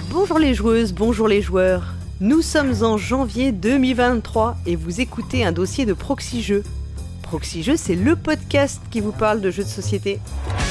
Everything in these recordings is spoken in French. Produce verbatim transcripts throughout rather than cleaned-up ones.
Bonjour les joueuses, bonjour les joueurs. Nous sommes en janvier deux mille vingt-trois et vous écoutez un dossier de Proxy Jeux. Proxy Jeux, c'est le podcast qui vous parle de jeux de société.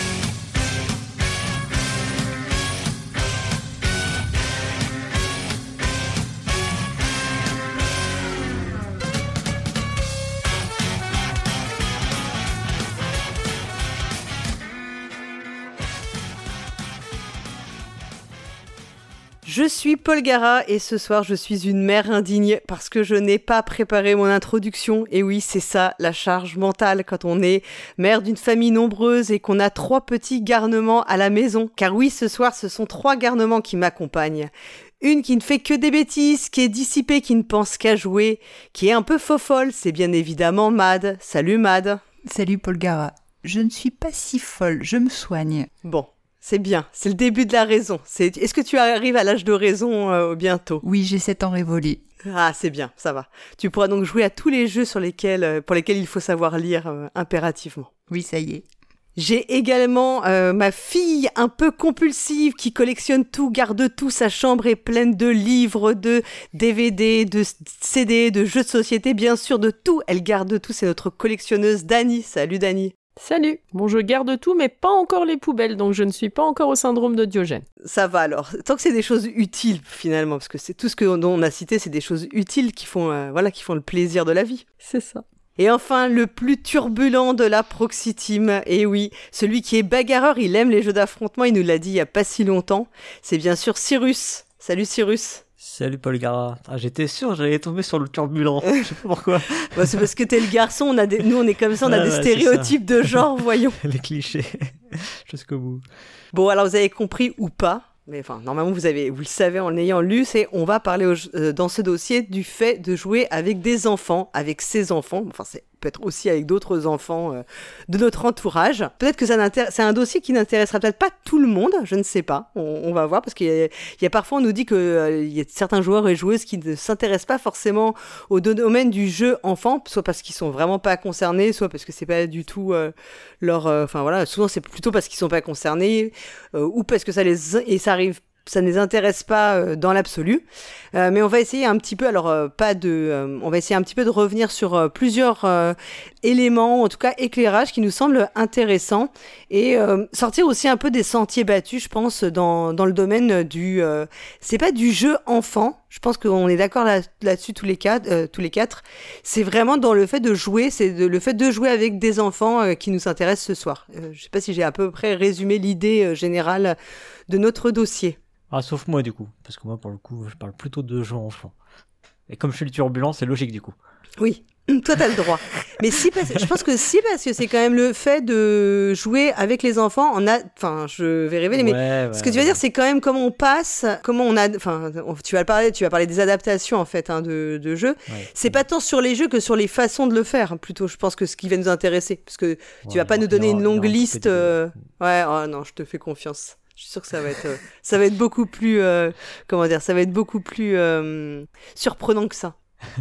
Je suis Paul Gara et ce soir je suis une mère indigne parce que je n'ai pas préparé mon introduction. Et oui, c'est ça la charge mentale quand on est mère d'une famille nombreuse et qu'on a trois petits garnements à la maison. Car oui, ce soir ce sont trois garnements qui m'accompagnent. Une qui ne fait que des bêtises, qui est dissipée, qui ne pense qu'à jouer, qui est un peu faux-folle, c'est bien évidemment Mad. Salut Mad. Salut Paul Gara. Je ne suis pas si folle, je me soigne. Bon. C'est bien, c'est le début de la raison. C'est... Est-ce que tu arrives à l'âge de raison euh, bientôt ? Oui, j'ai sept ans révolus. Ah, c'est bien, ça va. Tu pourras donc jouer à tous les jeux sur lesquels, euh, pour lesquels il faut savoir lire euh, impérativement. Oui, ça y est. J'ai également euh, ma fille un peu compulsive qui collectionne tout, garde tout. Sa chambre est pleine de livres, de D V D, de C D, de jeux de société, bien sûr, de tout. Elle garde tout, c'est notre collectionneuse Dani. Salut Dani. Salut. Bon, je garde tout, mais pas encore les poubelles, donc je ne suis pas encore au syndrome de Diogène. Ça va alors. Tant que c'est des choses utiles, finalement, parce que c'est tout ce que dont on a cité, c'est des choses utiles qui font, euh, voilà, qui font le plaisir de la vie. C'est ça. Et enfin, le plus turbulent de la Proxy Team, et oui, celui qui est bagarreur, il aime les jeux d'affrontement, il nous l'a dit il y a pas si longtemps, c'est bien sûr Cyrus. Salut Cyrus. Salut Paul Gara. Ah, j'étais sûr j'allais tomber sur le turbulent. Je sais pas pourquoi. Bah, c'est parce que t'es le garçon, on a des... nous on est comme ça, on a ah, des ouais, stéréotypes de genre, voyons. Les clichés, jusqu'au bout. Bon, alors vous avez compris ou pas, mais enfin, normalement vous, avez, vous le savez en l'ayant lu, c'est on va parler au, euh, dans ce dossier du fait de jouer avec des enfants, avec ses enfants, enfin c'est peut-être aussi avec d'autres enfants euh, de notre entourage. Peut-être que ça c'est un dossier qui n'intéressera peut-être pas tout le monde, je ne sais pas, on, on va voir, parce qu'il y a, il y a parfois on nous dit qu'il euh, y a certains joueurs et joueuses qui ne s'intéressent pas forcément au domaine du jeu enfant, soit parce qu'ils sont vraiment pas concernés, soit parce que c'est pas du tout euh, leur... Enfin euh, voilà, souvent c'est plutôt parce qu'ils sont pas concernés, euh, ou parce que ça les... et ça arrive ça ne les intéresse pas euh, dans l'absolu, euh, mais on va essayer un petit peu, alors euh, pas de, euh, on va essayer un petit peu de revenir sur euh, plusieurs euh, éléments, en tout cas éclairages qui nous semblent intéressants, et euh, sortir aussi un peu des sentiers battus, je pense, dans dans le domaine du, euh, c'est pas du jeu enfant, je pense qu'on est d'accord là, là-dessus tous les quatre, euh, tous les quatre, c'est vraiment dans le fait de jouer, c'est de, le fait de jouer avec des enfants euh, qui nous intéresse ce soir. Euh, je sais pas si j'ai à peu près résumé l'idée euh, générale de notre dossier. Ah, sauf moi, du coup. Parce que moi, pour le coup, je parle plutôt de jeux enfants. Et comme je suis le turbulent, c'est logique, du coup. Oui, toi, t'as le droit. Mais si, parce... je pense que si, parce que c'est quand même le fait de jouer avec les enfants. On a... Enfin, je vais révéler, mais ouais, ouais, ce que tu vas ouais. dire, c'est quand même comment on passe, comment on a... Enfin, tu vas parler, tu vas parler des adaptations, en fait, hein, de, de jeux. Ouais. C'est pas tant sur les jeux que sur les façons de le faire, plutôt, je pense, que ce qui va nous intéresser. Parce que tu ouais, vas pas nous donner aura, une longue liste... Euh... Ouais, oh non, je te fais confiance. Je suis sûre que ça va être, euh, ça va être beaucoup plus, euh, comment dire, ça va être beaucoup plus euh, surprenant que ça.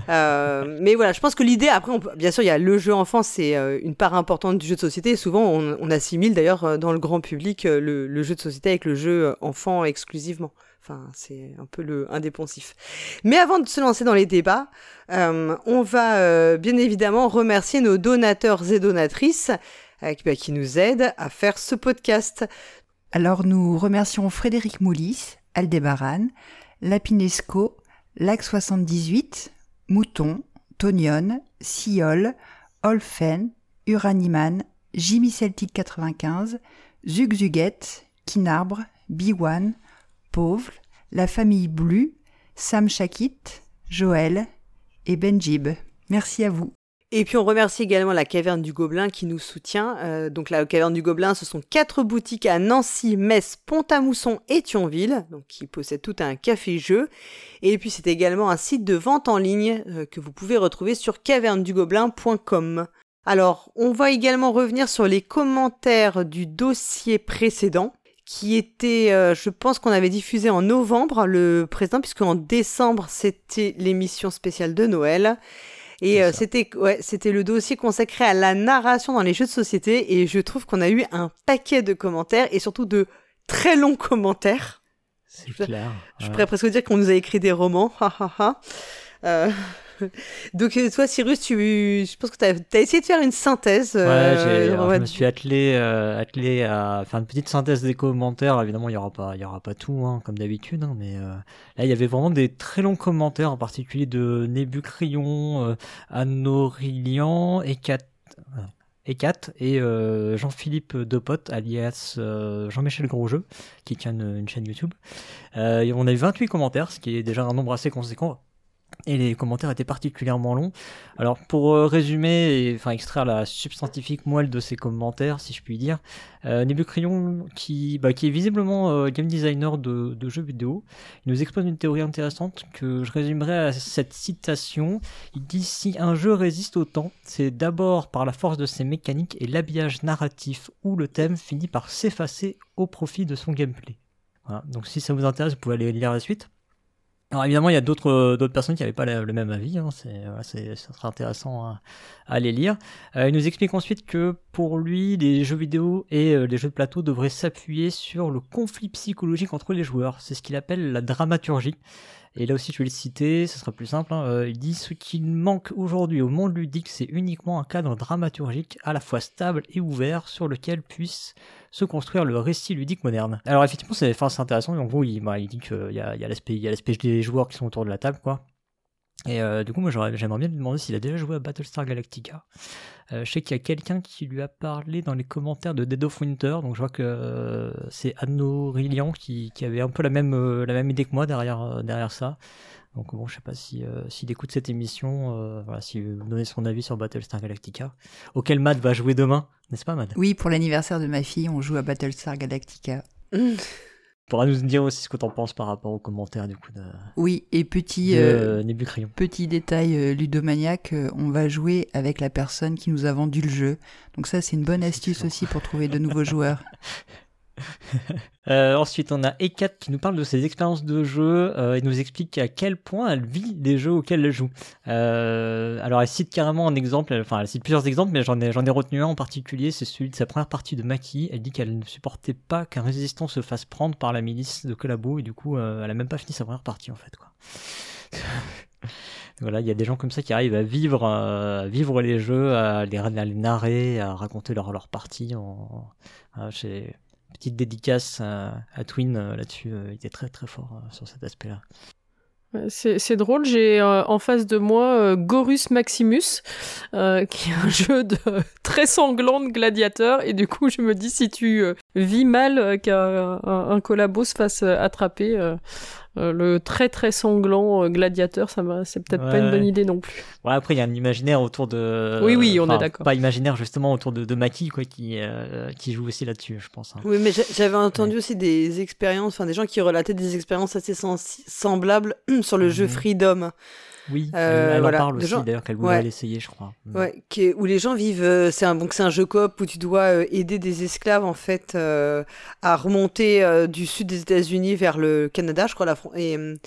Euh, mais voilà, je pense que l'idée, après, on peut, bien sûr, il y a le jeu enfant, c'est euh, une part importante du jeu de société. Et souvent, on, on assimile d'ailleurs dans le grand public euh, le, le jeu de société avec le jeu enfant exclusivement. Enfin, c'est un peu le un des poncifs. Mais avant de se lancer dans les débats, euh, on va euh, bien évidemment remercier nos donateurs et donatrices euh, qui, bah, qui nous aident à faire ce podcast. Alors nous remercions Frédéric Moulis, Aldébaran, Lapinesco, Lac soixante-dix-huit, Mouton, Tonion, Siol, Olfen, Uraniman, Jimmy Celtic quatre-vingt-quinze, Zug Zuguette, Kinarbre, Biwan, Pauvre, la famille Blu, Sam Chakit, Joël et Benjib. Merci à vous. Et puis on remercie également la Caverne du Gobelin qui nous soutient. Euh, donc la Caverne du Gobelin, ce sont quatre boutiques à Nancy, Metz, Pont-à-Mousson et Thionville, donc qui possèdent tout un café-jeu. Et puis c'est également un site de vente en ligne euh, que vous pouvez retrouver sur caverne du gobelin point com. Alors, on va également revenir sur les commentaires du dossier précédent, qui était, euh, je pense qu'on avait diffusé en novembre le précédent, puisque en décembre, c'était l'émission spéciale de Noël. Et euh, c'était, ouais, c'était le dossier consacré à la narration dans les jeux de société, et je trouve qu'on a eu un paquet de commentaires, et surtout de très longs commentaires. C'est clair. Je ouais. pourrais presque dire qu'on nous a écrit des romans. Ha, ha, ha. Euh, Donc euh, toi, Cyrus, tu, je pense que tu as essayé de faire une synthèse. Ouais, euh, j'ai, alors, on je va me suis attelé, euh, attelé à faire une petite synthèse des commentaires. Évidemment, il y aura pas, il y aura pas tout, hein, comme d'habitude, hein, mais euh, là, il y avait vraiment des très longs commentaires, en particulier de Nébucrion, euh, Anorilian, Ecat, euh, Ecat et euh, Jean-Philippe Depote, alias euh, Jean-Michel Grosjeu, qui tient une, une chaîne YouTube. Euh, et on a eu vingt-huit commentaires, ce qui est déjà un nombre assez conséquent. Et les commentaires étaient particulièrement longs. Alors pour euh, résumer et enfin extraire la substantifique moelle de ces commentaires, si je puis dire, euh, Nébucrion, qui, bah, qui est visiblement euh, game designer de, de jeux vidéo, il nous expose une théorie intéressante que je résumerai à cette citation. Il dit: si un jeu résiste au temps, c'est d'abord par la force de ses mécaniques et l'habillage narratif où le thème finit par s'effacer au profit de son gameplay. Voilà. Donc si ça vous intéresse, vous pouvez aller lire la suite. Alors évidemment, il y a d'autres euh, d'autres personnes qui n'avaient pas la, le même avis. Hein, c'est, voilà, c'est, ça sera intéressant à, à aller lire. Euh, il nous explique ensuite que pour lui, les jeux vidéo et euh, les jeux de plateau devraient s'appuyer sur le conflit psychologique entre les joueurs. C'est ce qu'il appelle la dramaturgie. Et là aussi, je vais le citer, ce sera plus simple. Hein. Euh, il dit: ce qu'il manque aujourd'hui au monde ludique, c'est uniquement un cadre dramaturgique à la fois stable et ouvert sur lequel puisse se construire le récit ludique moderne. Alors effectivement, c'est, enfin, c'est intéressant. En gros, il, bah, il dit qu'il y a, il y a l'aspect, il y a l'aspect des joueurs qui sont autour de la table, quoi. Et euh, du coup, moi, j'aurais, j'aimerais bien lui demander s'il a déjà joué à Battlestar Galactica. Euh, je sais qu'il y a quelqu'un qui lui a parlé dans les commentaires de Dead of Winter, donc je vois que euh, c'est Anorilian qui, qui avait un peu la même, euh, la même idée que moi derrière, euh, derrière ça. Donc bon, je sais pas si, euh, s'il écoute cette émission, euh, voilà, s'il veut donner son avis sur Battlestar Galactica, auquel Matt va jouer demain, n'est-ce pas, Matt? Oui, pour l'anniversaire de ma fille, on joue à Battlestar Galactica. Tu pourras nous dire aussi ce que t'en penses par rapport aux commentaires du coup de, Oui, et petit, de euh, euh, Nébucrion. petit détail euh, ludomaniaque, euh, on va jouer avec la personne qui nous a vendu le jeu. Donc ça, c'est une bonne astuce aussi pour trouver de nouveaux joueurs. Euh, ensuite, on a Ekat qui nous parle de ses expériences de jeu euh, et nous explique à quel point elle vit les jeux auxquels elle joue. Euh, alors, elle cite carrément un exemple, elle, enfin, elle cite plusieurs exemples, mais j'en ai, j'en ai retenu un en particulier, c'est celui de sa première partie de Maki. Elle dit qu'elle ne supportait pas qu'un résistant se fasse prendre par la milice de Collabo et du coup, euh, elle a même pas fini sa première partie en fait, quoi. Voilà, il y a des gens comme ça qui arrivent à vivre, euh, à vivre les jeux, à les, à les narrer, à raconter leur, leur partie. En, en, chez, petite dédicace à, à Twin euh, là-dessus, euh, il était très très fort euh, sur cet aspect-là. C'est, c'est drôle, j'ai euh, en face de moi euh, Gorus Maximus, euh, qui est un jeu de très sanglant de gladiateur, et du coup je me dis si tu euh, vis mal euh, qu'un un, un collabo se fasse euh, attraper, euh, euh, le très très sanglant euh, gladiateur, ça m'a, c'est peut-être Ouais. pas une bonne idée non plus. Ouais, après il y a un imaginaire autour de... Oui, oui, on enfin, est d'accord. Pas imaginaire justement autour de, de Maki, quoi, qui, euh, qui joue aussi là-dessus, je pense. Hein. Oui, mais j'a- j'avais entendu aussi des expériences, enfin des gens qui relataient des expériences assez sens- semblables sur le Mhm. jeu Freedom. Oui, Euh, elle, elle voilà. en parle Des aussi gens- d'ailleurs, qu'elle voulait Ouais. l'essayer, je crois. Mm. Ouais, qui est- où les gens vivent. euh, c'est un donc c'est un jeu coop où tu dois euh, aider des esclaves en fait euh, à remonter euh, du sud des États-Unis vers le Canada, je crois, la Fran- et euh,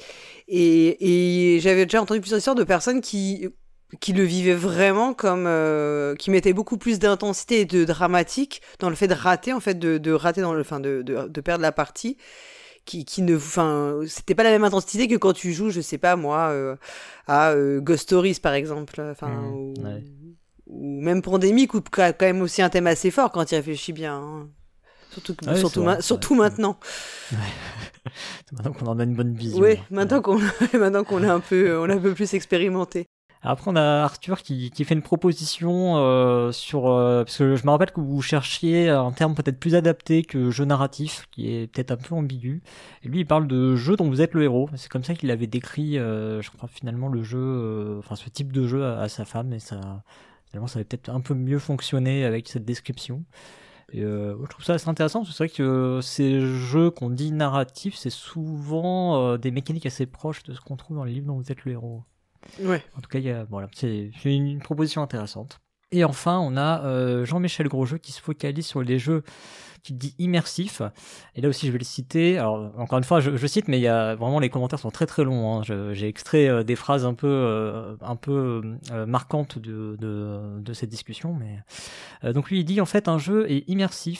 et, et j'avais déjà entendu plusieurs histoires de personnes qui qui le vivaient vraiment comme euh, qui mettaient beaucoup plus d'intensité et de dramatique dans le fait de rater en fait de, de rater dans le enfin de, de de perdre la partie. Qui, qui ne, enfin, c'était pas la même intensité que quand tu joues, je sais pas moi, euh, à euh, Ghost Stories par exemple, enfin, Mmh, ou, ouais. ou même Pandémique, ou quand quand même aussi un thème assez fort quand tu y réfléchis bien, hein. Surtout, que- Ah oui, surtout, c'est ma- vrai, surtout c'est vrai. maintenant. Maintenant qu'on en a une bonne vision. Oui, hein. maintenant qu'on, maintenant qu'on est un peu, on est un peu plus expérimenté. Après, on a Arthur qui, qui fait une proposition euh, sur... Euh, parce que je me rappelle que vous cherchiez un terme peut-être plus adapté que jeu narratif, qui est peut-être un peu ambigu. Et lui, il parle de jeu dont vous êtes le héros. C'est comme ça qu'il avait décrit, euh, je crois, finalement, le jeu... euh, enfin, ce type de jeu à, à sa femme. Et ça, finalement, ça avait peut-être un peu mieux fonctionné avec cette description. Et euh, je trouve ça assez intéressant, parce que c'est vrai que ces jeux qu'on dit narratifs, c'est souvent euh, des mécaniques assez proches de ce qu'on trouve dans les livres dont vous êtes le héros. Ouais. En tout cas, il y a, voilà, c'est, c'est une, une proposition intéressante. Et enfin, on a euh, Jean-Michel Grosjeu qui se focalise sur les jeux qu'il dit immersifs. Et là aussi, je vais le citer. Alors, encore une fois, je, je cite, mais il y a vraiment les commentaires sont très très longs. Hein. Je, j'ai extrait euh, des phrases un peu, euh, un peu euh, marquantes de, de, de cette discussion. Mais euh, donc lui, il dit en fait, un jeu est immersif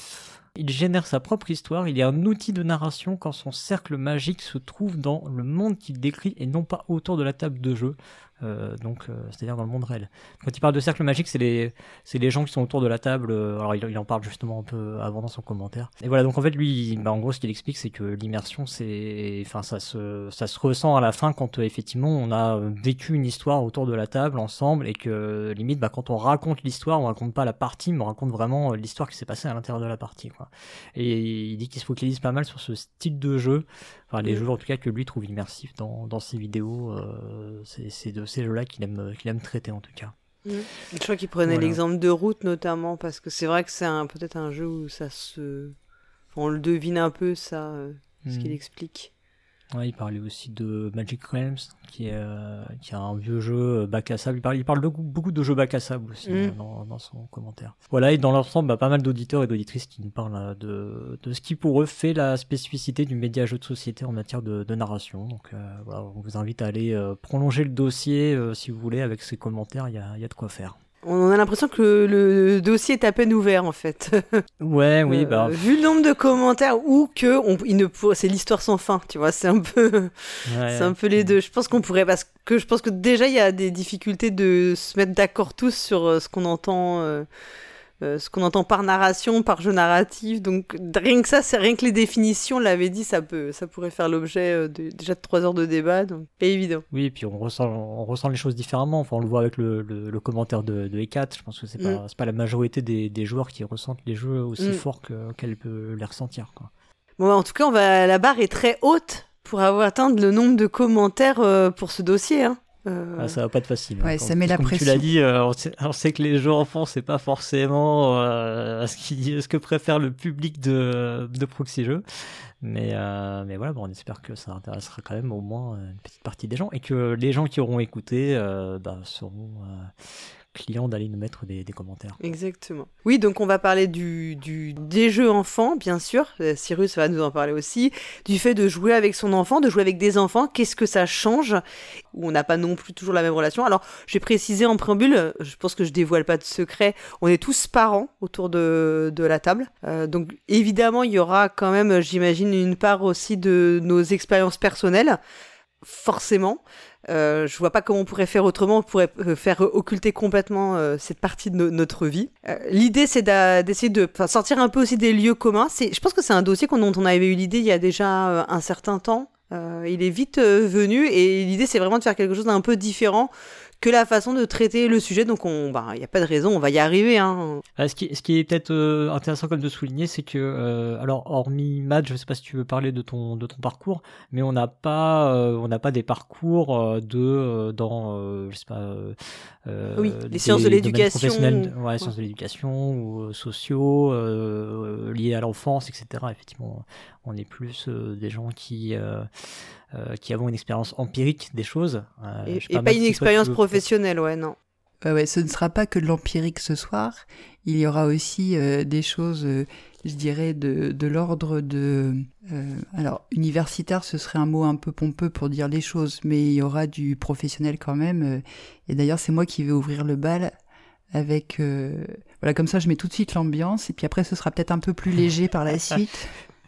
Il génère sa propre histoire, il est un outil de narration quand son cercle magique se trouve dans le monde qu'il décrit et non pas autour de la table de jeu. Euh, donc, euh, c'est-à-dire dans le monde réel. Quand il parle de cercle magique, c'est les, c'est les gens qui sont autour de la table. Euh, alors, il, il en parle justement un peu avant dans son commentaire. Et voilà, donc en fait, lui, bah, en gros, ce qu'il explique, c'est que l'immersion, c'est, enfin, ça se, ça se ressent à la fin quand euh, effectivement on a vécu une histoire autour de la table ensemble et que limite, bah, quand on raconte l'histoire, on raconte pas la partie, mais on raconte vraiment l'histoire qui s'est passée à l'intérieur de la partie, quoi. Et il dit qu'il se focalise pas mal sur ce style de jeu. Enfin, les mmh. jeux en tout cas que lui trouve immersifs dans, dans ses vidéos, euh, c'est, c'est de ces jeux-là qu'il aime, qu'il aime traiter en tout cas. Mmh. Je crois qu'il prenait voilà. l'exemple de Route notamment, parce que c'est vrai que c'est un, peut-être un jeu où ça se... Enfin, on le devine un peu, ça, euh, ce mmh. qu'il explique. Ouais, il parlait aussi de Magic Realms, qui est, euh, qui est un vieux jeu bac à sable. Il parle, il parle de beaucoup de jeux bac à sable aussi, mmh. euh, dans, dans son commentaire. Voilà, et dans l'ensemble, bah, pas mal d'auditeurs et d'auditrices qui nous parlent de, de ce qui pour eux fait la spécificité du média jeu de société en matière de, de narration. Donc euh, voilà, on vous invite à aller euh, prolonger le dossier euh, si vous voulez avec ces commentaires, il y a, y a de quoi faire. On a l'impression que le, le dossier est à peine ouvert en fait. Ouais, oui, euh, bah. Vu le nombre de commentaires ou que on, il ne pour... c'est l'histoire sans fin, tu vois, c'est un peu, ouais, c'est un peu les deux. Je pense qu'on pourrait parce que je pense que déjà il y a des difficultés de se mettre d'accord tous sur euh, ce qu'on entend. Euh... Euh, ce qu'on entend par narration, par jeu narratif, donc rien que ça, c'est rien que les définitions, on l'avait dit, ça peut, ça pourrait faire l'objet euh, de, déjà de trois heures de débat, donc pas évident. Oui, et puis on ressent, on ressent les choses différemment. Enfin, on le voit avec le, le, le commentaire de, de Hecat. Je pense que c'est pas, mm. c'est pas la majorité des, des joueurs qui ressentent les jeux aussi mm. fort que, qu'elle peut les ressentir, quoi. Bon, en tout cas, on va, la barre est très haute pour avoir atteint le nombre de commentaires euh, pour ce dossier, hein. Euh... Ah, ça va pas être facile. Ouais, hein. ça Comme, met la comme pression. Tu l'as dit, euh, on, sait, on sait que les jeux enfants, c'est pas forcément euh, ce, qui, ce que préfère le public de, de Proxy Jeux. Mais, euh, mais voilà, bon, on espère que ça intéressera quand même au moins une petite partie des gens et que les gens qui auront écouté euh, bah, seront euh, clients d'aller nous mettre des, des commentaires. Exactement. Oui, donc on va parler du, du, des jeux enfants, bien sûr. Euh, Cyrus va nous en parler aussi. Du fait de jouer avec son enfant, de jouer avec des enfants. Qu'est-ce que ça change ? Où on n'a pas non plus toujours la même relation. Alors, j'ai précisé en préambule, je pense que je dévoile pas de secret, on est tous parents autour de, de la table. Euh, donc, évidemment, il y aura quand même, j'imagine, une part aussi de nos expériences personnelles. Forcément. Euh, je vois pas comment on pourrait faire autrement, on pourrait euh, faire occulter complètement euh, cette partie de no- notre vie. Euh, l'idée, c'est d'a- d'essayer de sortir un peu aussi des lieux communs. C'est, je pense que c'est un dossier dont on avait eu l'idée il y a déjà euh, un certain temps. Euh, il est vite euh, venu et l'idée, c'est vraiment de faire quelque chose d'un peu différent que la façon de traiter le sujet. Donc, il bah, n'y a pas de raison, on va y arriver. Hein. Ah, ce, qui, ce qui est peut-être euh, intéressant comme de souligner, c'est que, euh, alors, hormis Matt, je ne sais pas si tu veux parler de ton, de ton parcours, mais on n'a pas, euh, on n'a pas des parcours euh, de, euh, dans, euh, je sais pas, euh, oui, les des, sciences de l'éducation. Ouais, ouais. sciences de l'éducation ou euh, sociaux, euh, liés à l'enfance, et cetera. Effectivement, on est plus euh, des gens qui... Euh, Euh, qui avons une expérience empirique des choses. Euh, et pas, et pas une si expérience veux... professionnelle, ouais, non. Euh, ouais, ce ne sera pas que de l'empirique ce soir. Il y aura aussi euh, des choses, euh, je dirais, de, de l'ordre de... Euh, alors, universitaire, ce serait un mot un peu pompeux pour dire les choses, mais il y aura du professionnel quand même. Euh, et d'ailleurs, c'est moi qui vais ouvrir le bal avec... Euh, voilà, comme ça, je met tout de suite l'ambiance. Et puis après, ce sera peut-être un peu plus léger par la suite.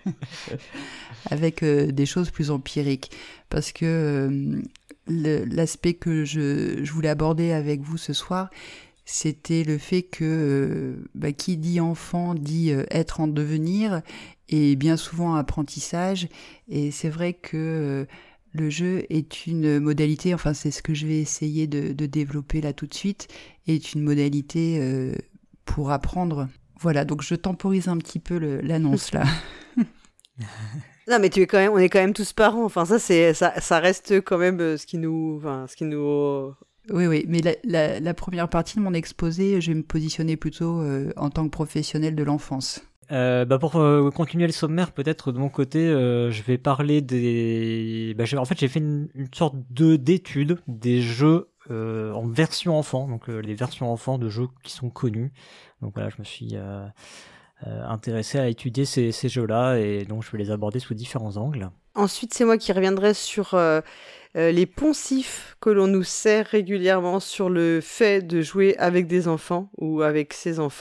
avec euh, des choses plus empiriques parce que euh, le, l'aspect que je, je voulais aborder avec vous ce soir, c'était le fait que euh, bah, qui dit enfant dit euh, être en devenir et bien souvent apprentissage, et c'est vrai que euh, le jeu est une modalité, enfin c'est ce que je vais essayer de, de développer là tout de suite, est une modalité euh, pour apprendre. Voilà, donc je temporise un petit peu le, l'annonce là. Non, mais tu es quand même, on est quand même tous parents. Enfin, ça, c'est, ça, ça reste quand même ce qui nous, enfin, ce qui nous. Oui, oui. Mais la, la, la première partie de mon exposé, je vais me positionner plutôt euh, en tant que professionnel de l'enfance. Euh, bah pour euh, continuer le sommaire, peut-être de mon côté, euh, je vais parler des. Bah, j'ai, en fait, j'ai fait une, une sorte de d'étude des jeux euh, en version enfant, donc euh, les versions enfants de jeux qui sont connus. Donc voilà, je me suis euh, euh, intéressé à étudier ces, ces jeux-là et donc je vais les aborder sous différents angles. Ensuite, c'est moi qui reviendrai sur euh, euh, les poncifs que l'on nous sert régulièrement sur le fait de jouer avec des enfants ou avec ses enfants.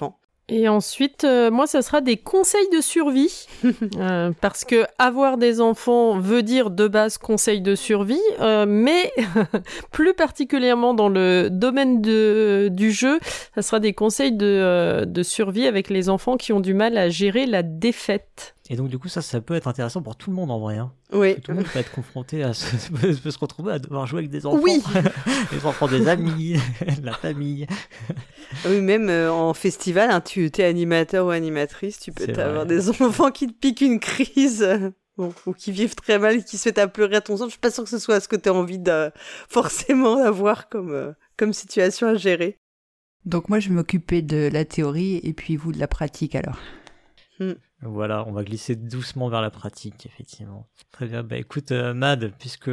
Et ensuite, euh, moi, ça sera des conseils de survie. euh, parce que avoir des enfants veut dire de base conseils de survie, euh, mais plus particulièrement dans le domaine de, du jeu, ça sera des conseils de, euh, de survie avec les enfants qui ont du mal à gérer la défaite. Et donc, du coup, ça, ça peut être intéressant pour tout le monde en vrai. Hein. Oui. Tout le monde peut être confronté à ce... peut se retrouver à devoir jouer avec des enfants. Oui. Les enfants des amis, la famille. Oui, même euh, en festival, hein, tu es animateur ou animatrice, tu peux C'est avoir vrai. des enfants qui te piquent une crise euh, bon, ou qui vivent très mal, qui se mettent à pleurer à ton centre. Je suis pas sûre que ce soit ce que tu as envie de forcément d'avoir comme, euh, comme situation à gérer. Donc moi, je vais m'occuper de la théorie et puis vous de la pratique alors. Hmm. Voilà, on va glisser doucement vers la pratique, effectivement. Très bien, bah écoute, euh, Mad, puisque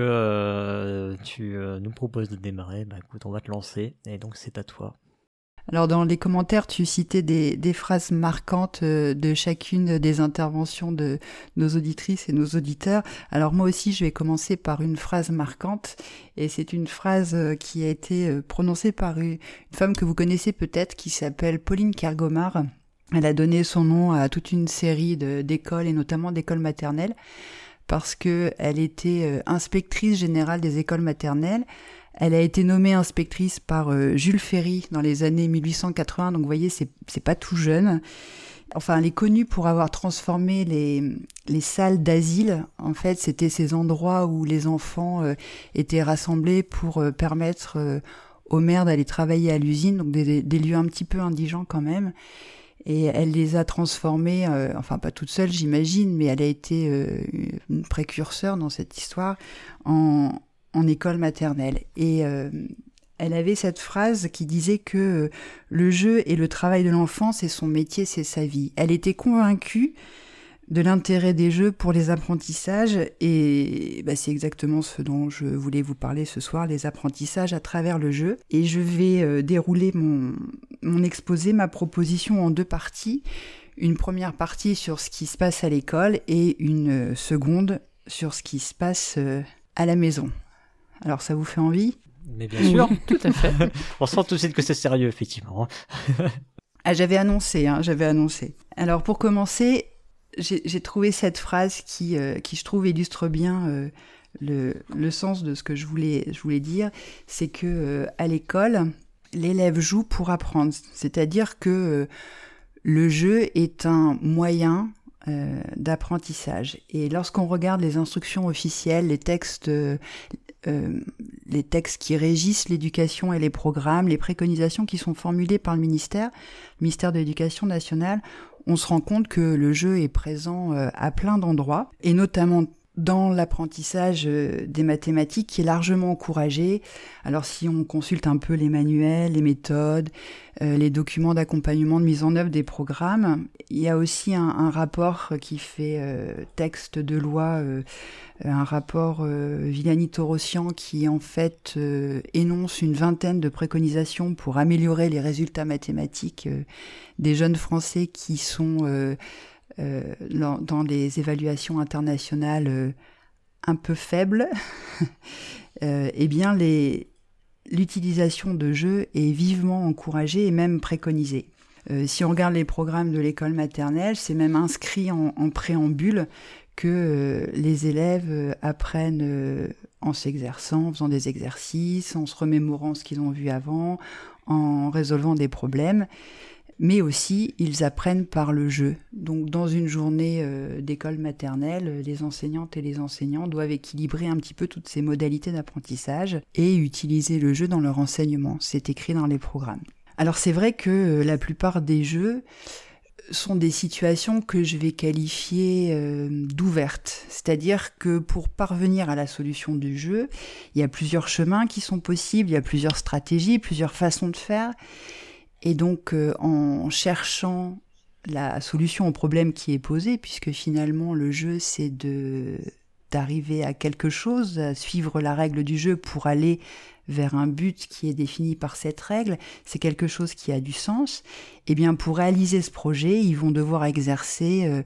euh, tu euh, nous proposes de démarrer, bah écoute, on va te lancer, et donc c'est à toi. Alors dans les commentaires, tu citais des, des phrases marquantes euh, de chacune des interventions de nos auditrices et nos auditeurs. Alors moi aussi, je vais commencer par une phrase marquante, et c'est une phrase euh, qui a été euh, prononcée par une, une femme que vous connaissez peut-être, qui s'appelle Pauline Kergomar. Elle a donné son nom à toute une série de, d'écoles, et notamment d'écoles maternelles, parce que elle était euh, inspectrice générale des écoles maternelles. Elle a été nommée inspectrice par euh, Jules Ferry dans les années mille huit cent quatre-vingts, donc vous voyez, c'est, c'est pas tout jeune. Enfin, elle est connue pour avoir transformé les, les salles d'asile. En fait, c'était ces endroits où les enfants euh, étaient rassemblés pour euh, permettre euh, aux mères d'aller travailler à l'usine, donc des, des lieux un petit peu indigents quand même. Et elle les a transformés, euh, enfin pas toute seule j'imagine, mais elle a été euh, une précurseur dans cette histoire, en, en école maternelle. Et euh, elle avait cette phrase qui disait que euh, le jeu et le travail de l'enfant, c'est son métier, c'est sa vie. Elle était convaincue de l'intérêt des jeux pour les apprentissages, et bah, c'est exactement ce dont je voulais vous parler ce soir, les apprentissages à travers le jeu. Et je vais euh, dérouler mon, mon exposé, ma proposition en deux parties. Une première partie sur ce qui se passe à l'école et une seconde sur ce qui se passe euh, à la maison. Alors ça vous fait envie ? Mais bien sûr, Oui, tout à fait. on sent tout de suite que c'est sérieux, effectivement. Ah, j'avais annoncé, hein, j'avais annoncé. Alors pour commencer, j'ai, j'ai trouvé cette phrase qui, euh, qui je trouve illustre bien euh, le, le sens de ce que je voulais, je voulais dire. C'est que euh, à l'école, l'élève joue pour apprendre. C'est-à-dire que euh, le jeu est un moyen euh, d'apprentissage. Et lorsqu'on regarde les instructions officielles, les textes... Euh, Euh, les textes qui régissent l'éducation et les programmes, les préconisations qui sont formulées par le ministère, le ministère de l'Éducation nationale, on se rend compte que le jeu est présent euh, à plein d'endroits, et notamment dans l'apprentissage euh, des mathématiques qui est largement encouragé. Alors si on consulte un peu les manuels, les méthodes, euh, les documents d'accompagnement de mise en œuvre des programmes, il y a aussi un, un rapport qui fait euh, texte de loi, euh, un rapport euh, Villani-Torossian qui en fait euh, énonce une vingtaine de préconisations pour améliorer les résultats mathématiques euh, des jeunes Français qui sont euh, euh, dans, dans les évaluations internationales euh, un peu faibles. euh, eh bien, les, l'utilisation de jeux est vivement encouragée et même préconisée. Euh, si on regarde les programmes de l'école maternelle, c'est même inscrit en, en préambule que euh, les élèves euh, apprennent euh, en s'exerçant, en faisant des exercices, en se remémorant ce qu'ils ont vu avant, en résolvant des problèmes, mais aussi ils apprennent par le jeu. Donc dans une journée euh, d'école maternelle, les enseignantes et les enseignants doivent équilibrer un petit peu toutes ces modalités d'apprentissage et utiliser le jeu dans leur enseignement. C'est écrit dans les programmes. Alors c'est vrai que euh, la plupart des jeux sont des situations que je vais qualifier euh, d'ouvertes. C'est-à-dire que pour parvenir à la solution du jeu, il y a plusieurs chemins qui sont possibles, il y a plusieurs stratégies, plusieurs façons de faire. Et donc, euh, en cherchant la solution au problème qui est posé, puisque finalement le jeu c'est de, d'arriver à quelque chose, à suivre la règle du jeu pour aller vers un but qui est défini par cette règle, c'est quelque chose qui a du sens. Et bien pour réaliser ce projet, ils vont devoir exercer euh,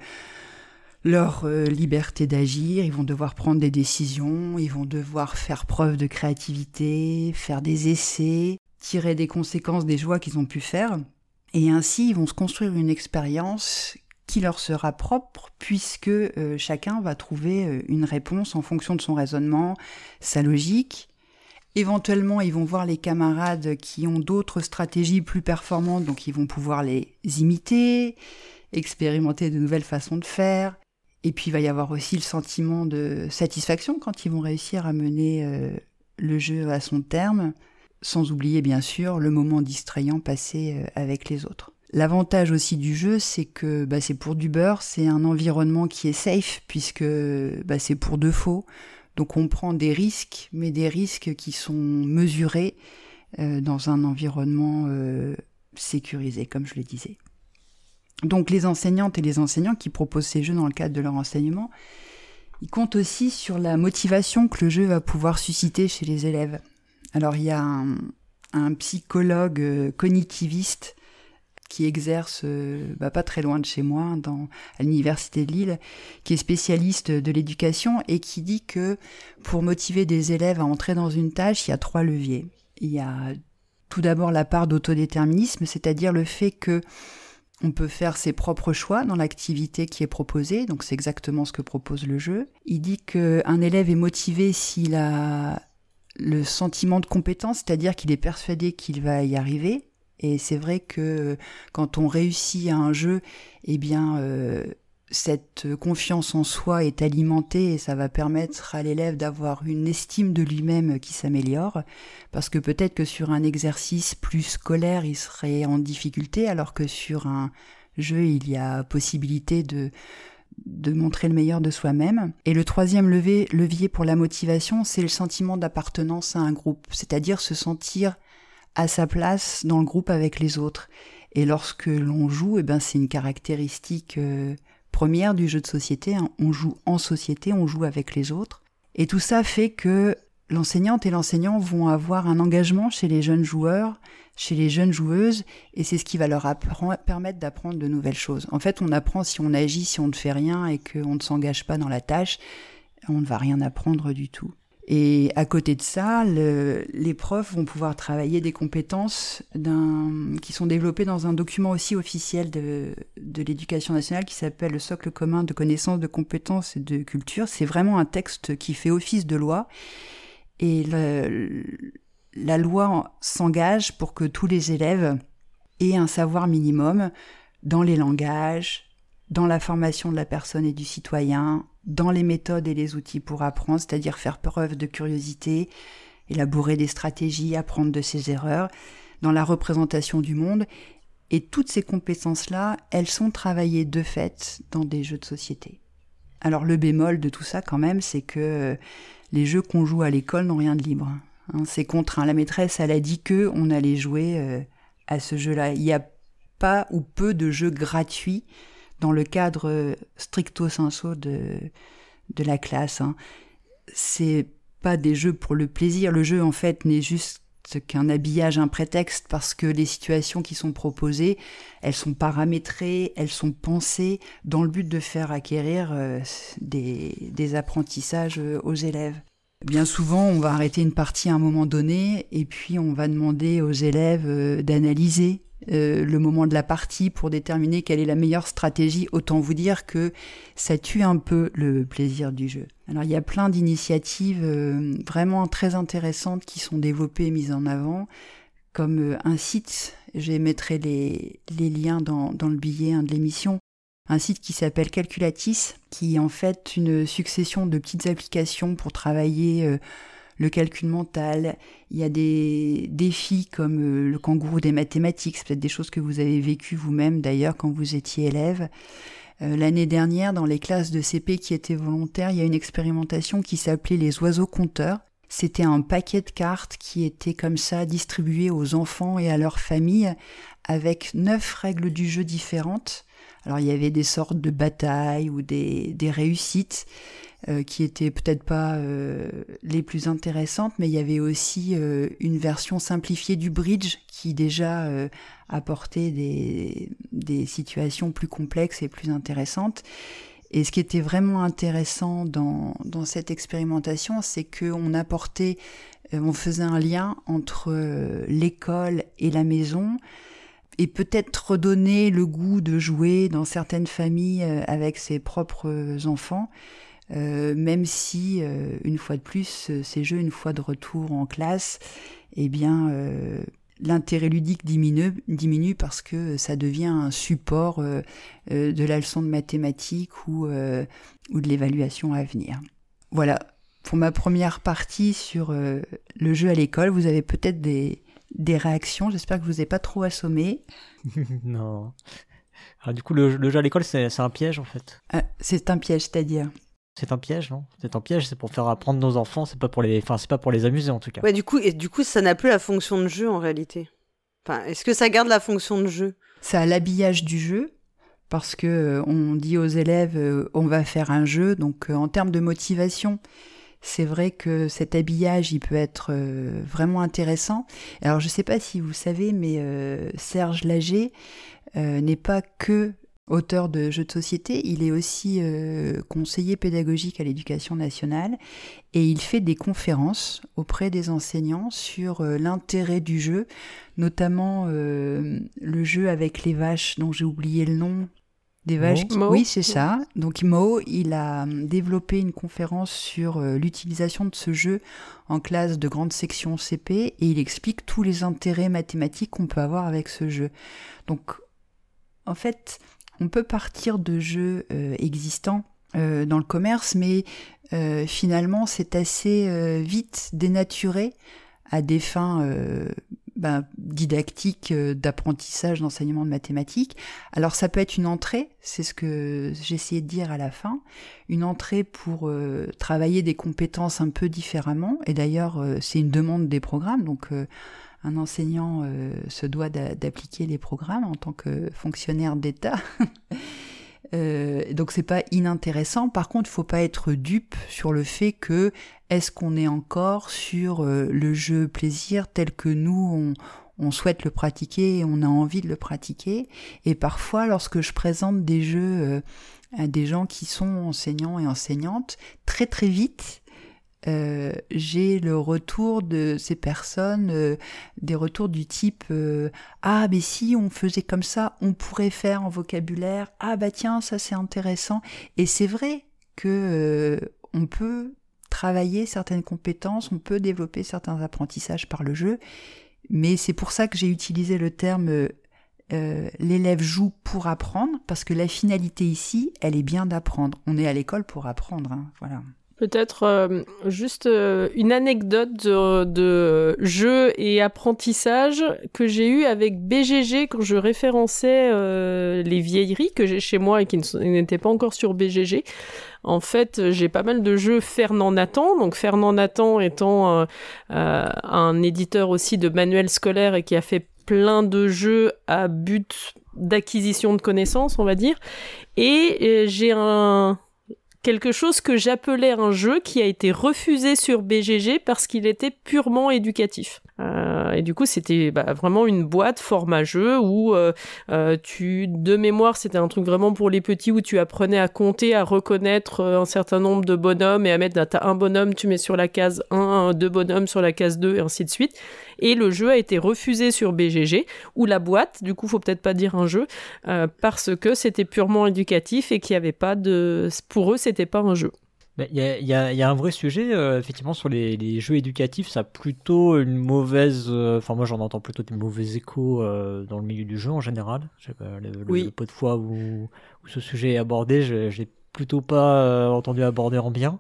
leur euh, liberté d'agir, ils vont devoir prendre des décisions, ils vont devoir faire preuve de créativité, faire des essais, tirer des conséquences des choix qu'ils ont pu faire. Et ainsi, ils vont se construire une expérience qui leur sera propre, puisque euh, chacun va trouver euh, une réponse en fonction de son raisonnement, sa logique. Éventuellement, ils vont voir les camarades qui ont d'autres stratégies plus performantes, donc ils vont pouvoir les imiter, expérimenter de nouvelles façons de faire. Et puis, il va y avoir aussi le sentiment de satisfaction quand ils vont réussir à mener euh, le jeu à son terme, sans oublier bien sûr le moment distrayant passé euh, avec les autres. L'avantage aussi du jeu, c'est que bah, c'est pour du beurre, c'est un environnement qui est safe, puisque bah, c'est pour de faux. Donc on prend des risques, mais des risques qui sont mesurés euh, dans un environnement euh, sécurisé, comme je le disais. Donc les enseignantes et les enseignants qui proposent ces jeux dans le cadre de leur enseignement, ils comptent aussi sur la motivation que le jeu va pouvoir susciter chez les élèves. Alors il y a un, un psychologue euh, cognitiviste qui exerce euh, bah, pas très loin de chez moi, dans, à l'université de Lille, qui est spécialiste de l'éducation et qui dit que pour motiver des élèves à entrer dans une tâche, il y a trois leviers. Il y a tout d'abord la part d'autodéterminisme, c'est-à-dire le fait que on peut faire ses propres choix dans l'activité qui est proposée, donc c'est exactement ce que propose le jeu. Il dit qu'un élève est motivé s'il a le sentiment de compétence, c'est-à-dire qu'il est persuadé qu'il va y arriver. Et c'est vrai que quand on réussit à un jeu, eh bien, euh, cette confiance en soi est alimentée et ça va permettre à l'élève d'avoir une estime de lui-même qui s'améliore. Parce que peut-être que sur un exercice plus scolaire, il serait en difficulté, alors que sur un jeu, il y a possibilité de, de montrer le meilleur de soi-même. Et le troisième levier, levier pour la motivation, c'est le sentiment d'appartenance à un groupe, c'est-à-dire se sentir à sa place dans le groupe avec les autres. Et lorsque l'on joue, eh ben, c'est une caractéristique euh, première du jeu de société, hein. On joue en société, on joue avec les autres. Et tout ça fait que l'enseignante et l'enseignant vont avoir un engagement chez les jeunes joueurs, chez les jeunes joueuses, et c'est ce qui va leur apprend, permettre d'apprendre de nouvelles choses. En fait, on apprend si on agit, si on ne fait rien et qu'on ne s'engage pas dans la tâche, on ne va rien apprendre du tout. Et à côté de ça, le, les profs vont pouvoir travailler des compétences d'un, qui sont développées dans un document aussi officiel de, de l'éducation nationale qui s'appelle le socle commun de connaissances, de compétences et de culture. C'est vraiment un texte qui fait office de loi. Et le, la loi s'engage pour que tous les élèves aient un savoir minimum dans les langages, dans la formation de la personne et du citoyen, dans les méthodes et les outils pour apprendre, c'est-à-dire faire preuve de curiosité, élaborer des stratégies, apprendre de ses erreurs, dans la représentation du monde. Et toutes ces compétences-là, elles sont travaillées de fait dans des jeux de société. Alors le bémol de tout ça quand même, c'est que les jeux qu'on joue à l'école n'ont rien de libre. Hein, c'est contraint. La maîtresse, elle a dit qu'on allait jouer euh, à ce jeu-là. Il n'y a pas ou peu de jeux gratuits dans le cadre stricto sensu de, de la classe. Hein. C'est pas des jeux pour le plaisir. Le jeu, en fait, n'est juste qu'un habillage, un prétexte, parce que les situations qui sont proposées, elles sont paramétrées, elles sont pensées dans le but de faire acquérir euh, des, des apprentissages aux élèves. Bien souvent, on va arrêter une partie à un moment donné, et puis on va demander aux élèves euh, d'analyser Euh, le moment de la partie pour déterminer quelle est la meilleure stratégie. Autant vous dire que ça tue un peu le plaisir du jeu. Alors il y a plein d'initiatives euh, vraiment très intéressantes qui sont développées et mises en avant, comme euh, un site, je mettrai les, les liens dans, dans le billet hein, de l'émission, un site qui s'appelle Calculatis, qui est en fait une succession de petites applications pour travailler euh, le calcul mental. Il y a des défis comme euh, le kangourou des mathématiques, c'est peut-être des choses que vous avez vécues vous-même d'ailleurs quand vous étiez élève. Euh, l'année dernière, dans les classes de C P qui étaient volontaires, il y a une expérimentation qui s'appelait les oiseaux compteurs. C'était un paquet de cartes qui était comme ça distribué aux enfants et à leurs familles avec neuf règles du jeu différentes. Alors il y avait des sortes de batailles ou des, des réussites euh, qui étaient peut-être pas euh, les plus intéressantes, mais il y avait aussi euh, une version simplifiée du bridge qui déjà euh, apportait des, des situations plus complexes et plus intéressantes. Et ce qui était vraiment intéressant dans, dans cette expérimentation, c'est qu'on apportait, euh, on faisait un lien entre euh, l'école et la maison, et peut-être redonner le goût de jouer dans certaines familles euh, avec ses propres enfants, euh, même si, euh, une fois de plus, ces jeux, une fois de retour en classe, eh bien, euh, l'intérêt ludique diminue, diminue parce que ça devient un support euh, euh, de la leçon de mathématiques ou, euh, ou de l'évaluation à venir. Voilà, pour ma première partie sur euh, le jeu à l'école, vous avez peut-être des, des réactions, j'espère que je vous ai pas trop assommé. Non. Alors, du coup, le, le jeu à l'école, c'est, c'est un piège, en fait. Ah, c'est un piège, c'est-à-dire ? C'est un piège, non ? C'est un piège, c'est pour faire apprendre nos enfants, c'est pas pour les, enfin, c'est pas pour les amuser, en tout cas. Ouais, du coup, et du coup, ça n'a plus la fonction de jeu, en réalité. Enfin, est-ce que ça garde la fonction de jeu ? Ça a l'habillage du jeu, parce que euh, on dit aux élèves, euh, on va faire un jeu, donc euh, en termes de motivation, c'est vrai que cet habillage, il peut être euh, vraiment intéressant. Alors, je sais pas si vous savez, mais euh, Serge Lager euh, n'est pas que auteur de jeux de société, il est aussi euh, conseiller pédagogique à l'Éducation nationale et il fait des conférences auprès des enseignants sur euh, l'intérêt du jeu, notamment euh, le jeu avec les vaches dont j'ai oublié le nom. Des vaches qui... Oui, c'est ça. Donc Mo, il a développé une conférence sur euh, l'utilisation de ce jeu en classe de grande section C P et il explique tous les intérêts mathématiques qu'on peut avoir avec ce jeu. Donc, en fait, on peut partir de jeux euh, existants euh, dans le commerce, mais euh, finalement, c'est assez euh, vite dénaturé à des fins euh, ben, didactiques, euh, d'apprentissage, d'enseignement de mathématiques. Alors, ça peut être une entrée, c'est ce que j'essayais de dire à la fin, une entrée pour euh, travailler des compétences un peu différemment. Et d'ailleurs, euh, c'est une demande des programmes, donc... Euh, Un enseignant euh, se doit d'a- d'appliquer les programmes en tant que fonctionnaire d'État. euh, donc c'est pas inintéressant. Par contre, il faut pas être dupe sur le fait que est-ce qu'on est encore sur euh, le jeu plaisir tel que nous on, on souhaite le pratiquer et on a envie de le pratiquer. Et parfois, lorsque je présente des jeux euh, à des gens qui sont enseignants et enseignantes, très très vite. Euh, j'ai le retour de ces personnes, euh, des retours du type euh, ah mais si on faisait comme ça, on pourrait faire en vocabulaire, ah bah tiens ça c'est intéressant. Et c'est vrai que euh, on peut travailler certaines compétences, on peut développer certains apprentissages par le jeu, mais c'est pour ça que j'ai utilisé le terme euh, euh, l'élève joue pour apprendre, parce que la finalité ici, elle est bien d'apprendre. On est à l'école pour apprendre, hein, voilà. Peut-être euh, juste euh, une anecdote de, de jeu et apprentissage que j'ai eu avec B G G quand je référençais euh, les vieilleries que j'ai chez moi et qui ne, n'étaient pas encore sur B G G. En fait, j'ai pas mal de jeux Fernand Nathan, donc Fernand Nathan étant euh, euh, un éditeur aussi de manuels scolaires et qui a fait plein de jeux à but d'acquisition de connaissances, on va dire. Et euh, j'ai un... quelque chose que j'appelais un jeu qui a été refusé sur B G G parce qu'il était purement éducatif. Euh, et du coup, c'était bah, vraiment une boîte format jeu où euh, euh, tu, de mémoire, c'était un truc vraiment pour les petits où tu apprenais à compter, à reconnaître euh, un certain nombre de bonhommes et à mettre, t'as un bonhomme, tu mets sur la case un, deux bonhommes sur la case deux et ainsi de suite. Et le jeu a été refusé sur B G G, ou la boîte, du coup, faut peut-être pas dire un jeu, euh, parce que c'était purement éducatif et qu'il y avait pas de... Pour eux, c'était pas un jeu. Il y a, y, a, y a un vrai sujet, euh, effectivement, sur les, les jeux éducatifs, ça a plutôt une mauvaise... Enfin, euh, moi, j'en entends plutôt des mauvais échos euh, dans le milieu du jeu, en général. Je sais pas, le, le, oui. le peu de fois où, où ce sujet est abordé, je n'ai plutôt pas euh, entendu aborder en bien.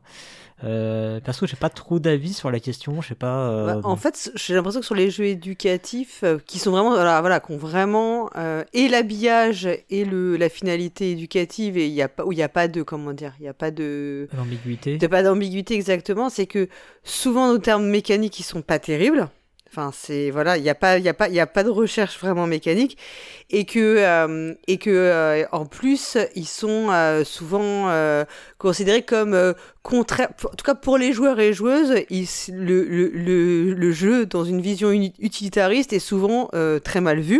Euh, perso, j'ai pas trop d'avis sur la question, je sais pas. Euh... Bah, en fait, j'ai l'impression que sur les jeux éducatifs, euh, qui sont vraiment, voilà, voilà, qui ont vraiment euh, et l'habillage et le la finalité éducative, et il y a pas, où il y a pas de, comment dire, il y a pas de d'ambiguïté. De pas d'ambiguïté exactement. C'est que souvent nos termes mécaniques ils sont pas terribles. Enfin, c'est voilà, il y a pas, il y a pas, il y a pas de recherche vraiment mécanique, et que euh, et que euh, en plus ils sont euh, souvent euh, considérés comme euh, contraires. En tout cas, pour les joueurs et les joueuses, ils, le, le le le jeu dans une vision utilitariste est souvent euh, très mal vu.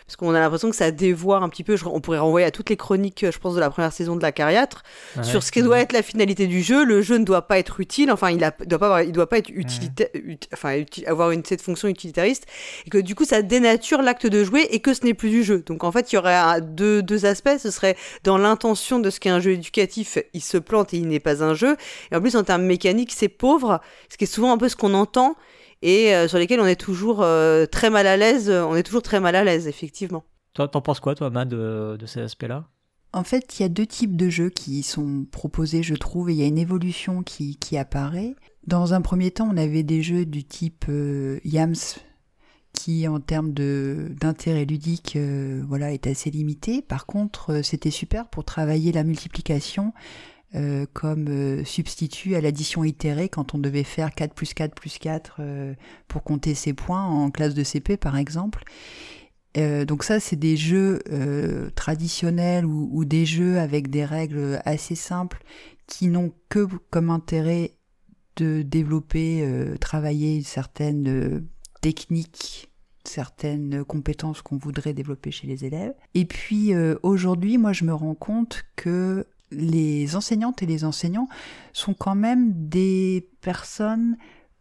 parce qu'on a l'impression que ça dévoire un petit peu, je, on pourrait renvoyer à toutes les chroniques, je pense, de la première saison de la Cariatre, ouais, sur ce qui doit être la finalité du jeu. Le jeu ne doit pas être utile, enfin, il, a, doit, pas avoir, il doit pas être utilita- ouais. ut, enfin, uti- avoir une, cette fonction utilitariste, et que du coup, ça dénature l'acte de jouer et que ce n'est plus du jeu. Donc en fait, il y aurait deux, deux aspects, ce serait dans l'intention de ce qu'est un jeu éducatif, il se plante et il n'est pas un jeu, et en plus, en termes mécaniques, c'est pauvre, ce qui est souvent un peu ce qu'on entend, et euh, sur lesquels on est toujours euh, très mal à l'aise, on est toujours très mal à l'aise, effectivement. Toi, t'en penses quoi, toi, Mad, de, de ces aspects-là ? En fait, il y a deux types de jeux qui sont proposés, je trouve, et il y a une évolution qui, qui apparaît. Dans un premier temps, on avait des jeux du type euh, Yams, qui, en termes de, d'intérêt ludique, euh, voilà, est assez limité. Par contre, euh, c'était super pour travailler la multiplication, Euh, comme euh, substitut à l'addition itérée quand on devait faire quatre plus quatre plus quatre euh, pour compter ses points en classe de C P par exemple. Euh, donc ça c'est des jeux euh, traditionnels ou, ou des jeux avec des règles assez simples qui n'ont que comme intérêt de développer, euh, travailler certaines euh, techniques, certaines compétences qu'on voudrait développer chez les élèves. Et puis euh, aujourd'hui, moi je me rends compte que les enseignantes et les enseignants sont quand même des personnes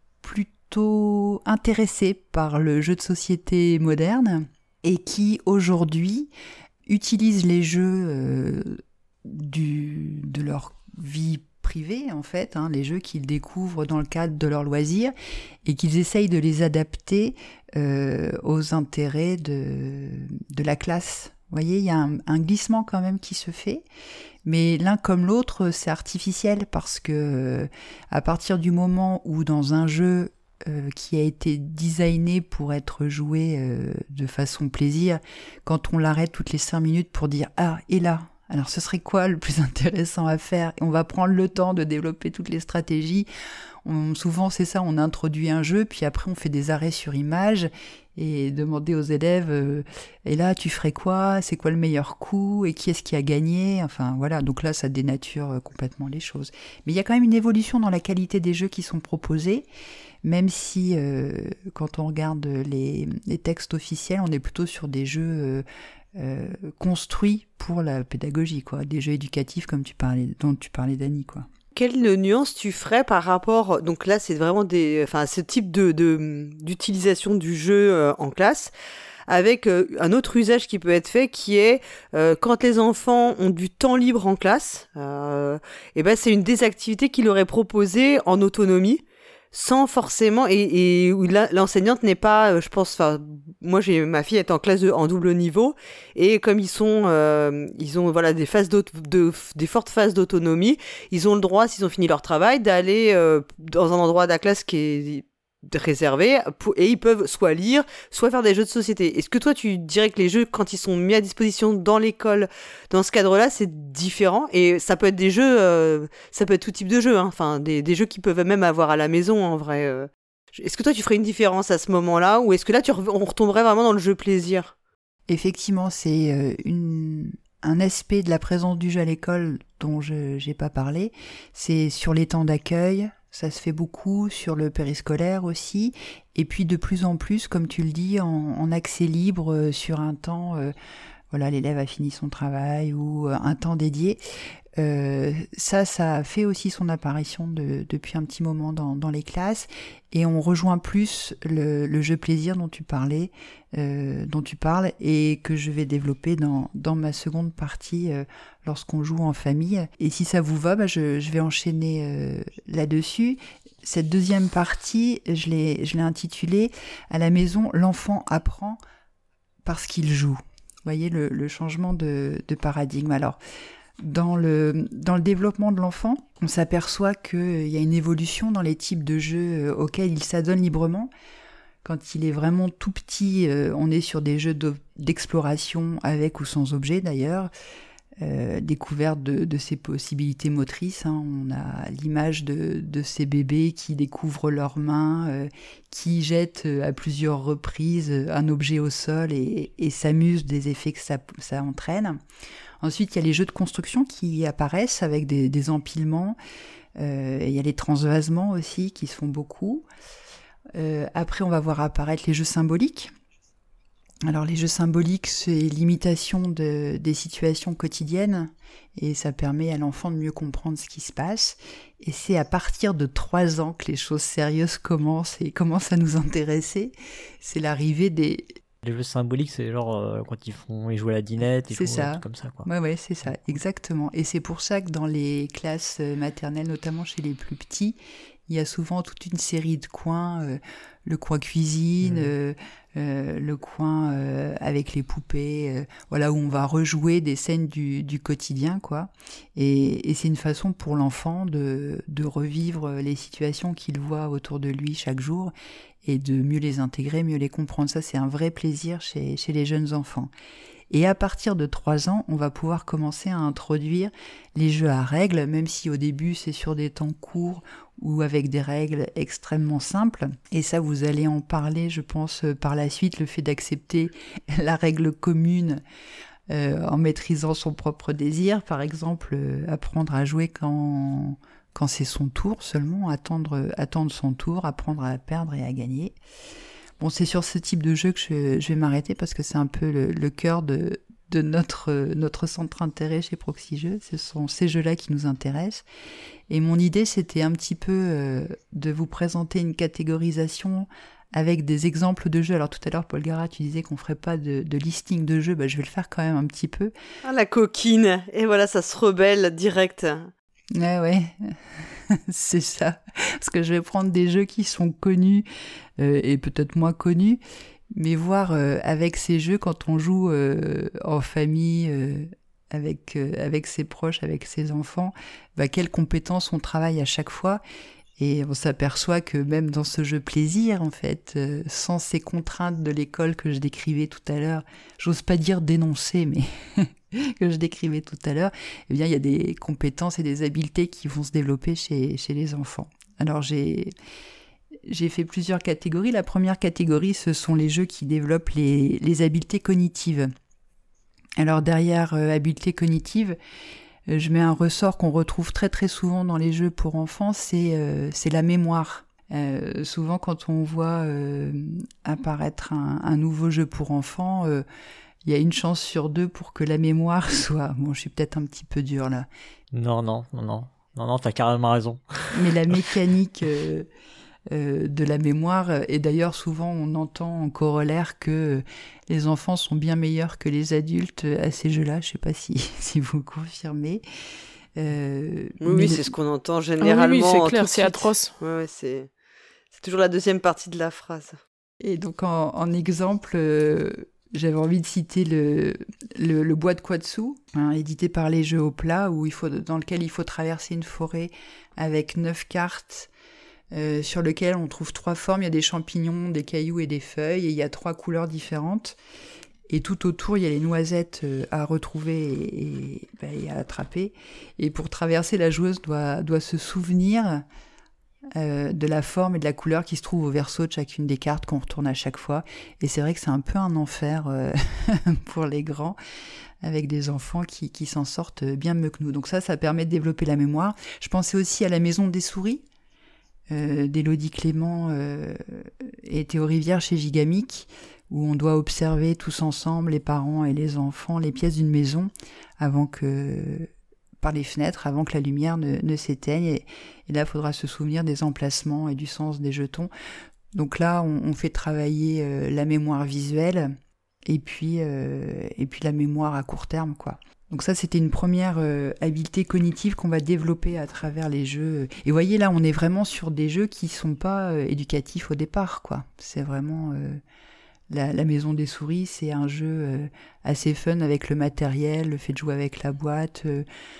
plutôt intéressées par le jeu de société moderne et qui aujourd'hui utilisent les jeux euh, du, de leur vie privée en fait, hein, les jeux qu'ils découvrent dans le cadre de leurs loisirs et qu'ils essayent de les adapter euh, aux intérêts de, de la classe. Vous voyez, il y a un, un glissement quand même qui se fait. Mais l'un comme l'autre, c'est artificiel parce que euh, à partir du moment où dans un jeu euh, qui a été designé pour être joué euh, de façon plaisir, quand on l'arrête toutes les cinq minutes pour dire « Ah, et là, alors ce serait quoi le plus intéressant à faire ?» Et on va prendre le temps de développer toutes les stratégies. On, souvent, c'est ça, on introduit un jeu, puis après on fait des arrêts sur image et demander aux élèves euh, et là tu ferais quoi, c'est quoi le meilleur coup et qui est-ce qui a gagné, enfin voilà, donc là ça dénature euh, complètement les choses. Mais il y a quand même une évolution dans la qualité des jeux qui sont proposés, même si euh, quand on regarde les, les textes officiels, on est plutôt sur des jeux euh, euh, construits pour la pédagogie, quoi, des jeux éducatifs comme tu parlais, dont tu parlais Dani, quoi. Quelle nuance tu ferais par rapport, donc là c'est vraiment des, enfin ce type de, de d'utilisation du jeu euh, en classe, avec euh, un autre usage qui peut être fait, qui est euh, quand les enfants ont du temps libre en classe, euh, et ben c'est une des activités qu'il aurait proposées en autonomie, sans forcément, et, et où la, l'enseignante n'est pas, euh, je pense, enfin, moi j'ai ma fille est en classe de, en double niveau, et comme ils sont, euh, ils ont voilà des phases de, des fortes phases d'autonomie, ils ont le droit, s'ils ont fini leur travail, d'aller euh, dans un endroit de la classe qui est réservé, pour, et ils peuvent soit lire, soit faire des jeux de société. Est-ce que toi tu dirais que les jeux, quand ils sont mis à disposition dans l'école, dans ce cadre-là, c'est différent? Et ça peut être des jeux, euh, ça peut être tout type de jeux, hein. Enfin des, des jeux qu'ils peuvent même avoir à la maison en vrai. Euh. Est-ce que toi tu ferais une différence à ce moment-là, ou est-ce que là tu re- on retomberait vraiment dans le jeu plaisir? Effectivement, c'est euh, une... un aspect de la présence du jeu à l'école dont je n'ai pas parlé, c'est sur les temps d'accueil. Ça se fait beaucoup sur le périscolaire aussi, et puis de plus en plus, comme tu le dis, en, en accès libre euh, sur un temps, euh, voilà, l'élève a fini son travail ou euh, un temps dédié. Euh, ça, ça fait aussi son apparition de, depuis un petit moment dans, dans les classes, et on rejoint plus le, le jeu plaisir dont tu parlais, euh, dont tu parles, et que je vais développer dans, dans ma seconde partie euh, lorsqu'on joue en famille. Et si ça vous va, bah je, je vais enchaîner euh, là-dessus. Cette deuxième partie, je l'ai, je l'ai intitulée « À la maison, l'enfant apprend parce qu'il joue ». Vous voyez le, le changement de, de paradigme. Alors, Dans le, dans le développement de l'enfant, on s'aperçoit qu'il y a une évolution dans les types de jeux auxquels il s'adonne librement. Quand il est vraiment tout petit, euh, on est sur des jeux d'exploration avec ou sans objet d'ailleurs, euh, découverte de, de ses possibilités motrices. Hein. On a l'image de, de ces bébés qui découvrent leurs mains, euh, qui jettent à plusieurs reprises un objet au sol et, et s'amusent des effets que ça, ça entraîne. Ensuite, il y a les jeux de construction qui apparaissent avec des, des empilements. Euh, il y a les transvasements aussi qui se font beaucoup. Euh, après, on va voir apparaître les jeux symboliques. Alors les jeux symboliques, c'est l'imitation de, des situations quotidiennes et ça permet à l'enfant de mieux comprendre ce qui se passe. Et c'est à partir de trois ans que les choses sérieuses commencent et commencent à nous intéresser. C'est l'arrivée des... Les jeux symboliques, c'est genre euh, quand ils font, ils jouent à la dinette, ils C'est font ça. un truc comme ça, quoi. Ouais, ouais, c'est ça, exactement. Et c'est pour ça que dans les classes maternelles, notamment chez les plus petits, il y a souvent toute une série de coins, euh, le coin cuisine, mmh. euh, euh, le coin euh, avec les poupées, euh, voilà, où on va rejouer des scènes du, du quotidien, quoi. Et, et c'est une façon pour l'enfant de, de revivre les situations qu'il voit autour de lui chaque jour et de mieux les intégrer, mieux les comprendre. Ça, c'est un vrai plaisir chez, chez les jeunes enfants. Et à partir de trois ans, on va pouvoir commencer à introduire les jeux à règles, même si au début c'est sur des temps courts ou avec des règles extrêmement simples. Et ça, vous allez en parler, je pense, par la suite, le fait d'accepter la règle commune euh, en maîtrisant son propre désir. Par exemple, euh, apprendre à jouer quand, quand c'est son tour seulement, attendre, attendre son tour, apprendre à perdre et à gagner. Bon, c'est sur ce type de jeu que je, je vais m'arrêter parce que c'est un peu le, le cœur de, de notre, notre centre d'intérêt chez Proxy Jeux. Ce sont ces jeux-là qui nous intéressent. Et mon idée, c'était un petit peu euh, de vous présenter une catégorisation avec des exemples de jeux. Alors tout à l'heure, Paul Gara, tu disais qu'on ferait pas de, de listing de jeux. Bah, je vais le faire quand même un petit peu. Ah, la coquine. Et voilà, ça se rebelle direct. Ouais, ouais. C'est ça. Parce que je vais prendre des jeux qui sont connus euh, et peut-être moins connus, mais voir euh, avec ces jeux, quand on joue euh, en famille, euh, avec, euh, avec ses proches, avec ses enfants, bah, quelles compétences on travaille à chaque fois. Et on s'aperçoit que même dans ce jeu plaisir, en fait, euh, sans ces contraintes de l'école que je décrivais tout à l'heure, j'ose pas dire dénoncer, mais que je décrivais tout à l'heure, eh bien, il y a des compétences et des habiletés qui vont se développer chez, chez les enfants. Alors, j'ai, j'ai fait plusieurs catégories. La première catégorie, ce sont les jeux qui développent les, les habiletés cognitives. Alors, derrière euh, habiletés cognitives, euh, je mets un ressort qu'on retrouve très très souvent dans les jeux pour enfants, c'est, euh, c'est la mémoire. Euh, souvent, quand on voit euh, apparaître un, un nouveau jeu pour enfants, euh, il y a une chance sur deux pour que la mémoire soit... Bon, je suis peut-être un petit peu dure là. Non, non, non, non. Non, non, t'as carrément raison. Mais la mécanique euh, euh, de la mémoire, et d'ailleurs souvent on entend en corollaire que les enfants sont bien meilleurs que les adultes à ces jeux-là. Je sais pas si, si vous confirmez. Euh, oui, oui, c'est ce qu'on entend généralement. Ah oui, oui, c'est clair, c'est atroce. Ouais, ouais, c'est... c'est toujours la deuxième partie de la phrase. Et donc en, en exemple... Euh, j'avais envie de citer le, le, le bois de Quatsu, hein, édité par les Jeux au plat, où il faut, dans lequel il faut traverser une forêt avec neuf cartes, euh, sur lesquelles on trouve trois formes. Il y a des champignons, des cailloux et des feuilles, et il y a trois couleurs différentes. Et tout autour, il y a les noisettes euh, à retrouver et, et, bah, et à attraper. Et pour traverser, la joueuse doit, doit se souvenir Euh, de la forme et de la couleur qui se trouve au verso de chacune des cartes qu'on retourne à chaque fois. Et c'est vrai que c'est un peu un enfer euh, pour les grands, avec des enfants qui, qui s'en sortent bien mieux que nous. Donc ça, ça permet de développer la mémoire. Je pensais aussi à la maison des souris, euh, d'Élodie Clément euh, et Théo Rivière chez Gigamic, où on doit observer tous ensemble, les parents et les enfants, les pièces d'une maison avant que... par les fenêtres avant que la lumière ne, ne s'éteigne. Et, et là, il faudra se souvenir des emplacements et du sens des jetons. Donc là, on, on fait travailler euh, la mémoire visuelle et puis, euh, et puis la mémoire à court terme, quoi. Donc ça, c'était une première euh, habileté cognitive qu'on va développer à travers les jeux. Et vous voyez, là, on est vraiment sur des jeux qui ne sont pas euh, éducatifs au départ, quoi. C'est vraiment... Euh, La, la maison des souris, c'est un jeu euh, assez fun avec le matériel, le fait de jouer avec la boîte. Euh,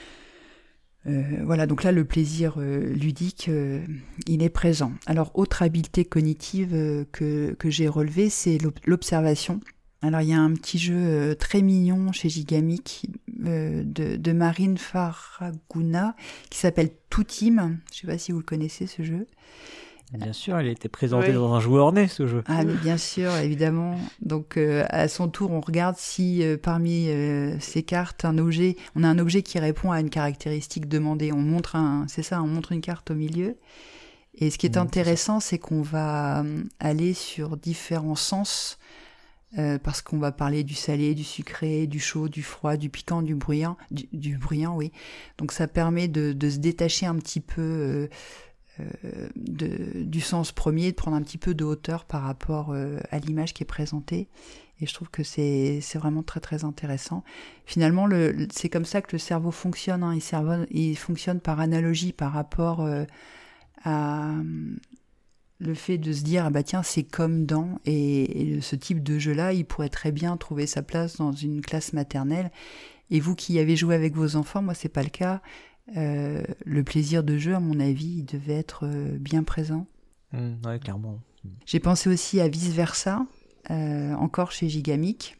euh, voilà, donc là, le plaisir euh, ludique, euh, il est présent. Alors, autre habileté cognitive euh, que, que j'ai relevée, c'est l'observation. Alors, il y a un petit jeu euh, très mignon chez Gigamic euh, de, de Marine Faraguna qui s'appelle Toutim. Je ne sais pas si vous le connaissez, ce jeu. Bien sûr, il a été présenté oui. dans un joueur né, ce jeu. Ah, mais bien sûr, évidemment. Donc, euh, à son tour, on regarde si euh, parmi euh, ces cartes, un objet, on a un objet qui répond à une caractéristique demandée. On montre un, c'est ça, on montre une carte au milieu. Et ce qui est Mmh, intéressant, c'est, c'est qu'on va aller sur différents sens euh, parce qu'on va parler du salé, du sucré, du chaud, du froid, du piquant, du bruyant, du, du bruyant, oui. Donc ça permet de, de se détacher un petit peu euh, euh, de, du sens premier, de prendre un petit peu de hauteur par rapport euh, à l'image qui est présentée. Et je trouve que c'est, c'est vraiment très très intéressant. Finalement, le, c'est comme ça que le cerveau fonctionne. Hein. Il, cerveau, il fonctionne par analogie par rapport euh, à le fait de se dire ah bah tiens c'est comme dans et, et ce type de jeu-là, il pourrait très bien trouver sa place dans une classe maternelle. Et vous qui avez joué avec vos enfants, moi c'est pas le cas. Euh, le plaisir de jeu, à mon avis, il devait être euh, bien présent. Mmh, ouais, clairement. J'ai pensé aussi à Vice Versa. Euh, encore chez Gigamic.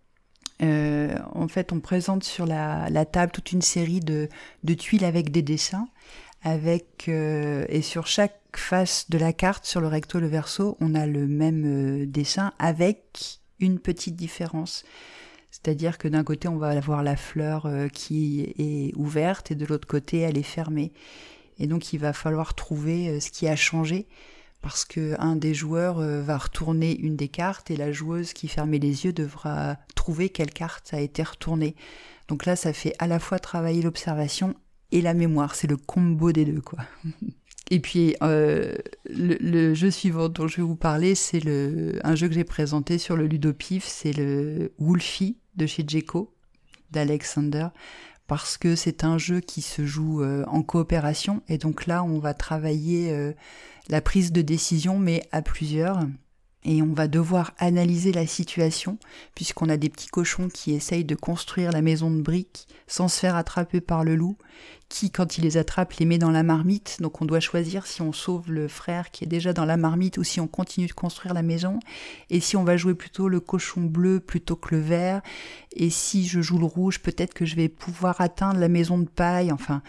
Euh, en fait, on présente sur la, la table toute une série de, de tuiles avec des dessins, avec euh, et sur chaque face de la carte, sur le recto et le verso, on a le même euh, dessin avec une petite différence. C'est-à-dire que d'un côté, on va avoir la fleur euh, qui est ouverte et de l'autre côté, elle est fermée. Et donc, il va falloir trouver euh, ce qui a changé. Parce qu'un des joueurs euh, va retourner une des cartes et la joueuse qui fermait les yeux devra trouver quelle carte a été retournée. Donc là, ça fait à la fois travailler l'observation et la mémoire. C'est le combo des deux, quoi. Et puis, euh, le, le jeu suivant dont je vais vous parler, c'est le, un jeu que j'ai présenté sur le Ludopif, c'est le Wolfie de chez Djeco, d'Alexander, parce que c'est un jeu qui se joue euh, en coopération. Et donc là, on va travailler... Euh, la prise de décision, mais à plusieurs. Et on va devoir analyser la situation, puisqu'on a des petits cochons qui essayent de construire la maison de briques sans se faire attraper par le loup, qui, quand il les attrape, les met dans la marmite. Donc on doit choisir si on sauve le frère qui est déjà dans la marmite ou si on continue de construire la maison. Et si on va jouer plutôt le cochon bleu plutôt que le vert. Et si je joue le rouge, peut-être que je vais pouvoir atteindre la maison de paille. Enfin...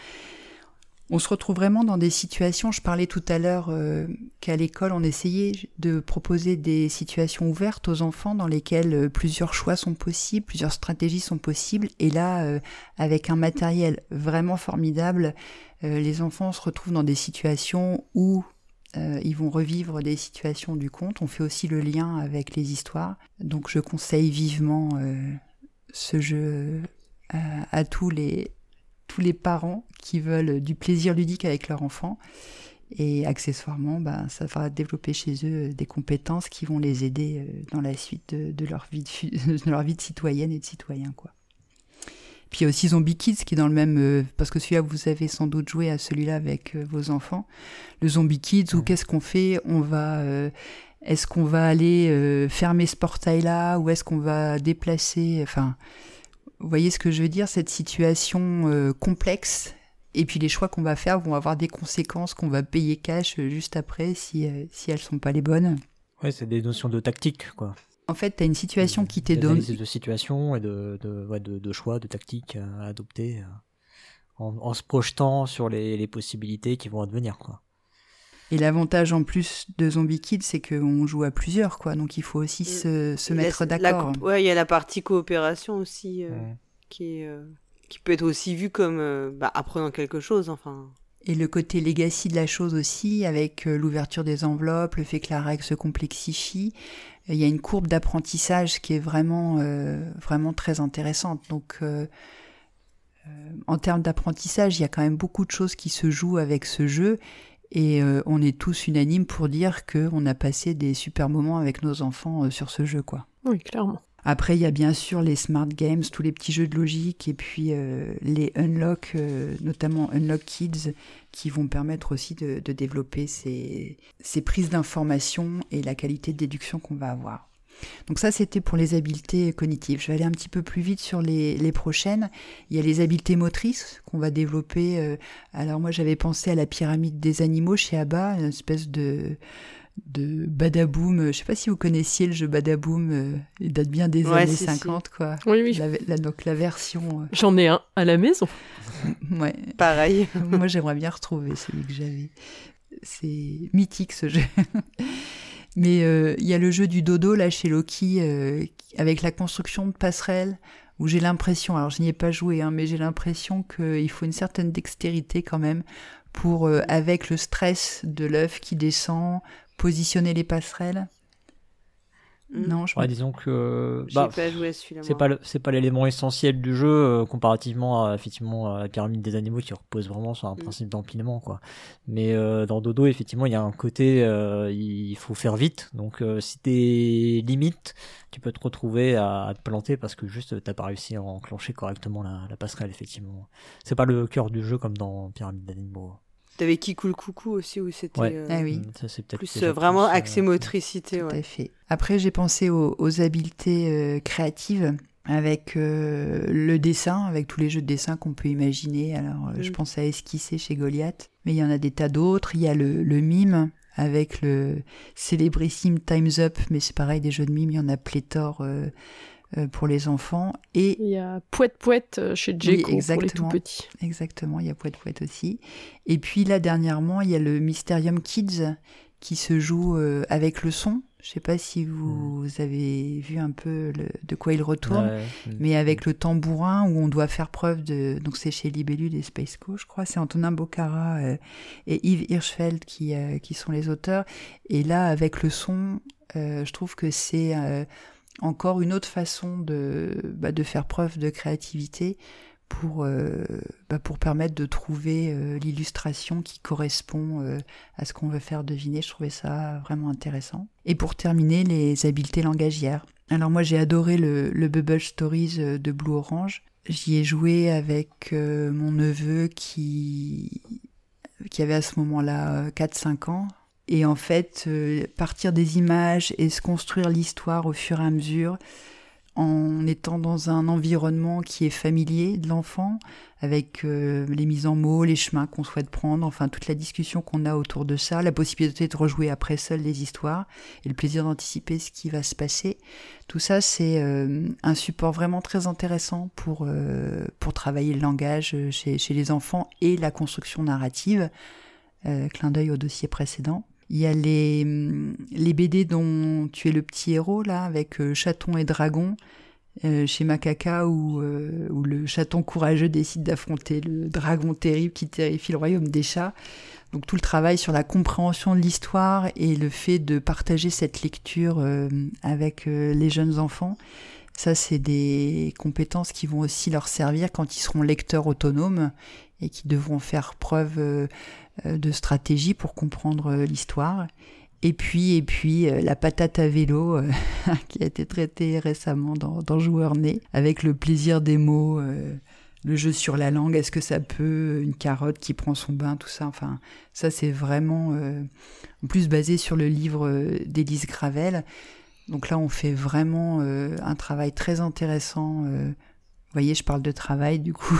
On se retrouve vraiment dans des situations, je parlais tout à l'heure euh, qu'à l'école on essayait de proposer des situations ouvertes aux enfants dans lesquelles euh, plusieurs choix sont possibles, plusieurs stratégies sont possibles, et là euh, avec un matériel vraiment formidable, euh, les enfants se retrouvent dans des situations où euh, ils vont revivre des situations du conte. On fait aussi le lien avec les histoires, donc je conseille vivement euh, ce jeu à, à tous les... tous les parents qui veulent du plaisir ludique avec leur enfant. Et accessoirement, bah, ça va développer chez eux des compétences qui vont les aider dans la suite de, de, leur, vie de, de leur vie de citoyenne et de citoyen, quoi. Puis il y a aussi Zombie Kids qui est dans le même... Euh, parce que celui-là, vous avez sans doute joué à celui-là avec euh, vos enfants. Le Zombie Kids, où qu'est-ce qu'on fait ? On va... Euh, est-ce qu'on va aller euh, fermer ce portail-là ? Ou est-ce qu'on va déplacer... Enfin... Vous voyez ce que je veux dire, cette situation euh, complexe, et puis les choix qu'on va faire vont avoir des conséquences qu'on va payer cash euh, juste après si, euh, si elles sont pas les bonnes. Ouais, c'est des notions de tactique, quoi. En fait, tu as une situation qui t'est donnée. De situation et de, de, ouais, de, de choix, de tactique à adopter euh, en, en se projetant sur les, les possibilités qui vont advenir, quoi. Et l'avantage en plus de Zombie Kids, c'est qu'on joue à plusieurs, quoi. Donc il faut aussi se, se mettre la, d'accord. La, ouais, il y a la partie coopération aussi, euh, mmh. qui, est, euh, qui peut être aussi vue comme euh, bah, apprenant quelque chose, enfin. Et le côté legacy de la chose aussi, avec euh, l'ouverture des enveloppes, le fait que la règle se complexifie. Il y a une courbe d'apprentissage qui est vraiment, euh, vraiment très intéressante. Donc, euh, euh, en termes d'apprentissage, il y a quand même beaucoup de choses qui se jouent avec ce jeu. Et euh, on est tous unanimes pour dire qu'on a passé des super moments avec nos enfants euh, sur ce jeu, quoi. Oui, clairement. Après, il y a bien sûr les smart games, tous les petits jeux de logique, et puis euh, les unlock, euh, notamment Unlock Kids, qui vont permettre aussi de, de développer ces, ces prises d'informations et la qualité de déduction qu'on va avoir. Donc ça, c'était pour les habiletés cognitives. Je vais aller un petit peu plus vite sur les, les prochaines. Il y a les habiletés motrices qu'on va développer. Euh, alors moi, j'avais pensé à la pyramide des animaux chez Abba, une espèce de... de Badaboom. Je sais pas si vous connaissiez le jeu Badaboom, euh, il date bien des ouais, années si, cinquante, si. quoi. Oui, oui. La, la, donc la version... Euh... J'en ai un à la maison. Ouais. Pareil. Moi, j'aimerais bien retrouver celui que j'avais. C'est mythique, ce jeu. Mais il euh, y a le jeu du dodo, là, chez Loki, euh, avec la construction de passerelles, où j'ai l'impression, alors je n'y ai pas joué, hein, mais j'ai l'impression qu'il faut une certaine dextérité quand même pour, euh, avec le stress de l'œuf qui descend, positionner les passerelles. Non, je Ouais, disons que J'ai bah, pas joué à celui-là. c'est moi. pas le, c'est pas l'élément essentiel du jeu euh, comparativement à effectivement à la pyramide des animaux qui repose vraiment sur un Mm. principe d'empilement quoi. Mais euh, dans Dodo effectivement il y a un côté euh, il faut faire vite donc euh, si t'es limite tu peux te retrouver à, à te planter parce que juste t'as pas réussi à enclencher correctement la, la passerelle effectivement. C'est pas le cœur du jeu comme dans pyramide des animaux. T'avais Kikou le coucou aussi, où c'était Ouais. euh, Ah oui. Ça c'est peut-être plus déjà euh, vraiment plus, euh, axé motricité. Tout Ouais. à fait. Après, j'ai pensé aux, aux habiletés euh, créatives avec euh, le dessin, avec tous les jeux de dessin qu'on peut imaginer. Alors, euh, Mm. je pense à esquisser chez Goliath, mais il y en a des tas d'autres. Il y a le, le mime avec le célébrissime Time's Up, mais c'est pareil, des jeux de mime, il y en a pléthore euh, euh, pour les enfants. Et Il y a Pouette Pouette euh, chez Djeko pour les tout exactement. petits. exactement, il y a Pouette Pouette aussi. Et puis là, dernièrement, il y a le Mysterium Kids qui se joue euh, avec le son. Je sais pas si vous avez vu un peu le- de quoi il retourne, ouais, mm. mais avec le tambourin où on doit faire preuve de... Donc c'est chez Libellule et Space Co, je crois. C'est Antonin Bocara euh, et Yves Hirschfeld qui, euh, qui sont les auteurs. Et là, avec le son, euh, je trouve que c'est euh, encore une autre façon de, bah, de faire preuve de créativité pour, euh, bah, pour permettre de trouver euh, l'illustration qui correspond euh, à ce qu'on veut faire deviner. Je trouvais ça vraiment intéressant. Et pour terminer, les habiletés langagières. Alors moi, j'ai adoré le, le Bubble Stories de Blue Orange. J'y ai joué avec euh, mon neveu qui, qui avait à ce moment-là quatre cinq ans. Et en fait, euh, partir des images et se construire l'histoire au fur et à mesure, en étant dans un environnement qui est familier de l'enfant, avec euh, les mises en mots, les chemins qu'on souhaite prendre, enfin toute la discussion qu'on a autour de ça, la possibilité de rejouer après seul les histoires, et le plaisir d'anticiper ce qui va se passer. Tout ça, c'est euh, un support vraiment très intéressant pour, euh, pour travailler le langage chez, chez les enfants et la construction narrative. Euh, clin d'œil au dossier précédent. Il y a les, les B D dont tu es le petit héros, là, avec euh, Chaton et Dragon, euh, chez Macaca, où, euh, où le chaton courageux décide d'affronter le dragon terrible qui terrifie le royaume des chats. Donc tout le travail sur la compréhension de l'histoire et le fait de partager cette lecture euh, avec euh, les jeunes enfants, ça c'est des compétences qui vont aussi leur servir quand ils seront lecteurs autonomes et qui devront faire preuve euh, de stratégie pour comprendre euh, l'histoire. Et puis, et puis euh, la patate à vélo euh, qui a été traitée récemment dans, dans Joueur Né, avec le plaisir des mots, euh, le jeu sur la langue, est-ce que ça peut, une carotte qui prend son bain, tout ça, enfin, ça c'est vraiment, euh, en plus basé sur le livre euh, d'Élise Gravel. Donc là, on fait vraiment euh, un travail très intéressant. Euh, vous voyez, je parle de travail du coup,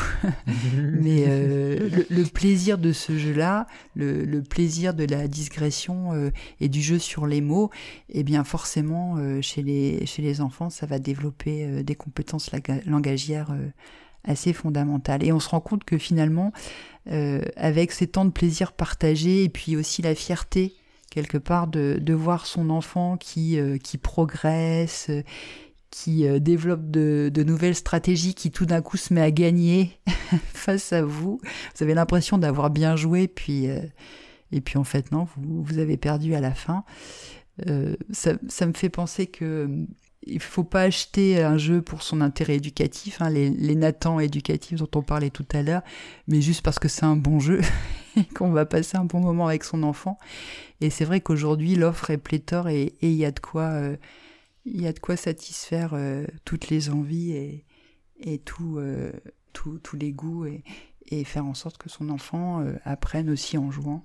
mais euh, le, le plaisir de ce jeu-là, le, le plaisir de la digression euh, et du jeu sur les mots, eh bien forcément, euh, chez les, chez les enfants, ça va développer euh, des compétences laga- langagières euh, assez fondamentales. Et on se rend compte que finalement, euh, avec ces temps de plaisir partagés et puis aussi la fierté, quelque part, de, de voir son enfant qui, euh, qui progresse, euh, qui euh, développe de, de nouvelles stratégies, qui tout d'un coup se met à gagner face à vous. Vous avez l'impression d'avoir bien joué, puis, euh, et puis en fait non, vous, vous avez perdu à la fin. Euh, ça, ça me fait penser que il faut pas acheter un jeu pour son intérêt éducatif, hein, les, les Nathan éducatifs dont on parlait tout à l'heure, mais juste parce que c'est un bon jeu et qu'on va passer un bon moment avec son enfant. Et c'est vrai qu'aujourd'hui, l'offre est pléthore et il y a de quoi... Euh, il y a de quoi satisfaire euh, toutes les envies et, et tout, euh, tout, tous les goûts et, et faire en sorte que son enfant euh, apprenne aussi en jouant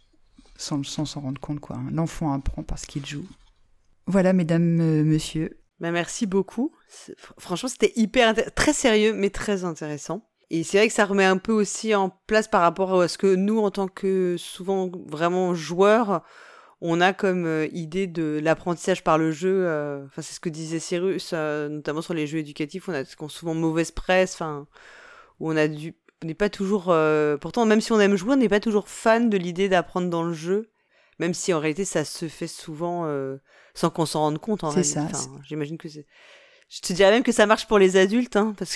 sans, sans s'en rendre compte, quoi. L'enfant apprend parce qu'il joue. Voilà, mesdames, euh, messieurs. Bah, merci beaucoup. C'est- fr- Franchement, c'était hyper intér- très sérieux, mais très intéressant. Et c'est vrai que ça remet un peu aussi en place par rapport à ce que nous, en tant que souvent vraiment joueurs, on a comme euh, idée de l'apprentissage par le jeu. euh, Enfin, c'est ce que disait Cyrus, euh, notamment sur les jeux éducatifs. On a qu'on a souvent mauvaise presse. Enfin, où on a dû, on n'est pas toujours. euh, Pourtant, même si on aime jouer, on n'est pas toujours fan de l'idée d'apprendre dans le jeu. Même si en réalité, ça se fait souvent euh, sans qu'on s'en rende compte. En C'est réalité. ça, Enfin, c'est- j'imagine que c'est. Je te dirais même que ça marche pour les adultes, hein, parce que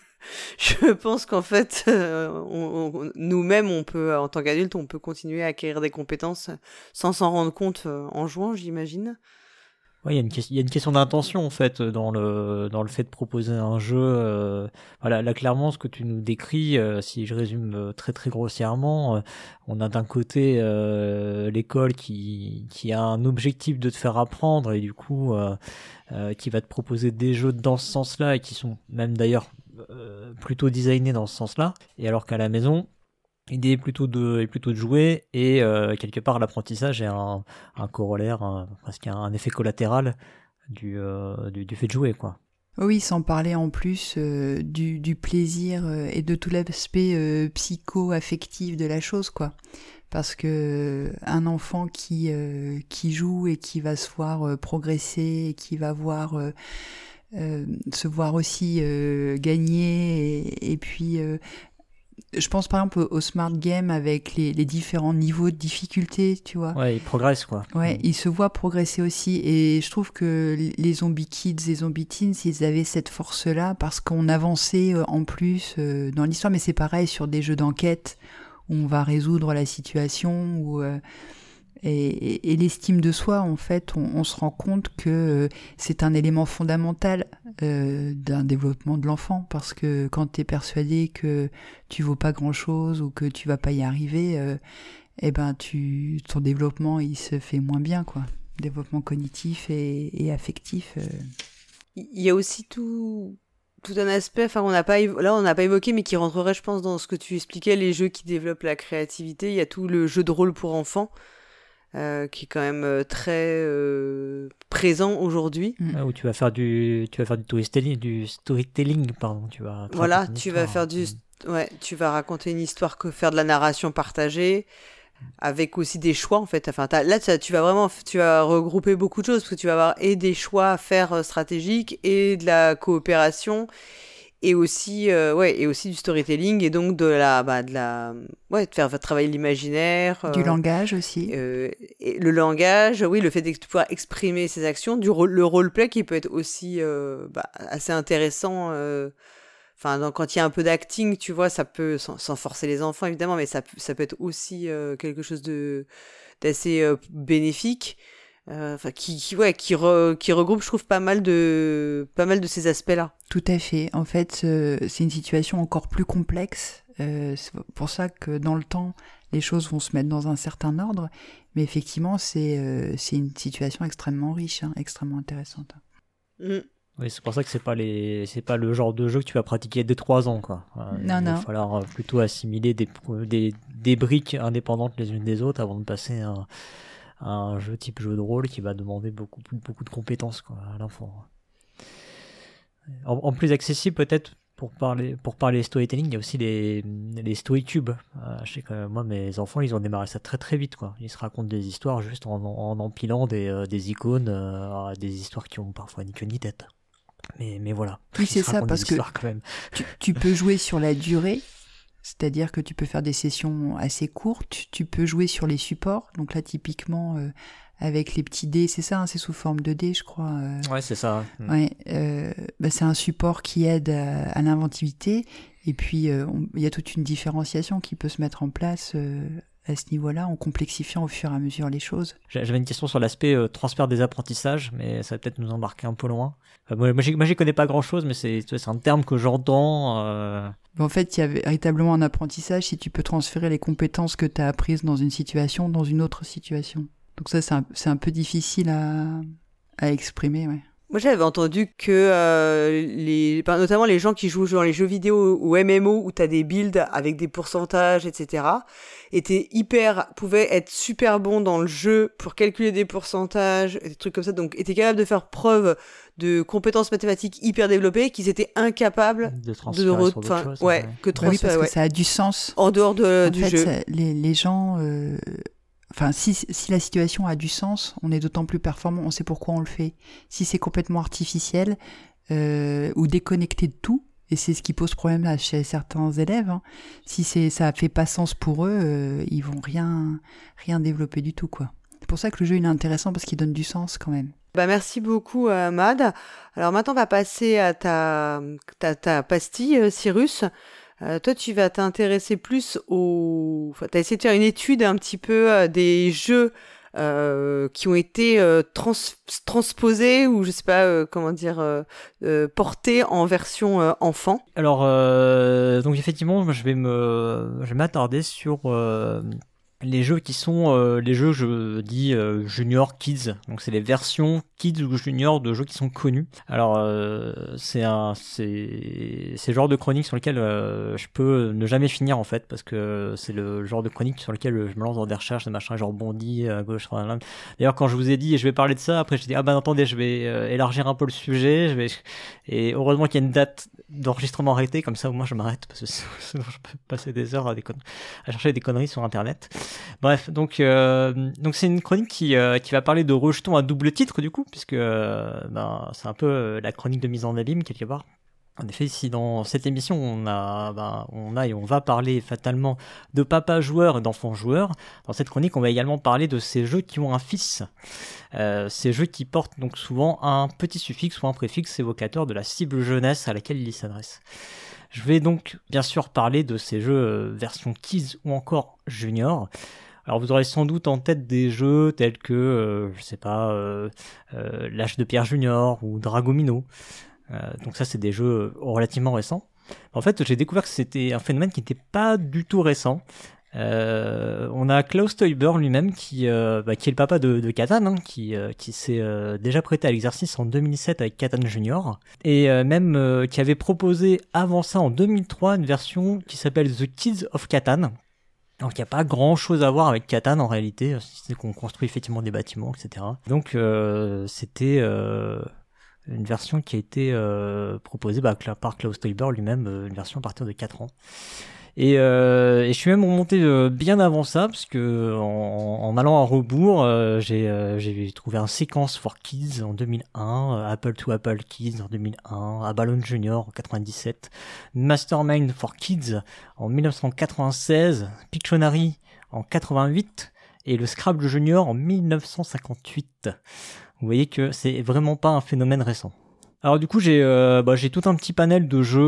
je pense qu'en fait, euh, on- on- nous-mêmes, on peut, en tant qu'adultes, on peut continuer à acquérir des compétences sans s'en rendre compte euh, en jouant, j'imagine. Ouais, il y a une question, il y a une question d'intention en fait dans le dans le fait de proposer un jeu. Euh, voilà, là clairement ce que tu nous décris, euh, si je résume euh, très très grossièrement, euh, on a d'un côté euh, l'école qui qui a un objectif de te faire apprendre et du coup euh, euh, qui va te proposer des jeux dans ce sens-là et qui sont même d'ailleurs euh, plutôt designés dans ce sens-là. Et alors qu'à la maison, l'idée est plutôt de, est plutôt de jouer et euh, quelque part l'apprentissage est un, un corollaire, un, presque un, un effet collatéral du, euh, du, du fait de jouer, quoi. Oui, sans parler en plus euh, du, du plaisir euh, et de tout l'aspect euh, psycho-affectif de la chose, quoi. Parce que un enfant qui euh, qui joue et qui va se voir euh, progresser, et qui va voir euh, euh, se voir aussi euh, gagner et, et puis euh, je pense par exemple au smart game avec les, les différents niveaux de difficulté, tu vois. Ouais, il progresse, quoi. Ouais, Mmh. il se voit progresser aussi. Et je trouve que les Zombie Kids et Zombie Teens, ils avaient cette force-là parce qu'on avançait en plus dans l'histoire. Mais c'est pareil sur des jeux d'enquête où on va résoudre la situation, où... Euh, Et, et, et l'estime de soi, en fait, on, on se rend compte que euh, c'est un élément fondamental euh, d'un développement de l'enfant, parce que quand tu es persuadé que tu vaux pas grand-chose ou que tu vas pas y arriver, euh, eh ben tu, ton développement il se fait moins bien, quoi. Développement cognitif et, et affectif. Euh. Il y a aussi tout tout un aspect, enfin on n'a pas évo- là on n'a pas évoqué, mais qui rentrerait, je pense, dans ce que tu expliquais, les jeux qui développent la créativité. Il y a tout le jeu de rôle pour enfants. Euh, qui est quand même euh, très euh, présent aujourd'hui. Ah, où tu vas faire du, tu vas faire du storytelling, du storytelling, pardon, tu vas. Voilà, tu vas faire du, Mmh. ouais, tu vas raconter une histoire, que faire de la narration partagée, avec aussi des choix en fait. Enfin, t'as- là, tu vas vraiment, tu vas regrouper beaucoup de choses parce que tu vas avoir et des choix à faire euh, stratégiques et de la coopération. Et aussi, euh, ouais, et aussi du storytelling et donc de la, bah, de la, ouais, de faire travailler l'imaginaire. Du euh, langage aussi. Euh, et le langage, oui, le fait de pouvoir exprimer ses actions, du rôle, le roleplay qui peut être aussi euh, bah, assez intéressant. Euh, enfin, dans, quand il y a un peu d'acting, tu vois, ça peut, sans, sans forcer les enfants évidemment, mais ça, ça peut être aussi euh, quelque chose de d'assez euh, bénéfique. Enfin, euh, qui, qui, ouais, qui, re, qui regroupe, je trouve, pas mal de, pas mal de ces aspects-là. Tout à fait. En fait, euh, c'est une situation encore plus complexe. Euh, c'est pour ça que dans le temps, les choses vont se mettre dans un certain ordre. Mais effectivement, c'est euh, c'est une situation extrêmement riche, hein, extrêmement intéressante. Mm. Oui, c'est pour ça que c'est pas les, c'est pas le genre de jeu que tu vas pratiquer dès trois ans, quoi. Euh, Non, il va non. falloir plutôt assimiler des, des, des briques indépendantes les unes des autres avant de passer à un, à un jeu type jeu de rôle qui va demander beaucoup, beaucoup de compétences, quoi, à l'enfant. En, en plus accessible peut-être pour parler pour parler storytelling, il y a aussi les les storytubes. Euh, je sais que moi mes enfants ils ont démarré ça très très vite, quoi. Ils se racontent des histoires juste en, en empilant des euh, des icônes, euh, des histoires qui ont parfois ni queue ni tête. Mais mais voilà. Oui, Ils c'est se ça, racontent parce des que histoires, quand même. tu, tu peux jouer sur la durée, c'est-à-dire que tu peux faire des sessions assez courtes, tu peux jouer sur les supports, donc là typiquement euh, avec les petits dés, c'est ça, hein, c'est sous forme de dés, je crois. Euh... Ouais, c'est ça. Mm. Ouais, euh, bah, c'est un support qui aide à, à l'inventivité, et puis il euh, y a toute une différenciation qui peut se mettre en place euh, à ce niveau-là, en complexifiant au fur et à mesure les choses. J'avais une question sur l'aspect euh, transfert des apprentissages, mais ça va peut-être nous embarquer un peu loin. Euh, moi, moi, j'y, moi, j'y connais pas grand-chose, mais c'est, c'est un terme que j'entends. Euh... En fait, il y a véritablement un apprentissage si tu peux transférer les compétences que tu as apprises dans une situation dans une autre situation. Donc ça, c'est un, c'est un peu difficile à, à exprimer, ouais. Moi, j'avais entendu que euh, les, notamment les gens qui jouent dans les jeux vidéo ou M M O où t'as des builds avec des pourcentages, et cetera, étaient hyper, pouvaient être super bons dans le jeu pour calculer des pourcentages, des trucs comme ça. Donc, étaient capables de faire preuve de compétences mathématiques hyper développées, qu'ils étaient incapables de transférer re... sur d'autres choses. Ouais, ouais. que Bah oui, parce ouais. que ça a du sens. En dehors de, en du fait, jeu. Ça, les, les gens... Euh... Enfin, si, si la situation a du sens, on est d'autant plus performant, on sait pourquoi on le fait. Si c'est complètement artificiel euh, ou déconnecté de tout, et c'est ce qui pose problème là chez certains élèves, hein, si c'est, ça fait pas sens pour eux, euh, ils vont rien, rien développer du tout, quoi. C'est pour ça que le jeu il est intéressant, parce qu'il donne du sens quand même. Bah merci beaucoup, euh, Mad. Alors maintenant, on va passer à ta, ta, ta pastille, euh, Cyrus. Euh, toi, tu vas t'intéresser plus aux... Enfin, tu as essayé de faire une étude un petit peu euh, des jeux euh, qui ont été euh, trans- transposés ou je sais pas euh, comment dire euh, euh, portés en version euh, enfant. Alors, euh, donc effectivement, moi, je vais me, je vais m'attarder sur euh, les jeux qui sont euh, les jeux, je dis euh, junior kids. Donc c'est les versions kids ou junior de jeux qui sont connus. Alors euh, c'est un, c'est, c'est le genre de chronique sur lequel euh, je peux ne jamais finir en fait, parce que c'est le genre de chronique sur lequel je me lance dans des recherches, des machins, genre bondi à gauche. D'ailleurs, quand je vous ai dit je vais parler de ça, après j'ai dit ah ben attendez, je vais euh, élargir un peu le sujet. Je vais et heureusement qu'il y a une date d'enregistrement arrêtée, comme ça au moins je m'arrête, parce que sinon je peux passer des heures à, des con- à chercher des conneries sur internet. Bref, donc euh, donc c'est une chronique qui euh, qui va parler de rejetons à double titre du coup, puisque euh, ben c'est un peu euh, la chronique de mise en abîme quelque part. En effet, si dans cette émission on a ben, on a et on va parler fatalement de papa joueur et d'enfant joueur, dans cette chronique on va également parler de ces jeux qui ont un fils. Euh, ces jeux qui portent donc souvent un petit suffixe ou un préfixe évocateur de la cible jeunesse à laquelle ils s'adressent. Je vais donc bien sûr parler de ces jeux euh, version kids ou encore junior. Alors vous aurez sans doute en tête des jeux tels que, euh, je sais pas, euh, euh, L'Âge de Pierre Junior ou Dragomino. Euh, donc ça c'est des jeux relativement récents. En fait j'ai découvert que c'était un phénomène qui n'était pas du tout récent. Euh, on a Klaus Teuber lui-même qui, euh, bah, qui est le papa de, de Catan, hein, qui, euh, qui s'est euh, déjà prêté à l'exercice en deux mille sept avec Catan Junior, et euh, même euh, qui avait proposé avant ça en deux mille trois une version qui s'appelle The Kids of Catan. Donc il n'y a pas grand chose à voir avec Catan en réalité, c'est qu'on construit effectivement des bâtiments, et cetera. Donc euh, c'était euh, une version qui a été euh, proposée bah, par Klaus Teuber lui-même, euh, une version à partir de quatre ans. Et, euh, et je suis même remonté euh, bien avant ça, parce que en, en allant à rebours, euh, j'ai, euh, j'ai trouvé un Séquence for Kids en deux mille un, euh, Apple to Apple Kids en deux mille un, Abalone Junior en quatre-vingt-dix-sept, Mastermind for Kids en dix-neuf cent quatre-vingt-seize, Pictionary en quatre-vingt-huit et le Scrabble Junior en dix-neuf cent cinquante-huit. Vous voyez que c'est vraiment pas un phénomène récent. Alors du coup j'ai euh, bah, j'ai tout un petit panel de jeux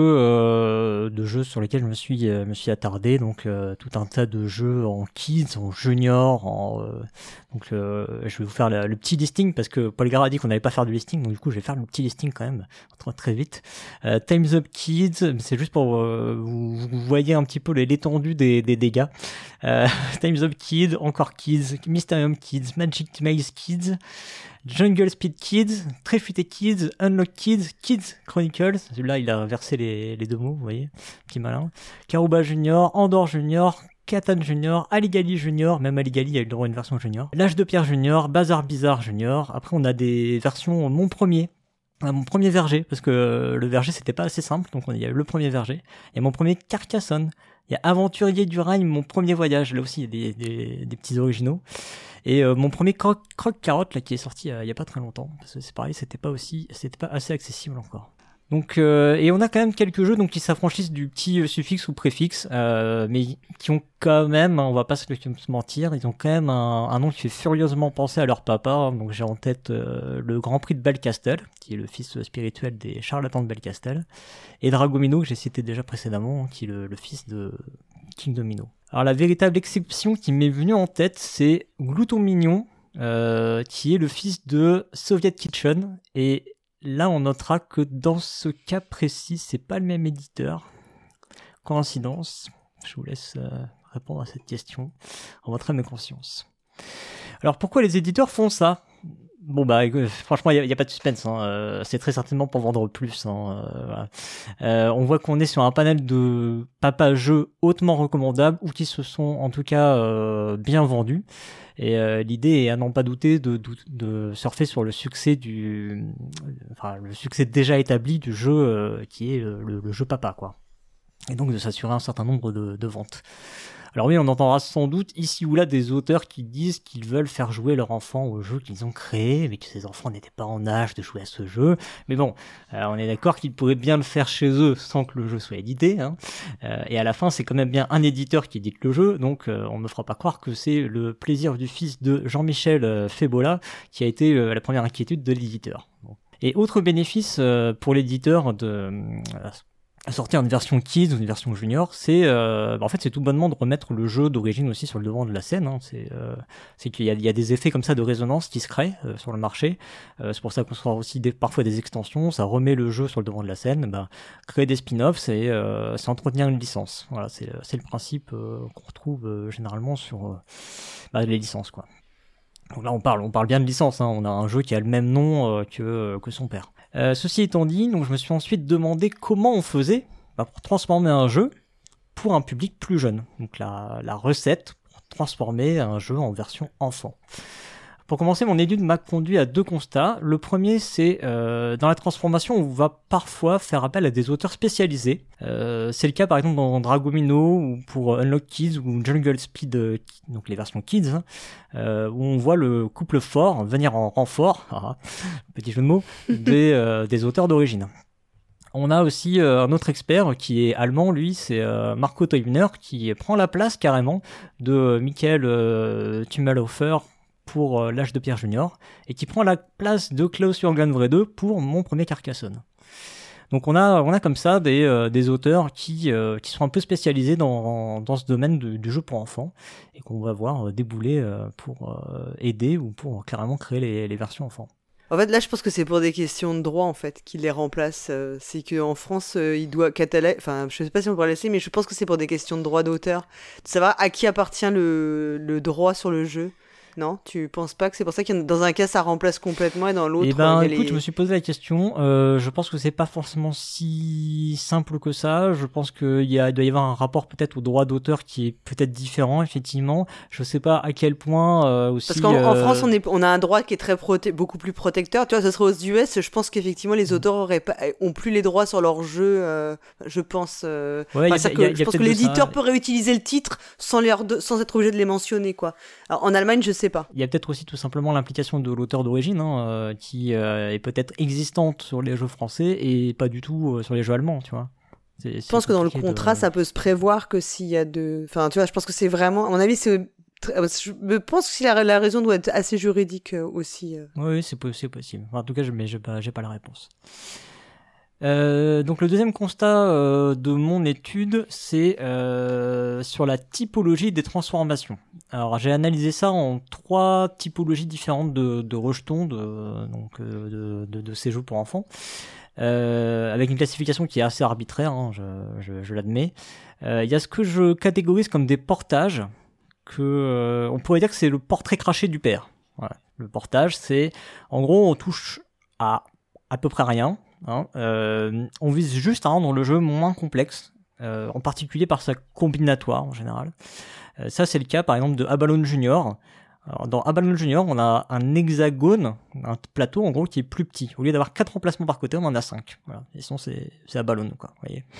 euh, de jeux sur lesquels je me suis euh, me suis attardé, donc euh, tout un tas de jeux en kids, en junior, en euh, donc euh, je vais vous faire le, le petit listing parce que Paul Gara a dit qu'on n'allait pas faire de listing, donc du coup je vais faire le petit listing quand même très, très vite. Euh, Time's Up Kids, c'est juste pour euh, vous, vous voyez un petit peu l'étendue des, des dégâts. Euh, Time's Up Kids, encore Kids, Mysterium Kids, Magic Maze Kids, Jungle Speed Kids, Tréfuté Kids, Unlock Kids, Kids Chronicles, celui-là il a inversé les, les deux mots, vous voyez, petit malin, Karuba Junior, Andorre Junior, Catan Junior, Aligali Junior, même Aligali a eu le droit à une version Junior, L'Âge de Pierre Junior, Bazar Bizarre Junior, après on a des versions Mon Premier, mon premier verger, parce que le verger c'était pas assez simple, donc il y a eu le premier verger, et mon premier Carcassonne, il y a Aventurier du Rhin, mon premier voyage, là aussi il y a des, des, des petits originaux. Et euh, mon premier croque croque carotte là qui est sorti euh, il y a pas très longtemps, parce que c'est pareil, c'était pas aussi c'était pas assez accessible encore. Donc euh, et on a quand même quelques jeux donc qui s'affranchissent du petit suffixe ou préfixe, euh, mais qui ont quand même, on va pas se, se mentir, ils ont quand même un, un nom qui fait furieusement penser à leur papa. Donc j'ai en tête euh, le Grand Prix de Belcastel, qui est le fils spirituel des charlatans de Belcastel, et Dragomino que j'ai cité déjà précédemment, qui est le, le fils de King Domino. Alors la véritable exception qui m'est venue en tête, c'est Glouton Mignon, euh, qui est le fils de Soviet Kitchen, et là on notera que dans ce cas précis, c'est pas le même éditeur. Coïncidence? Je vous laisse euh, répondre à cette question en votre âme et conscience. Alors pourquoi les éditeurs font ça? Bon bah euh, franchement il n'y a, a pas de suspense, hein. euh, c'est très certainement pour vendre plus, hein. euh, voilà. euh, on voit qu'on est sur un panel de papa jeux hautement recommandables ou qui se sont en tout cas euh, bien vendus, et euh, l'idée est à n'en pas douter de, de, de surfer sur le succès du enfin le succès déjà établi du jeu euh, qui est le, le, le jeu papa quoi, et donc de s'assurer un certain nombre de, de ventes. Alors oui, on entendra sans doute ici ou là des auteurs qui disent qu'ils veulent faire jouer leur enfant au jeu qu'ils ont créé, mais que ces enfants n'étaient pas en âge de jouer à ce jeu. Mais bon, euh, on est d'accord qu'ils pourraient bien le faire chez eux sans que le jeu soit édité, hein. Euh, et à la fin, c'est quand même bien un éditeur qui édite le jeu, donc euh, on ne me fera pas croire que c'est le plaisir du fils de Jean-Michel euh, Fébola qui a été euh, la première inquiétude de l'éditeur. Bon. Et autre bénéfice euh, pour l'éditeur de... Euh, sortir une version Kids ou une version Junior, c'est euh, bah en fait c'est tout bonnement de remettre le jeu d'origine aussi sur le devant de la scène. Hein. C'est, euh, c'est qu'il y a, il y a des effets comme ça de résonance qui se créent euh, sur le marché. Euh, c'est pour ça qu'on se voit aussi des, parfois des extensions. Ça remet le jeu sur le devant de la scène. Bah, créer des spin-offs, c'est, euh, c'est entretenir une licence. Voilà, c'est, c'est le principe euh, qu'on retrouve euh, généralement sur euh, bah, les licences, quoi. Donc là, on parle, on parle bien de licence. Hein. On a un jeu qui a le même nom euh, que que son père. Euh, ceci étant dit, donc je me suis ensuite demandé comment on faisait bah, pour transformer un jeu pour un public plus jeune. Donc la, la recette pour transformer un jeu en version enfant. Pour commencer, mon étude m'a conduit à deux constats. Le premier, c'est euh, dans la transformation, on va parfois faire appel à des auteurs spécialisés. Euh, c'est le cas par exemple dans Dragomino ou pour Unlock Kids ou Jungle Speed, euh, donc les versions Kids, hein, euh, où on voit le couple fort venir en renfort, ah, petit jeu de mots, des, euh, des auteurs d'origine. On a aussi euh, un autre expert qui est allemand, lui, c'est euh, Marco Teubner, qui prend la place carrément de Michael euh, Tummelhofer pour euh, L'Âge de Pierre Junior, et qui prend la place de Klaus Jürgen Wrede pour Mon premier Carcassonne. Donc on a, on a comme ça des, euh, des auteurs qui, euh, qui sont un peu spécialisés dans, dans ce domaine de, du jeu pour enfants, et qu'on va voir euh, débouler euh, pour euh, aider ou pour carrément créer les, les versions enfants. En fait, là, je pense que c'est pour des questions de droit, en fait, qu'ils les remplacent. Euh, c'est qu'en France, euh, il doit cataloguer... Enfin, je sais pas si on pourra laisser, mais je pense que c'est pour des questions de droit d'auteur. De savoir à qui appartient le, le droit sur le jeu. Non, tu penses pas que c'est pour ça que dans un cas ça remplace complètement et dans l'autre... Eh ben, écoute, les... je me suis posé la question. Euh, je pense que c'est pas forcément si simple que ça. Je pense qu'il y a, il doit y avoir un rapport peut-être au droit d'auteur qui est peut-être différent, effectivement. Je sais pas à quel point euh, aussi. Parce qu'en euh... en France, on, est, on a un droit qui est très proté- beaucoup plus protecteur. Tu vois, ça serait aux U S. Je pense qu'effectivement, les auteurs auraient pas, ont plus les droits sur leur jeu. Euh, je pense. Euh... Ouais, enfin, y a, que, y a, y a je pense que l'éditeur peut réutiliser le titre sans, les, sans être obligé de les mentionner, quoi. Alors, en Allemagne, je sais pas. Il y a peut-être aussi tout simplement l'implication de l'auteur d'origine, hein, euh, qui euh, est peut-être existante sur les jeux français et pas du tout euh, sur les jeux allemands, tu vois. C'est, c'est je pense que dans le contrat, de... ça peut se prévoir que s'il y a de... Enfin, tu vois, je pense que c'est vraiment... À mon avis, c'est... Je pense que la, la raison doit être assez juridique euh, aussi. Euh. Oui, c'est, c'est possible. Enfin, en tout cas, je, mais j'ai pas, j'ai pas la réponse. Euh, donc le deuxième constat euh, de mon étude, c'est euh, sur la typologie des transformations. Alors j'ai analysé ça en trois typologies différentes de, de rejetons de, donc, de, de, de ces jeux pour enfants, euh, avec une classification qui est assez arbitraire, hein, je, je, je l'admets. Il euh, y a ce que je catégorise comme des portages, que euh, on pourrait dire que c'est le portrait craché du père. Voilà. Le portage, c'est en gros on touche à à peu près rien. Hein, euh, on vise juste à rendre le jeu moins complexe, euh, en particulier par sa combinatoire en général. Euh, ça c'est le cas par exemple de Abalone Junior. Alors, dans Abalone Junior, on a un hexagone, un plateau en gros qui est plus petit. Au lieu d'avoir quatre emplacements par côté, on en a cinq. Voilà. Et sinon c'est c'est Abalone quoi, vous voyez.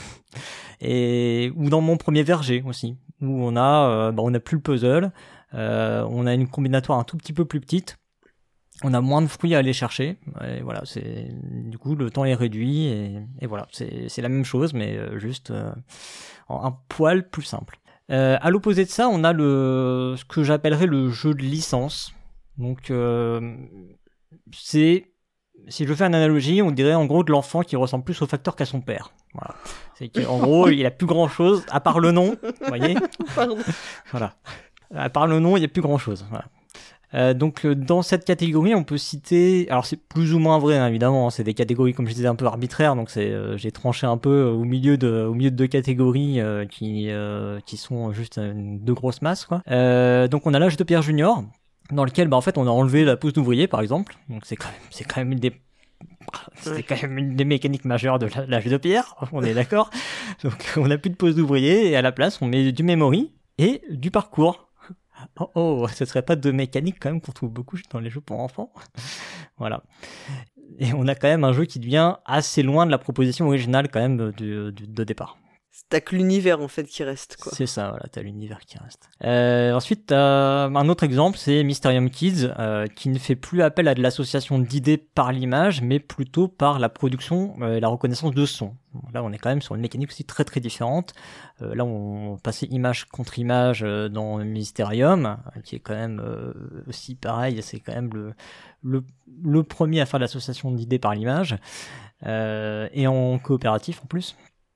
Et ou dans Mon premier verger aussi, où on a euh, bah, on a plus le puzzle, euh, on a une combinatoire un tout petit peu plus petite. On a moins de fruits à aller chercher, et voilà, c'est du coup le temps est réduit et, et voilà, c'est c'est la même chose mais euh, juste euh, un poil plus simple. Euh, à l'opposé de ça, on a le ce que j'appellerais le jeu de licence. Donc euh, c'est si je fais une analogie, on dirait en gros de l'enfant qui ressemble plus au facteur qu'à son père. Voilà, c'est qu'en gros il a plus grand chose à part le nom, vous voyez. Pardon. Voilà, à part le nom il y a plus grand chose. Voilà. Euh, donc euh, dans cette catégorie on peut citer, alors c'est plus ou moins vrai hein, évidemment, hein, c'est des catégories comme je disais un peu arbitraires, donc c'est euh, j'ai tranché un peu au milieu de au milieu de deux catégories euh, qui euh, qui sont juste une, deux grosses masses quoi. Euh, donc on a L'Âge de Pierre Junior, dans lequel bah en fait on a enlevé la pose d'ouvrier par exemple, donc c'est quand même c'est quand même une des c'est quand même une des mécaniques majeures de L'Âge de Pierre, on est d'accord. Donc on a plus de pose d'ouvrier et à la place on met du memory et du parcours. Oh, oh, ce serait pas de mécanique quand même qu'on trouve beaucoup dans les jeux pour enfants. Voilà. Et on a quand même un jeu qui devient assez loin de la proposition originale quand même du, du, de départ. T'as que l'univers en fait qui reste quoi. C'est ça, voilà, t'as l'univers qui reste. Euh, ensuite, t'as un autre exemple, c'est Mysterium Kids, euh, qui ne fait plus appel à de l'association d'idées par l'image, mais plutôt par la production et euh, la reconnaissance de son. Là, on est quand même sur une mécanique aussi très très différente. Euh, là, on passait image contre image euh, dans Mysterium, euh, qui est quand même euh, aussi pareil. C'est quand même le le, le premier à faire de l'association d'idées par l'image, euh, et en coopératif en plus.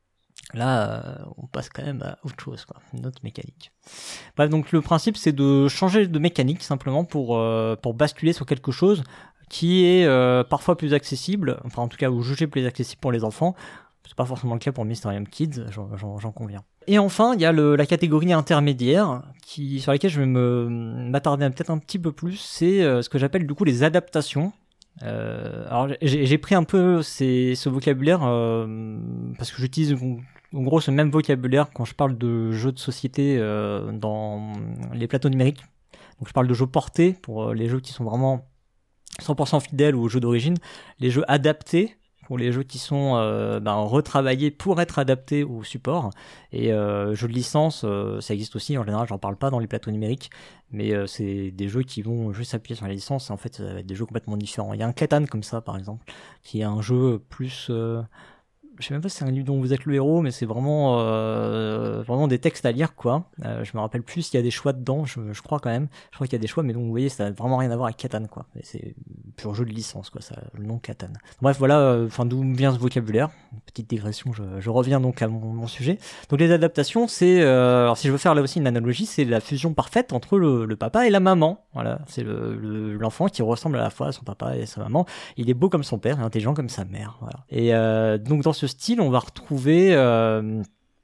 Là, euh, on passe quand même à autre chose, quoi, une autre mécanique. Bref, donc le principe, c'est de changer de mécanique simplement pour euh, pour basculer sur quelque chose qui est euh, parfois plus accessible, enfin en tout cas, ou jugé plus accessible pour les enfants. C'est pas forcément le cas pour Mysterium Kids, j'en, j'en, j'en conviens. Et enfin, il y a le, la catégorie intermédiaire, qui, sur laquelle je vais me, m'attarder peut-être un petit peu plus, c'est euh, ce que j'appelle du coup les adaptations. Euh, alors j'ai, j'ai pris un peu ces, ce vocabulaire euh, parce que j'utilise en gros ce même vocabulaire quand je parle de jeux de société euh, dans les plateaux numériques. Donc je parle de jeux portés pour les jeux qui sont vraiment cent pour cent fidèles aux jeux d'origine, les jeux adaptés pour les jeux qui sont euh, ben, retravaillés pour être adaptés au support. Et euh, jeux de licence, euh, ça existe aussi, en général j'en parle pas dans les plateaux numériques, mais euh, c'est des jeux qui vont juste s'appuyer sur la licence, et en fait ça va être des jeux complètement différents. Il y a un Catan comme ça par exemple, qui est un jeu plus... Euh, je sais même pas si c'est un livre dont vous êtes le héros, mais c'est vraiment euh, vraiment des textes à lire, quoi. Euh, je me rappelle plus s'il y a des choix dedans, je, je crois quand même. Je crois qu'il y a des choix, mais donc vous voyez, ça n'a vraiment rien à voir avec Catan, quoi. Et c'est pur jeu de licence, quoi, ça, le nom Catan. Bref, voilà, enfin euh, d'où vient ce vocabulaire. Une petite digression, je, je reviens donc à mon, mon sujet. Donc les adaptations, c'est, euh, alors si je veux faire là aussi une analogie, c'est la fusion parfaite entre le, le papa et la maman. Voilà, c'est le, le, l'enfant qui ressemble à la fois à son papa et à sa maman. Il est beau comme son père et intelligent comme sa mère. Voilà. Et euh, donc dans ce style, on va retrouver euh,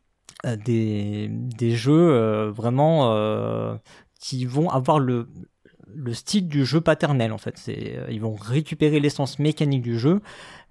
des, des jeux euh, vraiment euh, qui vont avoir le, le style du jeu paternel en fait. C'est, euh, ils vont récupérer l'essence mécanique du jeu,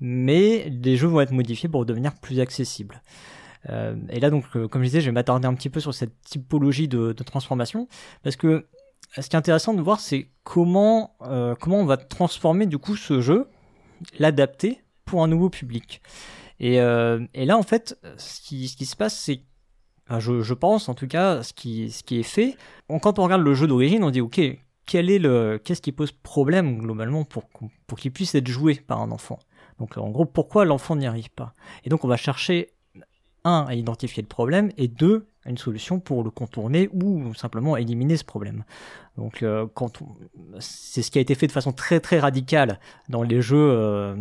mais les jeux vont être modifiés pour devenir plus accessibles. Euh, et là donc, euh, comme je disais, je vais m'attarder un petit peu sur cette typologie de, de transformation, parce que ce qui est intéressant de voir, c'est comment, euh, comment on va transformer du coup ce jeu, l'adapter pour un nouveau public. Et, euh, et là, en fait, ce qui, ce qui se passe, c'est, enfin, je, je pense en tout cas, ce qui, ce qui est fait, on, quand on regarde le jeu d'origine, on dit, ok, quel est le, qu'est-ce qui pose problème globalement pour, pour qu'il puisse être joué par un enfant. Donc en gros, pourquoi l'enfant n'y arrive pas. Et donc on va chercher, un, à identifier le problème, et deux, une solution pour le contourner ou simplement éliminer ce problème. Donc euh, quand on, c'est ce qui a été fait de façon très très radicale dans les jeux euh,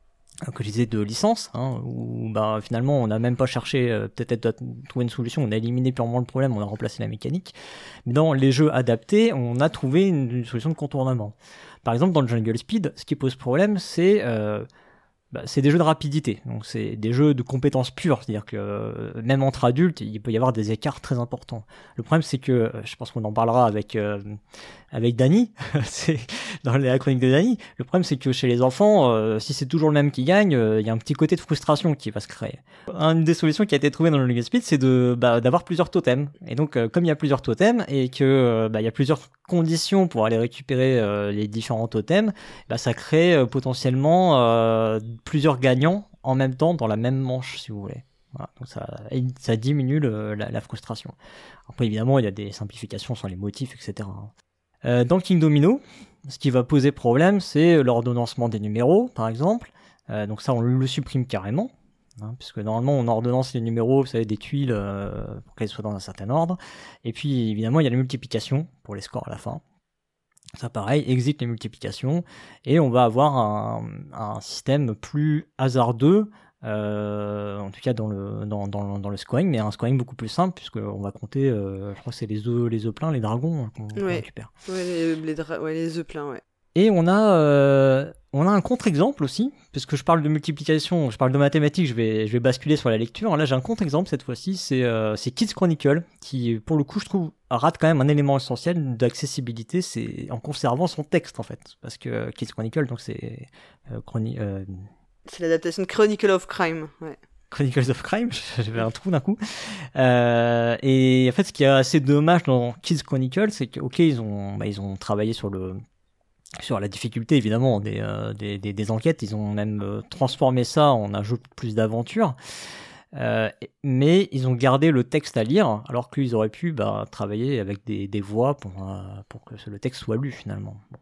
que je disais de licence, hein, où bah, finalement on n'a même pas cherché euh, peut-être à trouver une solution, on a éliminé purement le problème, on a remplacé la mécanique. Mais dans les jeux adaptés, on a trouvé une, une solution de contournement. Par exemple dans le Jungle Speed, ce qui pose problème, c'est euh, bah, c'est des jeux de rapidité, donc c'est des jeux de compétences pures, c'est-à-dire que euh, même entre adultes, il peut y avoir des écarts très importants. Le problème, c'est que, euh, je pense qu'on en parlera avec euh, avec Dany, c'est dans la chronique de Dany, le problème c'est que chez les enfants, euh, si c'est toujours le même qui gagne, il euh, y a un petit côté de frustration qui va se créer. Une des solutions qui a été trouvée dans le Jungle Speed, c'est de bah, d'avoir plusieurs totems, et donc euh, comme il y a plusieurs totems, et que euh, bah, il y a plusieurs conditions pour aller récupérer euh, les différents totems, bah, ça crée euh, potentiellement euh, plusieurs gagnants en même temps dans la même manche, si vous voulez. Voilà, donc ça, ça diminue le, la, la frustration. Après, évidemment, il y a des simplifications sur les motifs, et cetera. Euh, dans le King Domino, ce qui va poser problème, c'est l'ordonnancement des numéros, par exemple. Euh, donc ça, on le supprime carrément, hein, puisque normalement, on ordonnance les numéros, vous savez, des tuiles euh, pour qu'elles soient dans un certain ordre. Et puis, évidemment, il y a la multiplication pour les scores à la fin. Ça, pareil, exit les multiplications, et on va avoir un, un système plus hasardeux, euh, en tout cas dans le, dans, dans, dans le scoring, mais un scoring beaucoup plus simple, puisqu'on va compter, euh, je crois que c'est les œufs, les œufs pleins, les dragons qu'on, qu'on ouais. récupère. Ouais, les, les, dra- ouais, les œufs pleins, ouais. Et on a, euh, on a un contre-exemple aussi, puisque je parle de multiplication, je parle de mathématiques, je vais, je vais basculer sur la lecture. Là, j'ai un contre-exemple cette fois-ci, c'est, euh, c'est Kids Chronicle, qui, pour le coup, je trouve, rate quand même un élément essentiel d'accessibilité, c'est en conservant son texte, en fait. Parce que Kids Chronicle, donc c'est... Euh, chroni- euh... C'est l'adaptation de Chronicle of Crime, ouais. Chronicles of Crime, j'avais un trou d'un coup. Euh, et en fait, ce qui est assez dommage dans Kids Chronicle, c'est que, ok, ils ont, bah, ils ont travaillé sur le... sur la difficulté évidemment des, euh, des, des, des enquêtes, ils ont même euh, transformé ça en un jeu de plus d'aventure, euh, mais ils ont gardé le texte à lire alors qu'ils auraient pu bah, travailler avec des, des voix pour, euh, pour que le texte soit lu finalement. Bon.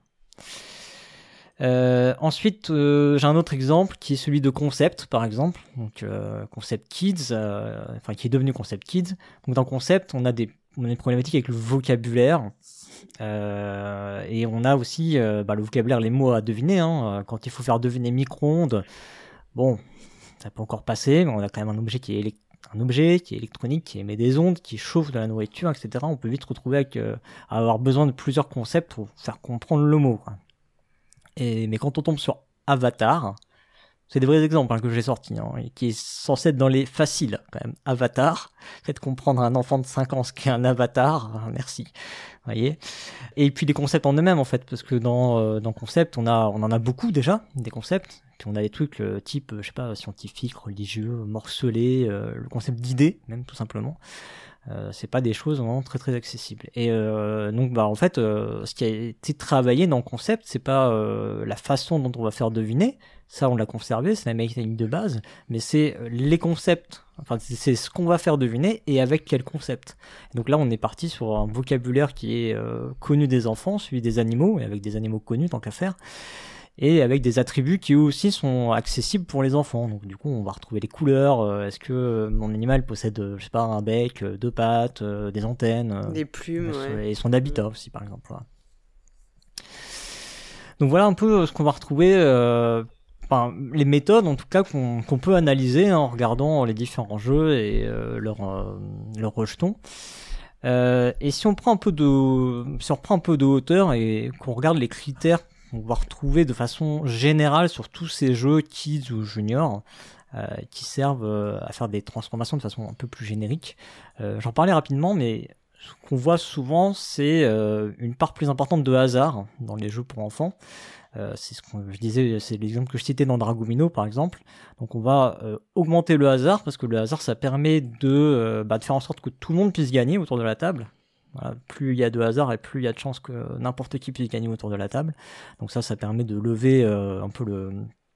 Euh, ensuite, euh, j'ai un autre exemple qui est celui de Concept, par exemple, donc euh, Concept Kids, euh, enfin qui est devenu Concept Kids. Donc dans Concept, on a des, on a des problématiques avec le vocabulaire. Euh, et on a aussi euh, bah, le vocabulaire, les mots à deviner, hein. Quand il faut faire deviner micro-ondes, bon, ça peut encore passer, mais on a quand même un objet qui est élect- un objet qui est électronique, qui émet des ondes, qui chauffe de la nourriture, et cetera, on peut vite se retrouver avec, euh, à avoir besoin de plusieurs concepts pour faire comprendre le mot, quoi. Et, mais quand on tombe sur Avatar, c'est des vrais exemples hein, que j'ai sortis, hein, et qui est censé être dans les faciles, quand même. Avatar, faites comprendre à un enfant de cinq ans ce qu'est un avatar, ah, merci. Voyez. Et puis les concepts en eux-mêmes, en fait, parce que dans, euh, dans concept, on, a, on en a beaucoup déjà, des concepts. Puis on a des trucs euh, type, euh, je sais pas, scientifique, religieux, morcelé, euh, le concept d'idée, même tout simplement. Euh, c'est pas des choses vraiment très très accessibles. Et euh, donc bah en fait, euh, ce qui a été travaillé dans le concept, c'est pas euh, la façon dont on va faire deviner, ça on l'a conservé, c'est la mécanique de base, mais c'est les concepts, enfin c'est, c'est ce qu'on va faire deviner et avec quel concept. Et donc là on est parti sur un vocabulaire qui est euh, connu des enfants, celui des animaux, et avec des animaux connus tant qu'à faire. Et avec des attributs qui eux aussi sont accessibles pour les enfants. Donc du coup, on va retrouver les couleurs. Euh, est-ce que mon animal possède, euh, je sais pas, un bec, euh, deux pattes, euh, des antennes, euh, des plumes, euh, ouais. et son habitat aussi, par exemple. Voilà. Donc voilà un peu ce qu'on va retrouver. Euh, Enfin, les méthodes en tout cas qu'on, qu'on peut analyser hein, en regardant les différents jeux et euh, leurs euh, leur rejetons. Euh, et si on prend un peu de, si on reprend un peu de hauteur et qu'on regarde les critères qu'on va retrouver de façon générale sur tous ces jeux kids ou juniors euh, qui servent euh, à faire des transformations de façon un peu plus générique. Euh, j'en parlais rapidement, mais ce qu'on voit souvent, c'est euh, une part plus importante de hasard dans les jeux pour enfants. Euh, c'est ce que je disais, c'est l'exemple que je citais dans Dragomino par exemple. Donc on va euh, augmenter le hasard parce que le hasard ça permet de, euh, bah, de faire en sorte que tout le monde puisse gagner autour de la table. Voilà, plus il y a de hasard et plus il y a de chances que n'importe qui puisse gagner autour de la table. Donc ça, ça permet de lever euh, un peu le,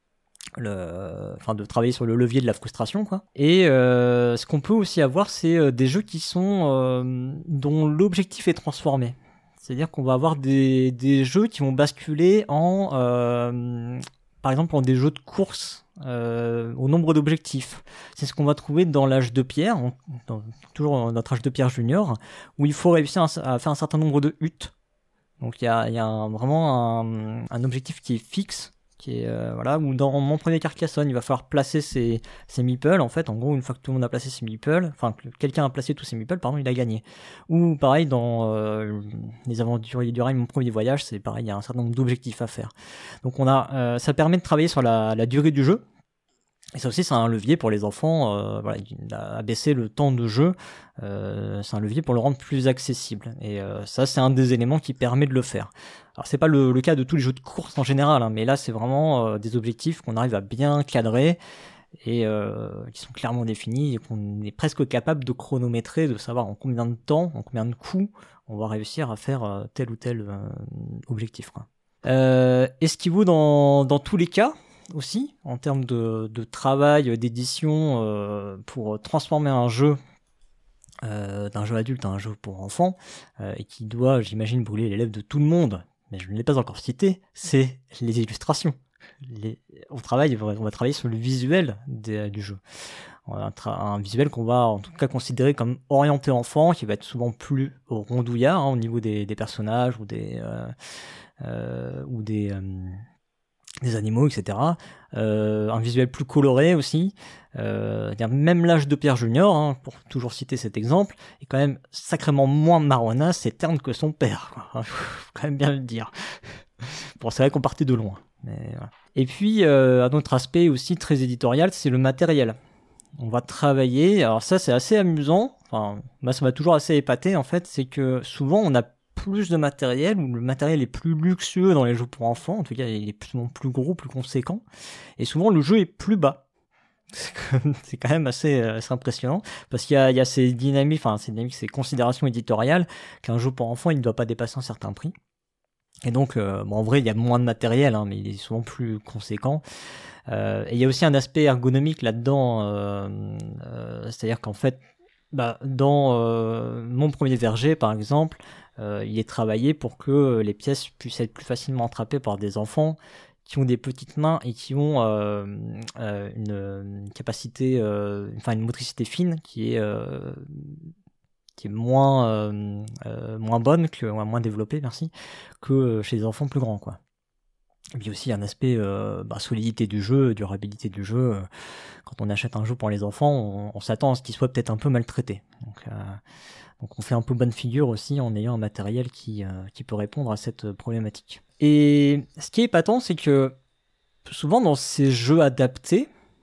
le, enfin de travailler sur le levier de la frustration, quoi. Et euh, ce qu'on peut aussi avoir, c'est euh, des jeux qui sont euh, dont l'objectif est transformé. C'est-à-dire qu'on va avoir des, des jeux qui vont basculer en, euh, par exemple, en des jeux de course euh, au nombre d'objectifs. C'est ce qu'on va trouver dans l'âge de pierre, dans, toujours dans notre âge de pierre junior, où il faut réussir à, à faire un certain nombre de huttes. Donc il y a, y a un, vraiment un, un objectif qui est fixe, qui est euh, voilà, où dans mon premier Carcassonne, il va falloir placer ses, ses meeples. En fait, en gros, une fois que tout le monde a placé ses meeples, enfin que quelqu'un a placé tous ses meeples, pardon, il a gagné. Ou pareil dans euh, les Aventuriers du Rail, mon premier voyage, c'est pareil, il y a un certain nombre d'objectifs à faire. Donc on a, euh, ça permet de travailler sur la, la durée du jeu. Et ça aussi, c'est un levier pour les enfants, euh, voilà, abaisser le temps de jeu, euh, c'est un levier pour le rendre plus accessible. Et euh, ça, c'est un des éléments qui permet de le faire. Alors, c'est pas le, le cas de tous les jeux de course en général, hein, mais là, c'est vraiment euh, des objectifs qu'on arrive à bien cadrer et euh, qui sont clairement définis et qu'on est presque capable de chronométrer, de savoir en combien de temps, en combien de coups, on va réussir à faire euh, tel ou tel euh, objectif, quoi. Euh, est-ce qu'il vaut dans, dans tous les cas aussi, en termes de, de travail, d'édition, euh, pour transformer un jeu euh, d'un jeu adulte à un jeu pour enfants, euh, et qui doit, j'imagine, brûler les lèvres de tout le monde, mais je ne l'ai pas encore cité, c'est les illustrations. Les, on, travaille, on va travailler sur le visuel des, du jeu. Un, tra- un visuel qu'on va en tout cas considérer comme orienté enfant, qui va être souvent plus rondouillard hein, au niveau des, des personnages ou des... Euh, euh, ou des euh, des animaux, et cetera. Euh, un visuel plus coloré aussi. Euh, même l'âge de Pierre Junior, hein, pour toujours citer cet exemple, est quand même sacrément moins marronasse et terne que son père. Quoi. Faut quand même bien le dire. Bon, c'est vrai qu'on partait de loin. Mais voilà. Et puis, euh, un autre aspect aussi très éditorial, c'est le matériel. On va travailler, alors ça c'est assez amusant, enfin, moi ça m'a toujours assez épaté en fait, c'est que souvent on a plus de matériel, ou le matériel est plus luxueux dans les jeux pour enfants, en tout cas il est souvent plus gros, plus conséquent, et souvent le jeu est plus bas. C'est quand même assez, assez impressionnant, parce qu'il y a, il y a ces dynamiques, enfin ces dynamiques, ces considérations éditoriales, qu'un jeu pour enfants il ne doit pas dépasser un certain prix. Et donc, euh, bon, en vrai, il y a moins de matériel, hein, mais il est souvent plus conséquent. Euh, et il y a aussi un aspect ergonomique là-dedans, euh, euh, c'est-à-dire qu'en fait, bah, dans euh, mon premier verger, par exemple, euh, il est travaillé pour que les pièces puissent être plus facilement attrapées par des enfants qui ont des petites mains et qui ont euh, euh, une, une capacité, euh, enfin une motricité fine qui est euh, qui est moins euh, euh, moins bonne, que moins développée, merci, que chez les enfants plus grands, quoi. Et puis aussi un aspect euh, bah, solidité du jeu, durabilité du jeu. Euh, quand on achète un jeu pour les enfants, on, on s'attend à ce qu'il soit peut-être un peu maltraité. Donc, euh, donc on fait un peu bonne figure aussi en ayant un matériel qui, euh, qui peut répondre à cette problématique. Et ce qui est épatant, c'est que souvent dans ces jeux adaptés,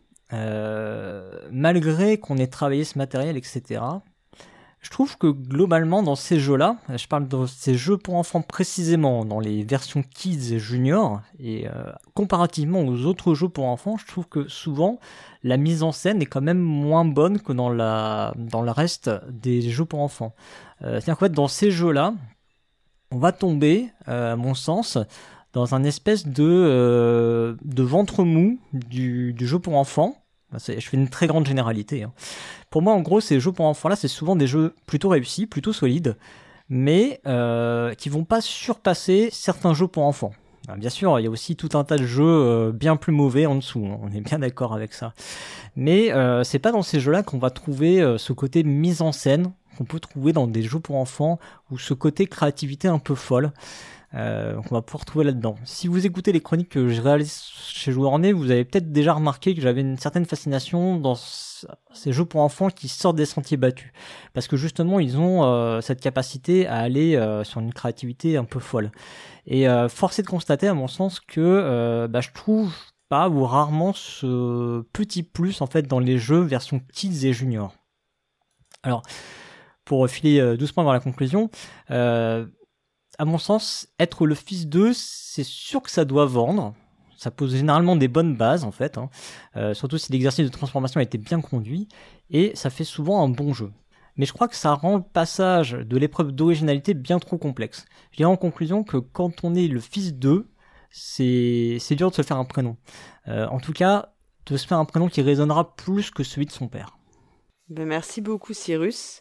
euh, malgré qu'on ait travaillé ce matériel, et cetera, je trouve que globalement dans ces jeux-là, je parle de ces jeux pour enfants précisément, dans les versions Kids et Junior, et euh, comparativement aux autres jeux pour enfants, je trouve que souvent la mise en scène est quand même moins bonne que dans, la, dans le reste des jeux pour enfants. Euh, c'est-à-dire qu'en fait, dans ces jeux-là, on va tomber, euh, à mon sens, dans un espèce de, euh, de ventre mou du, du jeu pour enfants. C'est, je fais une très grande généralité. Hein. Pour moi, en gros, ces jeux pour enfants-là, c'est souvent des jeux plutôt réussis, plutôt solides, mais euh, qui vont pas surpasser certains jeux pour enfants. Alors, bien sûr, il y a aussi tout un tas de jeux euh, bien plus mauvais en dessous. Hein. On est bien d'accord avec ça. Mais euh, c'est pas dans ces jeux-là qu'on va trouver euh, ce côté mise en scène qu'on peut trouver dans des jeux pour enfants ou ce côté créativité un peu folle. Euh, qu'on va pouvoir trouver là-dedans. Si vous écoutez les chroniques que je réalise chez Joueur-Né, vous avez peut-être déjà remarqué que j'avais une certaine fascination dans c- ces jeux pour enfants qui sortent des sentiers battus. Parce que justement, ils ont euh, cette capacité à aller euh, sur une créativité un peu folle. Et euh, force est de constater, à mon sens, que euh, bah, je trouve pas ou rarement ce petit plus en fait dans les jeux version Kids et Junior. Alors, pour filer euh, doucement vers la conclusion, euh, à mon sens, être le fils d'eux, c'est sûr que ça doit vendre. Ça pose généralement des bonnes bases, en fait. Hein. Euh, surtout si l'exercice de transformation a été bien conduit. Et ça fait souvent un bon jeu. Mais je crois que ça rend le passage de l'épreuve d'originalité bien trop complexe. Je dirais en conclusion que quand on est le fils d'eux, c'est, c'est dur de se faire un prénom. Euh, en tout cas, de se faire un prénom qui résonnera plus que celui de son père. Ben merci beaucoup, Cyrus.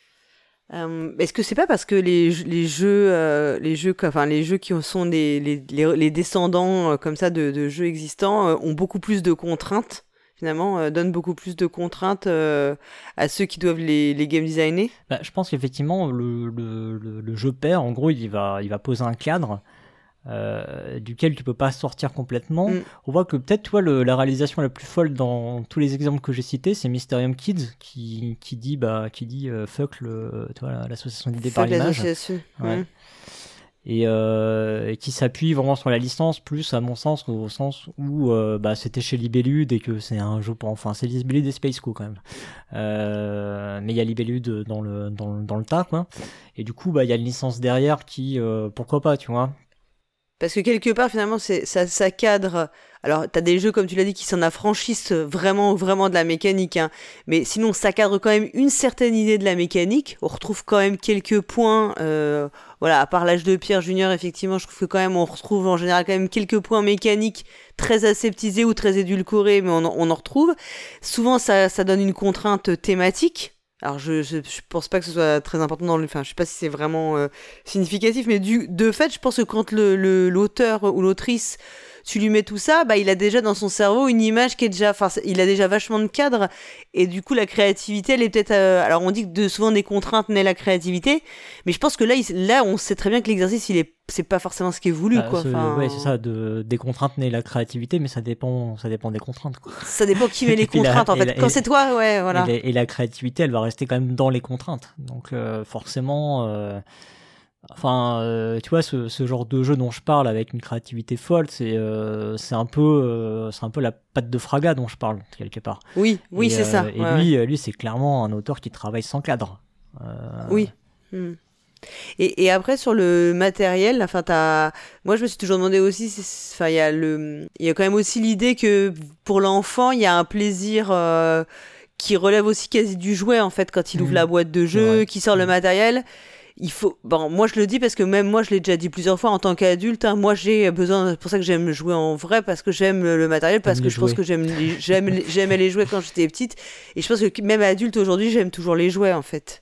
Euh, est-ce que c'est pas parce que les, les jeux, euh, les jeux, enfin les jeux qui sont des, les, les, les descendants euh, comme ça de, de jeux existants euh, ont beaucoup plus de contraintes, finalement, euh, donnent beaucoup plus de contraintes euh, à ceux qui doivent les, les game designer? Bah, je pense qu'effectivement le, le, le, le jeu père, en gros, il va, il va poser un cadre. Euh, duquel tu peux pas sortir complètement. Mm. On voit que peut-être tu vois le, la réalisation la plus folle dans tous les exemples que j'ai cités, c'est Mysterium Kids qui qui dit bah qui dit euh, fuck le tu vois l'association d'idées par l'image. Ouais. Mm. Et, euh, et qui s'appuie vraiment sur la licence plus à mon sens au sens où euh, bah c'était chez Libellude et que c'est un jeu pour enfin c'est Libellude et Space Co quand même. Euh, mais il y a Libellude dans le dans le, dans le tas quoi. Et du coup bah il y a une licence derrière qui euh, pourquoi pas tu vois. Parce que quelque part, finalement, c'est, ça, ça cadre. Alors, t'as des jeux, comme tu l'as dit, qui s'en affranchissent vraiment, vraiment de la mécanique, hein. Mais sinon, ça cadre quand même une certaine idée de la mécanique. On retrouve quand même quelques points, euh, voilà, à part l'âge de pierre junior, effectivement, je trouve que quand même, on retrouve en général quand même quelques points mécaniques très aseptisés ou très édulcorés, mais on, on en retrouve. Souvent, ça, ça donne une contrainte thématique. Alors je, je je pense pas que ce soit très important dans le, enfin je sais pas si c'est vraiment euh, significatif, mais du de fait je pense que quand le, le l'auteur ou l'autrice tu lui mets tout ça, bah il a déjà dans son cerveau une image qui est déjà, enfin il a déjà vachement de cadre et du coup la créativité elle est peut-être, euh, alors on dit que de souvent des contraintes naît la créativité, mais je pense que là il, là on sait très bien que l'exercice il est c'est pas forcément ce qui est voulu bah, quoi. C'est, enfin... Ouais c'est ça, de, des contraintes naît la créativité, mais ça dépend ça dépend des contraintes quoi. Ça dépend qui met les contraintes la, en fait. La, quand c'est toi ouais voilà. Et la, et la créativité elle va rester quand même dans les contraintes, donc euh, forcément. Euh... Enfin, euh, tu vois, ce, ce genre de jeu dont je parle avec une créativité folle, c'est euh, c'est un peu euh, c'est un peu la patte de Fraga dont je parle quelque part. Oui, oui, et, c'est euh, ça. Et ouais, lui, ouais. lui, c'est clairement un auteur qui travaille sans cadre. Euh... Oui. Hmm. Et, et après sur le matériel, enfin t'as, moi je me suis toujours demandé aussi, enfin il y a le, il y a quand même aussi l'idée que pour l'enfant il y a un plaisir. Euh, qui relève aussi quasi du jouet en fait quand il ouvre mmh. la boîte de jeu, qui sort mmh. le matériel. Il faut, bon, moi je le dis parce que même moi je l'ai déjà dit plusieurs fois en tant qu'adulte, hein, moi j'ai besoin, c'est pour ça que j'aime jouer en vrai, parce que j'aime le, le matériel, parce que je jouets. pense que j'aime, les, j'aime les, j'aimais les jouets quand j'étais petite, et je pense que même adulte aujourd'hui j'aime toujours les jouets en fait.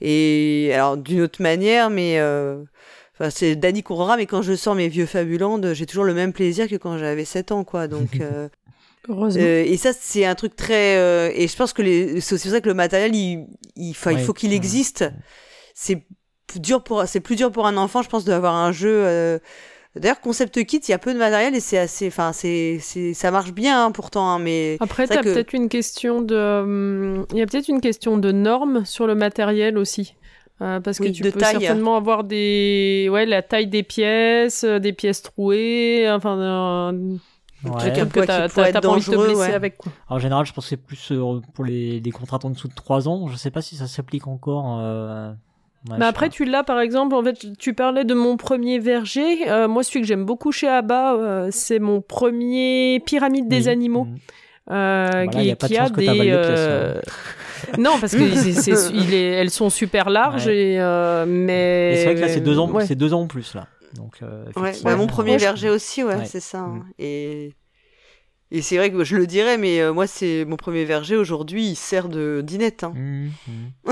Et alors d'une autre manière, mais euh, enfin, c'est Dany Courera, mais quand je sors mes vieux Fabuland, j'ai toujours le même plaisir que quand j'avais sept ans quoi, donc... Euh, Heureusement. Euh, et ça c'est un truc très euh, et je pense que les, c'est aussi pour ça que le matériel il il, ouais. il faut qu'il existe. C'est dur pour c'est plus dur pour un enfant je pense d'avoir un jeu euh, D'ailleurs, Concept Kids, il y a peu de matériel et c'est assez, enfin, c'est, c'est, ça marche bien hein, pourtant, hein, mais après, t'as que... peut-être une question de, il y a peut-être une question de normes sur le matériel aussi, euh, parce oui, que tu peux taille. certainement avoir des, ouais, la taille des pièces, des pièces trouées, enfin, un ouais. truc que t'as, t'as, t'as pas envie de te blesser ouais. avec. Quoi. En général, je pense que c'est plus euh, pour les, les contrats en dessous de trois ans. Je sais pas si ça s'applique encore. Euh... Ouais, bah après, tu l'as par exemple, en fait, tu parlais de mon premier verger. Euh, moi, celui que j'aime beaucoup chez Abba, euh, c'est mon premier pyramide des oui. animaux. Mmh. Euh, voilà, qui, y a, pas de qui a des. Euh... non, parce que c'est, c'est, il est, elles sont super larges, ouais. et, euh, mais. Et c'est vrai que là, c'est deux ans, ouais. c'est deux ans en plus, là. Donc, euh, ouais, bah, mon premier verger aussi, ouais, ouais. c'est ça. Hein. Mmh. Et. Et c'est vrai que je le dirais, mais euh, moi, c'est mon premier verger aujourd'hui, il sert de dinette. Hein. Mmh. Mmh.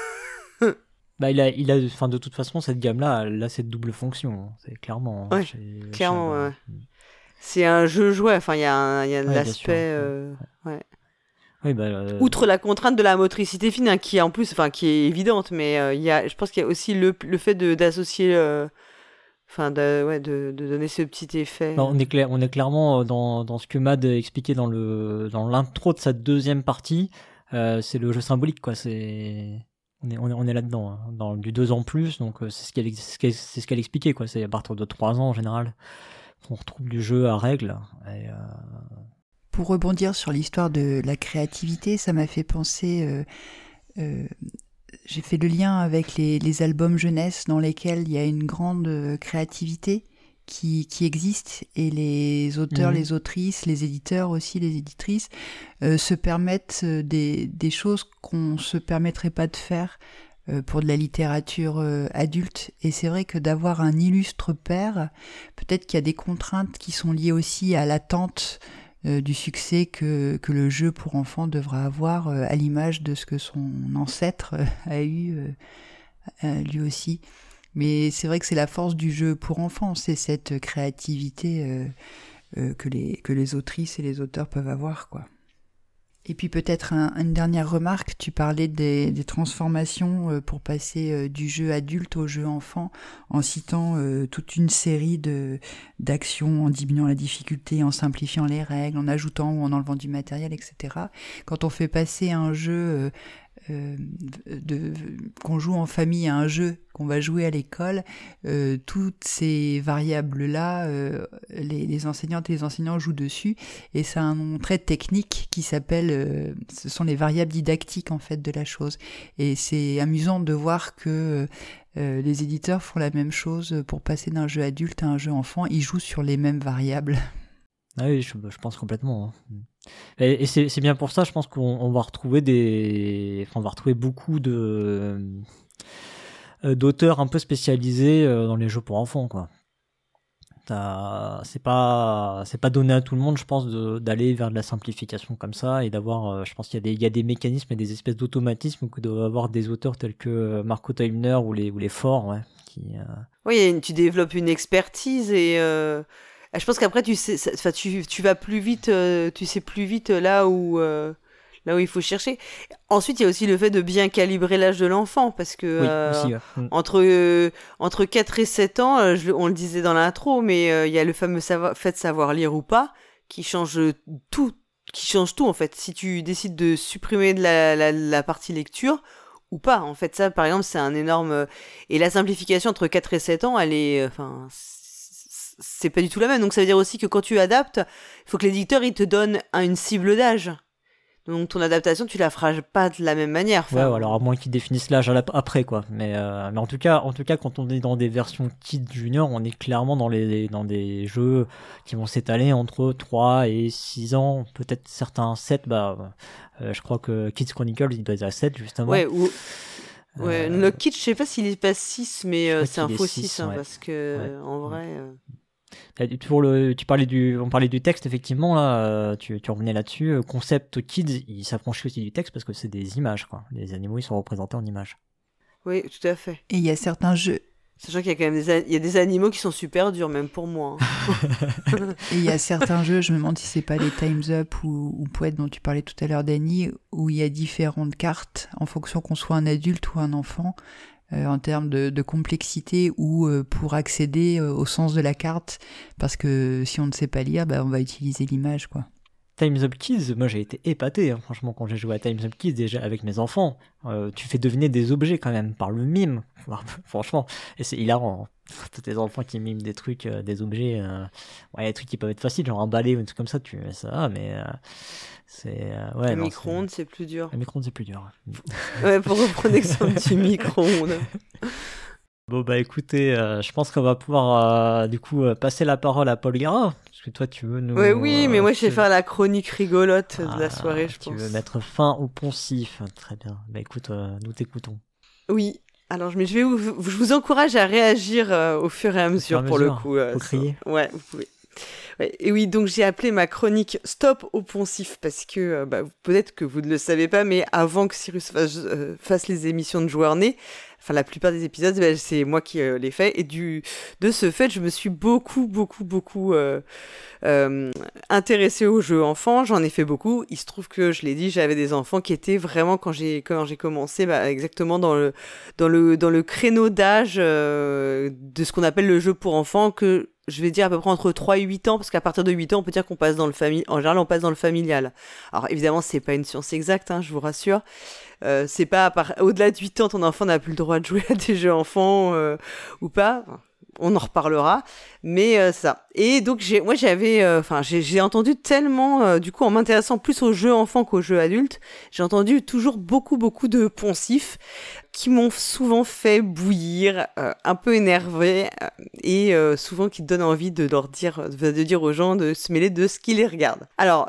Bah, il a, il a, enfin, de toute façon, cette gamme-là, elle a cette double fonction. C'est clairement. Ouais, chez, clairement, chez... ouais. C'est un jeu jouet. Enfin, il y a, un, y a ouais, l'aspect. Euh, ouais. Oui, bah, euh... Outre la contrainte de la motricité fine, hein, qui est en plus, enfin, qui est évidente, mais euh, il y a, je pense qu'il y a aussi le, le fait de, d'associer. Euh, Enfin, de, ouais, de, de donner ce petit effet. Non, on est clair, on est clairement dans, dans ce que Mad expliquait dans le, dans l'intro de sa deuxième partie. Euh, c'est le jeu symbolique, quoi. C'est, on est, on est, on est là-dedans, hein, dans du deux ans plus. Donc, c'est ce qu'elle, c'est ce qu'elle, c'est ce qu'elle expliquait, quoi. C'est à partir de trois ans, en général, qu'on retrouve du jeu à règle. Et, euh... Pour rebondir sur l'histoire de la créativité, ça m'a fait penser, euh, euh, j'ai fait le lien avec les, les albums jeunesse dans lesquels il y a une grande créativité qui, qui existe, et les auteurs, mmh. les autrices, les éditeurs aussi, les éditrices, euh, se permettent des, des choses qu'on se permettrait pas de faire euh, pour de la littérature euh, adulte. Et c'est vrai que d'avoir un illustre père, peut-être qu'il y a des contraintes qui sont liées aussi à l'attente Euh, du succès que, que le jeu pour enfants devra avoir, euh, à l'image de ce que son ancêtre euh, a eu euh, euh, lui aussi. Mais c'est vrai que c'est la force du jeu pour enfants, c'est cette créativité euh, euh, que, les, que les autrices et les auteurs peuvent avoir, quoi. Et puis peut-être un, une dernière remarque, tu parlais des, des transformations euh, pour passer euh, du jeu adulte au jeu enfant, en citant euh, toute une série de, d'actions, en diminuant la difficulté, en simplifiant les règles, en ajoutant ou en enlevant du matériel, et cetera. Quand on fait passer un jeu euh, euh, de, qu'on joue en famille à un jeu qu'on va jouer à l'école, euh, toutes ces variables-là, euh, les, les enseignantes et les enseignants jouent dessus, et ça a un nom très technique qui s'appelle, euh, ce sont les variables didactiques en fait de la chose. Et c'est amusant de voir que euh, les éditeurs font la même chose pour passer d'un jeu adulte à un jeu enfant, ils jouent sur les mêmes variables. Ah oui, je, je pense complètement. Hein. Et, et c'est, c'est bien pour ça, je pense qu'on on va retrouver des, enfin, on va retrouver beaucoup de euh, d'auteurs un peu spécialisés euh, dans les jeux pour enfants, quoi. T'as, c'est pas, c'est pas donné à tout le monde, je pense, de, d'aller vers de la simplification comme ça et d'avoir, euh, je pense qu'il y a des, il y a des mécanismes et des espèces d'automatismes que doivent avoir des auteurs tels que Marco Teubner ou les, ou les Forts, ouais, qui. Euh... Oui, tu développes une expertise et. Euh... Je pense qu'après tu sais, ça, tu tu vas plus vite, euh, tu sais plus vite là où euh, là où il faut chercher. Ensuite, il y a aussi le fait de bien calibrer l'âge de l'enfant, parce que oui, euh, aussi, ouais. entre euh, entre quatre et sept ans, euh, je, on le disait dans l'intro, mais euh, il y a le fameux savoir, fait de savoir lire ou pas qui change tout, qui change tout en fait. Si tu décides de supprimer de la la, la partie lecture ou pas, en fait, ça par exemple, c'est un énorme. Et la simplification entre quatre et sept ans, elle est, enfin. C'est pas du tout la même. Donc ça veut dire aussi que quand tu adaptes, il faut que l'éditeur il te donne une cible d'âge. Donc ton adaptation, tu la feras pas de la même manière. Enfin, ouais, alors à moins qu'ils définissent l'âge après, quoi. Mais, euh, mais en tout cas, en tout cas, quand on est dans des versions Kids Junior, on est clairement dans les dans des jeux qui vont s'étaler entre trois et six ans, peut-être certains sept. Bah, euh, je crois que Kids Chronicles, il doit être à sept justement. Ouais. Ou... Ouais, euh... le Kids, je sais pas s'il est pas six, mais euh, c'est un faux six, hein, ouais. Parce que ouais. en vrai. Euh... Pour le, tu parlais du, on parlait du texte, effectivement, là, tu, tu revenais là-dessus. Concept Kids, il s'affranchit aussi du texte parce que c'est des images, quoi. Les animaux, ils sont représentés en images. Oui, tout à fait. Et il y a certains jeux. Sachant qu'il y a quand même des, il y a des animaux qui sont super durs, même pour moi. Hein. Et il y a certains jeux, je me demande si c'est pas les Time's Up ou, ou Poète dont tu parlais tout à l'heure, Dany, où il y a différentes cartes en fonction qu'on soit un adulte ou un enfant. euh, en termes de, de complexité ou euh, pour accéder euh, au sens de la carte, parce que si on ne sait pas lire, bah, on va utiliser l'image, quoi. Time's Up Kids, moi j'ai été épaté, hein, franchement, quand j'ai joué à Time's Up Kids déjà avec mes enfants. Euh, tu fais deviner des objets quand même par le mime, franchement, et c'est hilarant. T'as tes enfants qui miment des trucs, euh, des objets, euh... ouais, des trucs qui peuvent être faciles, genre un balai ou un truc comme ça, tu ça va, mais euh, c'est euh, ouais. Le non, micro-ondes, c'est... c'est plus dur. Le micro-ondes, c'est plus dur. Ouais, pour reprendre l'exemple du micro-ondes. Bon bah écoutez, euh, je pense qu'on va pouvoir euh, du coup euh, passer la parole à Paul Gara, parce que toi tu veux nous... Ouais, oui, euh, mais moi je vais tu... faire la chronique rigolote ah, de la soirée, je tu pense. Tu veux mettre fin au poncif, très bien. Bah écoute, euh, nous t'écoutons. Oui, alors mais je, vais vous, je vous encourage à réagir euh, au fur et à mesure, à mesure. Pour le coup. Euh, Faut crier. Ça... Ouais, vous pouvez. Ouais, et oui, donc j'ai appelé ma chronique Stop au poncif, parce que euh, bah, peut-être que vous ne le savez pas, mais avant que Cyrus fasse, euh, fasse les émissions de Joueurs Nés, enfin la plupart des épisodes, bah, c'est moi qui euh, les fais, et du, de ce fait, je me suis beaucoup, beaucoup, beaucoup euh, euh, intéressée aux jeux enfants, j'en ai fait beaucoup, il se trouve que, je l'ai dit, j'avais des enfants qui étaient vraiment, quand j'ai, quand j'ai commencé, bah, exactement dans le, dans le, dans le créneau d'âge euh, de ce qu'on appelle le jeu pour enfants, que je vais dire à peu près entre trois et huit ans, parce qu'à partir de huit ans, on peut dire qu'on passe dans le famille. En général, on passe dans le familial. Alors évidemment, c'est pas une science exacte, hein, je vous rassure. Euh, c'est pas à part... au-delà de huit ans, ton enfant n'a plus le droit de jouer à des jeux enfants euh, ou pas. On en reparlera, mais euh, ça. Et donc j'ai, moi j'avais, enfin euh, j'ai, j'ai entendu tellement, euh, du coup en m'intéressant plus aux jeux enfants qu'aux jeux adultes, j'ai entendu toujours beaucoup beaucoup de poncifs qui m'ont souvent fait bouillir, euh, un peu énervé, euh, et euh, souvent qui donnent envie de leur dire, de, de dire aux gens de se mêler de ce qui les regarde. Alors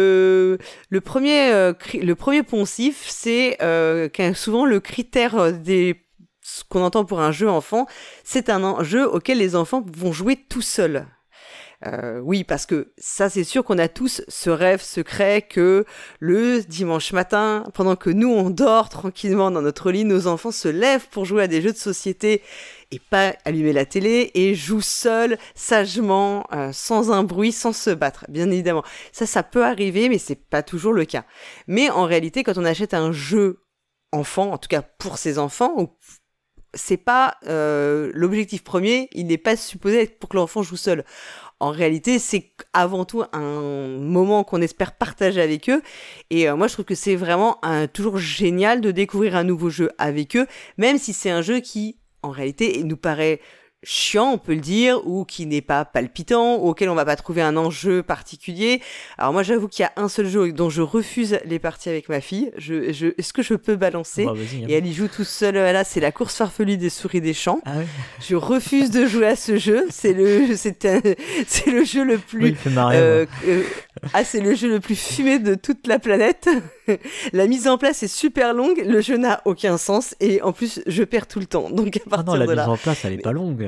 le le premier euh, cri, le premier poncif, c'est euh, souvent le critère des ce qu'on entend pour un jeu enfant, c'est un jeu auquel les enfants vont jouer tout seuls. Euh, oui, parce que ça, c'est sûr qu'on a tous ce rêve secret que le dimanche matin, pendant que nous, on dort tranquillement dans notre lit, nos enfants se lèvent pour jouer à des jeux de société et pas allumer la télé et jouent seuls, sagement, euh, sans un bruit, sans se battre, bien évidemment. Ça, ça peut arriver, mais c'est pas toujours le cas. Mais en réalité, quand on achète un jeu enfant, en tout cas pour ses enfants, ou c'est pas euh, l'objectif premier, il n'est pas supposé être pour que l'enfant joue seul. En réalité, c'est avant tout un moment qu'on espère partager avec eux. Et euh, moi, je trouve que c'est vraiment un, toujours génial de découvrir un nouveau jeu avec eux, même si c'est un jeu qui, en réalité, nous paraît chiant, on peut le dire, ou qui n'est pas palpitant, ou auquel on va pas trouver un enjeu particulier. Alors moi, j'avoue qu'il y a un seul jeu dont je refuse les parties avec ma fille. Je, je, est-ce que je peux balancer ? Bah, vas-y, hein. Et elle y joue tout seule. Là, c'est la course farfelue des souris des champs. Ah ouais. Je refuse de jouer à ce jeu. C'est le, c'est, un, c'est le jeu le plus. Oui, il fait marrer, euh, euh, ah, c'est le jeu le plus fumé de toute la planète. La mise en place est super longue. Le jeu n'a aucun sens et en plus, je perds tout le temps. Donc à partir ah non, la de là. mise en place, elle est pas longue.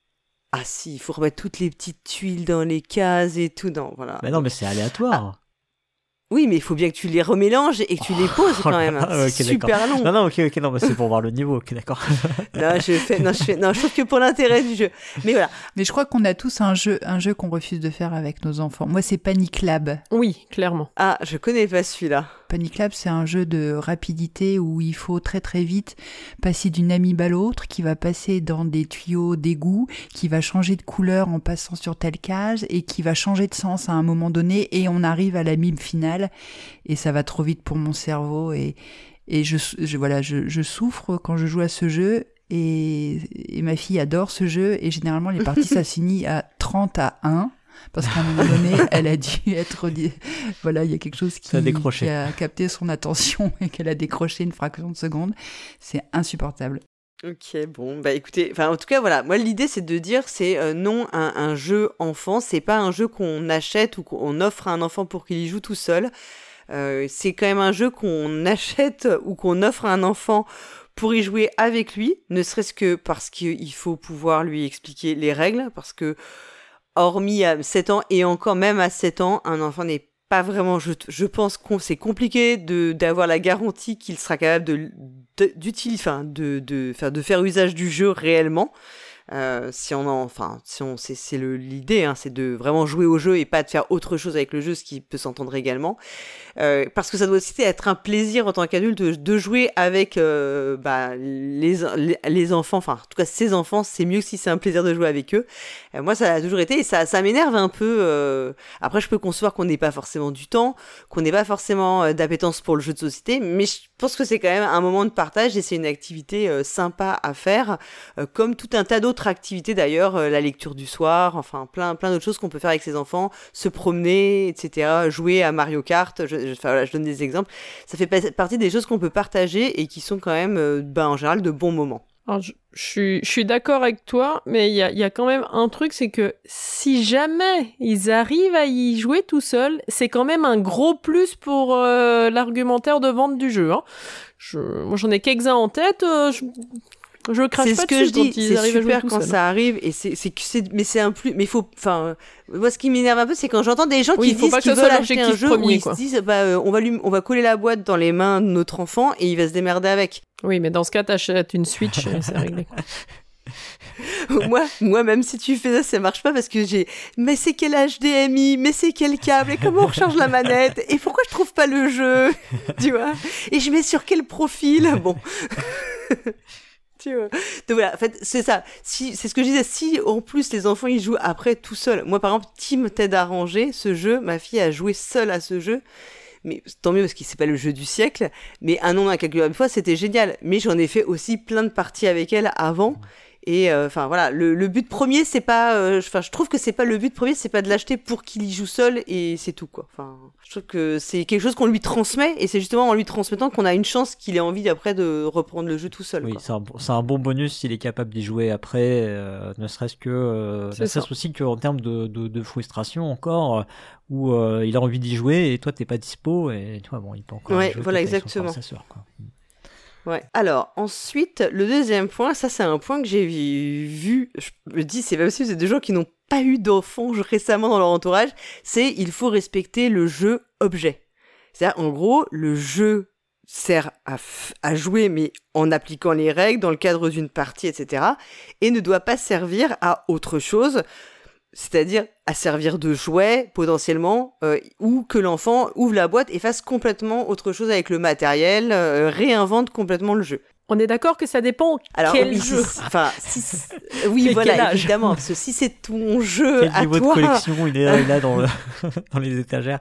Ah si, il faut remettre toutes les petites tuiles dans les cases et tout. Non, voilà. Mais non, mais c'est aléatoire. Ah. Oui, mais il faut bien que tu les remélanges et que tu les poses quand même. Ah, okay, c'est super d'accord. long. Non, non, ok, ok, non, mais c'est pour voir le niveau, ok, d'accord. non, je fais, non, je fais, non, je trouve que pour l'intérêt du jeu. Mais voilà. Mais je crois qu'on a tous un jeu, un jeu qu'on refuse de faire avec nos enfants. Moi, c'est Panic Lab. Oui, clairement. Ah, je connais pas celui-là. Panic Lab, c'est un jeu de rapidité où il faut très très vite passer d'une amibe à l'autre, qui va passer dans des tuyaux d'égout, qui va changer de couleur en passant sur telle case et qui va changer de sens à un moment donné et on arrive à l'amibe finale et ça va trop vite pour mon cerveau et, et je, je, voilà, je, je souffre quand je joue à ce jeu et, et ma fille adore ce jeu et généralement les parties ça finit à trente à un. Parce qu'à un moment donné, elle a dû être... Voilà, il y a quelque chose qui, qui a capté son attention et qu'elle a décroché une fraction de seconde. C'est insupportable. Ok, bon, bah écoutez, enfin en tout cas voilà, moi l'idée c'est de dire c'est euh, non un, un jeu enfant, c'est pas un jeu qu'on achète ou qu'on offre à un enfant pour qu'il y joue tout seul. Euh, c'est quand même un jeu qu'on achète ou qu'on offre à un enfant pour y jouer avec lui, ne serait-ce que parce qu'il faut pouvoir lui expliquer les règles, parce que hormis à sept ans, et encore même à sept ans, un enfant n'est pas vraiment... Je, je pense que c'est compliqué de, d'avoir la garantie qu'il sera capable de, de, d'utiliser, enfin, de, de, faire, de faire usage du jeu réellement. Euh, si on en, enfin, si on, c'est, c'est le, l'idée, hein, c'est de vraiment jouer au jeu et pas de faire autre chose avec le jeu, ce qui peut s'entendre également. Euh, parce que ça doit aussi être un plaisir en tant qu'adulte de, de jouer avec euh, bah, les, les, les enfants, enfin, en tout cas, ses enfants, c'est mieux que si c'est un plaisir de jouer avec eux. Euh, moi, ça a toujours été, et ça, ça m'énerve un peu. Euh... Après, je peux concevoir qu'on n'ait pas forcément du temps, qu'on n'ait pas forcément euh, d'appétence pour le jeu de société, mais je pense que c'est quand même un moment de partage et c'est une activité euh, sympa à faire, euh, comme tout un tas d'autres activités d'ailleurs, euh, la lecture du soir, enfin, plein, plein d'autres choses qu'on peut faire avec ses enfants, se promener, et cetera, jouer à Mario Kart, je, je, enfin, voilà, je donne des exemples. Ça fait pa- partie des choses qu'on peut partager et qui sont quand même, euh, ben, en général, de bons moments. Alors, je, je, suis, je suis d'accord avec toi, mais il y a, y a quand même un truc, c'est que si jamais ils arrivent à y jouer tout seuls, c'est quand même un gros plus pour euh, l'argumentaire de vente du jeu. Hein. Je, moi, j'en ai quelques-uns en tête. Euh, je... Je crache c'est pas ce que dessus je dis, quand ils c'est arrivent à jouer super tout quand seuls. ça arrive et c'est c'est c'est mais c'est un plus mais il faut enfin euh, moi ce qui m'énerve un peu c'est quand j'entends des gens oui, qui faut disent pas que qu'ils ça soit veulent acheter un l'objectif jeu premier, où ils quoi. se disent bah euh, on va lui on va coller la boîte dans les mains de notre enfant et il va se démerder avec. Oui, mais dans ce cas t'achètes une Switch et c'est réglé. moi moi même si tu fais ça ça marche pas parce que j'ai mais c'est quel H D M I, mais c'est quel câble et comment on recharge la manette et pourquoi je trouve pas le jeu, tu vois, et je mets sur quel profil, bon. Tu vois. Donc voilà, en fait, c'est ça. Si, c'est ce que je disais. Si en plus les enfants ils jouent après tout seuls. Moi par exemple, Tim t'aide à ranger ce jeu. Ma fille a joué seule à ce jeu. Mais tant mieux parce que c'est pas le jeu du siècle. Mais un an à quelques fois c'était génial. Mais j'en ai fait aussi plein de parties avec elle avant. Et enfin euh, voilà, le, le but premier c'est pas, enfin euh, je trouve que c'est pas le but premier, c'est pas de l'acheter pour qu'il y joue seul et c'est tout quoi. Enfin, je trouve que c'est quelque chose qu'on lui transmet et c'est justement en lui transmettant qu'on a une chance qu'il ait envie après de reprendre le jeu tout seul. Oui, quoi. c'est un, c'est un bon bonus s'il est capable d'y jouer après, euh, ne serait-ce que, euh, ne serait-ce aussi qu'en termes de, de, de frustration encore, euh, où euh, il a envie d'y jouer et toi t'es pas dispo et toi bon il peut encore ouais, jouer voilà exactement. Sa sœur, quoi. Ouais. Alors, ensuite, le deuxième point, ça c'est un point que j'ai vu, je me dis, c'est pas possible, c'est des gens qui n'ont pas eu d'enfants récemment dans leur entourage, c'est il faut respecter le jeu objet. C'est-à-dire, en gros, le jeu sert à, f- à jouer, mais en appliquant les règles, dans le cadre d'une partie, et cetera, et ne doit pas servir à autre chose, c'est-à-dire à servir de jouet potentiellement, euh, ou que l'enfant ouvre la boîte et fasse complètement autre chose avec le matériel, euh, réinvente complètement le jeu. On est d'accord que ça dépend Alors, quel oui, jeu. si, enfin, si, oui, Et voilà, quel âge. évidemment, parce que si c'est ton jeu Quel à niveau toi, de collection il est là, il a dans, le dans les étagères.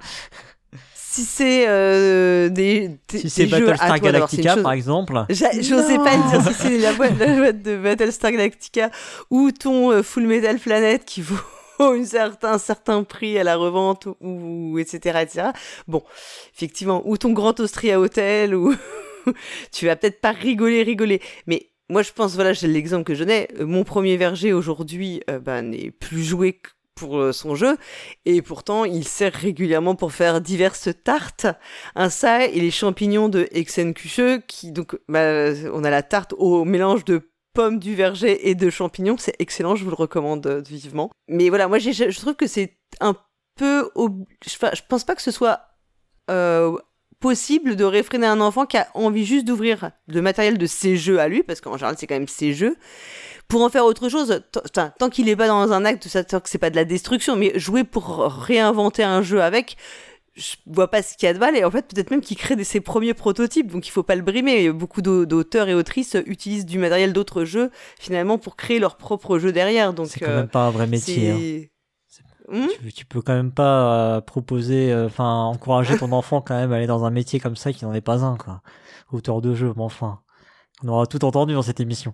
si c'est euh, des, des, Si c'est des jeux Battlestar à toi, d'abord, c'est une Galactica chose- par exemple. J'a- J'osais pas le dire si c'est la boîte, la boîte de Battlestar Galactica ou ton euh, Full Metal Planet qui vaut un certain, un certain prix à la revente ou et cetera et cetera. Bon, effectivement, ou ton Grand Austria Hotel ou tu vas peut-être pas rigoler, rigoler, mais moi je pense, voilà, j'ai l'exemple que je n'ai, mon premier verger aujourd'hui euh, bah, n'est plus joué que pour euh, son jeu, et pourtant il sert régulièrement pour faire diverses tartes, un ça et les champignons de Hexenkuche, qui donc, bah, on a la tarte au mélange de pommes du verger et de champignons, c'est excellent, je vous le recommande euh, vivement. Mais voilà, moi j'ai, je trouve que c'est un peu, ob... enfin, je pense pas que ce soit euh, possible de réfréner un enfant qui a envie juste d'ouvrir le matériel de ses jeux à lui, parce qu'en général c'est quand même ses jeux, pour en faire autre chose, t- t- tant qu'il est pas dans un acte, ça, tant que c'est pas de la destruction, mais jouer pour réinventer un jeu avec, je vois pas ce qu'il y a de mal, et en fait peut-être même qu'il crée des, ses premiers prototypes, donc il faut pas le brimer. Beaucoup d'au- d'auteurs et autrices utilisent du matériel d'autres jeux finalement pour créer leur propre jeu derrière, donc C'est quand euh, même pas un vrai métier. Hein. c'est... Hmm Tu, tu peux quand même pas euh, proposer, enfin euh, encourager ton enfant quand même à aller dans un métier comme ça qui n'en est pas un, quoi. Auteur de jeu, mais enfin, on aura tout entendu dans cette émission.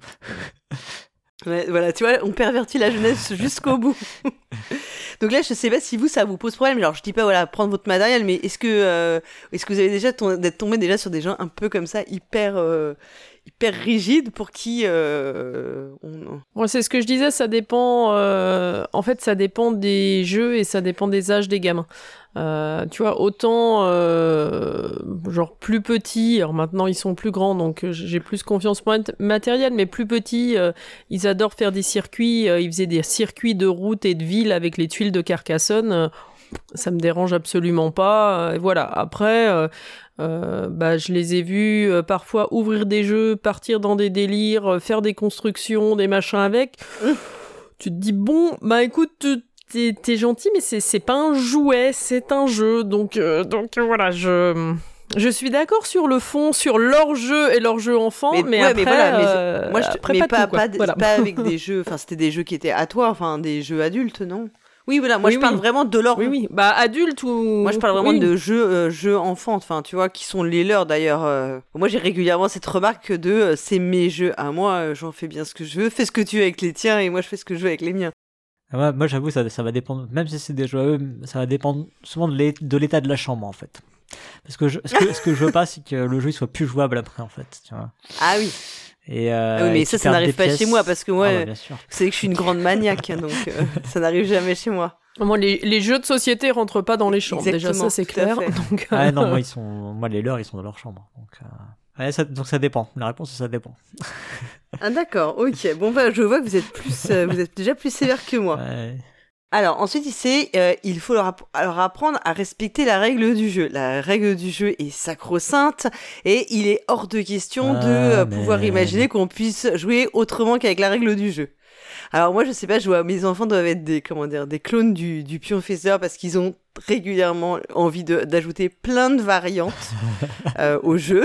Ouais, voilà, tu vois, on pervertit la jeunesse jusqu'au bout. Donc là, je sais pas si vous, ça vous pose problème. Alors, je dis pas, voilà, prendre votre matériel, mais est-ce que, euh, est-ce que vous avez déjà tom- d'être tombé déjà sur des gens un peu comme ça, hyper, euh, hyper rigides, pour qui, euh, on... Moi, c'est ce que je disais, ça dépend. Euh, en fait, ça dépend des jeux et ça dépend des âges des gamins. Euh, tu vois, autant euh, genre plus petits, alors maintenant ils sont plus grands, donc euh, j'ai plus confiance mat- matérielle, mais plus petits, euh, ils adorent faire des circuits. Euh, ils faisaient des circuits de route et de ville avec les tuiles de Carcassonne. Euh, ça me dérange absolument pas. Et voilà. Après, euh, euh, bah, je les ai vus euh, parfois ouvrir des jeux, partir dans des délires, euh, faire des constructions, des machins avec. Mmh. Tu te dis, bon, bah écoute, t'es, t'es gentil, mais c'est, c'est pas un jouet, c'est un jeu. Donc, euh, donc voilà, je... Je suis d'accord sur le fond, sur leur jeu et leur jeu enfant, mais, mais ouais, après, mais voilà, mais euh, moi, je te, après mais pas, pas, tout, pas, voilà. pas avec des jeux, enfin c'était des jeux qui étaient à toi, enfin des jeux adultes, non? Oui, voilà, moi oui, je oui. parle vraiment de leur... Oui, oui, bah adulte ou... Moi je parle vraiment oui. de jeux, euh, jeux enfants, enfin tu vois, qui sont les leurs d'ailleurs. Euh... Moi j'ai régulièrement cette remarque de euh, c'est mes jeux à moi, euh, j'en fais bien ce que je veux, fais ce que tu veux avec les tiens et moi je fais ce que je veux avec les miens. Ouais, moi j'avoue ça, ça va dépendre, même si c'est des jeux à eux, ça va dépendre souvent de, l'é- de l'état de la chambre en fait. Parce que je, ce, que, ce que je veux pas, c'est que le jeu il soit plus jouable après, en fait. Tu vois. Ah oui. Et euh, ah oui, mais et ça, ça n'arrive pas pièces. chez moi parce que moi, ah bah, vous savez que je suis une grande maniaque, donc euh, ça n'arrive jamais chez moi. Moi, les, les jeux de société rentrent pas dans les chambres. Exactement, déjà ça c'est clair. Donc, euh... ah non, moi ils sont, moi les leurs ils sont dans leur chambre. Donc, euh... ouais, ça, donc ça dépend. La réponse c'est ça dépend. Ah d'accord, ok. Bon bah je vois que vous êtes plus, euh, vous êtes déjà plus sévère que moi. Ouais. Alors ensuite il sait, euh, il faut leur, app- leur apprendre à respecter la règle du jeu. La règle du jeu est sacro-sainte et il est hors de question ah, de euh, mais... pouvoir imaginer qu'on puisse jouer autrement qu'avec la règle du jeu. Alors moi je sais pas, je vois mes enfants doivent être des comment dire des clones du du pionfesseur parce qu'ils ont régulièrement envie de d'ajouter plein de variantes euh, au jeu.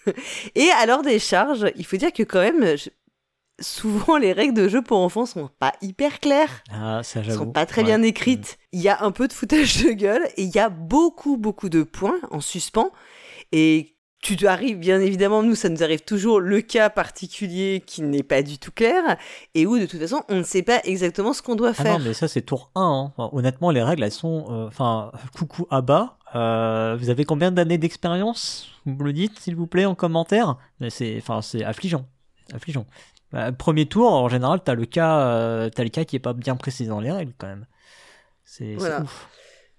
Et à leur décharge, il faut dire que quand même je... souvent les règles de jeu pour enfants sont pas hyper claires. Ah, ça j'avoue. Sont pas très ouais. bien écrites. Il y a un peu de foutage de gueule et il y a beaucoup beaucoup de points en suspens et tu arrives, bien évidemment, nous, ça nous arrive toujours le cas particulier qui n'est pas du tout clair et où, de toute façon, on ne sait pas exactement ce qu'on doit faire. Ah non, mais ça, c'est tour un. Hein. Enfin, honnêtement, les règles, elles sont... Enfin, euh, coucou Abba, euh, vous avez combien d'années d'expérience ? Vous me le dites, s'il vous plaît, en commentaire ? Mais c'est, enfin, c'est affligeant. affligeant. Bah, premier tour, en général, t'as le cas, euh, t'as le cas qui est pas bien précisé dans les règles, quand même. C'est, voilà. c'est ouf.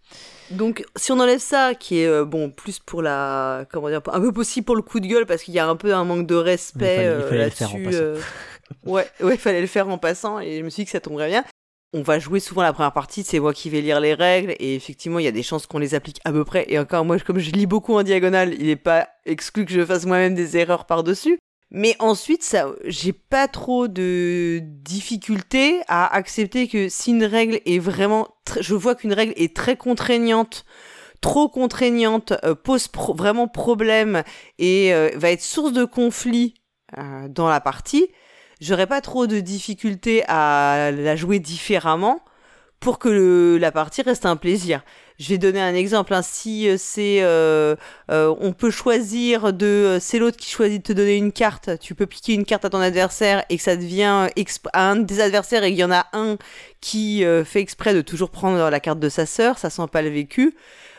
Donc, si on enlève ça, qui est, euh, bon, plus pour la, comment dire, un peu possible pour le coup de gueule, parce qu'il y a un peu un manque de respect il fallait, il fallait euh, le faire en là-dessus. Euh... ouais, ouais, il fallait le faire en passant, et je me suis dit que ça tomberait bien. On va jouer souvent la première partie, c'est moi qui vais lire les règles, et effectivement, il y a des chances qu'on les applique à peu près, et encore, moi, comme je lis beaucoup en diagonale, il n'est pas exclu que je fasse moi-même des erreurs par-dessus. Mais ensuite, ça, j'ai pas trop de difficulté à accepter que si une règle est vraiment... Tr- je vois qu'une règle est très contraignante, trop contraignante, euh, pose pro- vraiment problème et euh, va être source de conflit euh, dans la partie, j'aurais pas trop de difficulté à la jouer différemment pour que le, la partie reste un plaisir. Je vais donner un exemple. Hein. Si c'est, euh, euh, on peut choisir de, c'est l'autre qui choisit de te donner une carte. Tu peux piquer une carte à ton adversaire et que ça devient exp- à un des adversaires et qu'il y en a un qui euh, fait exprès de toujours prendre la carte de sa sœur. Ça sent pas le vécu.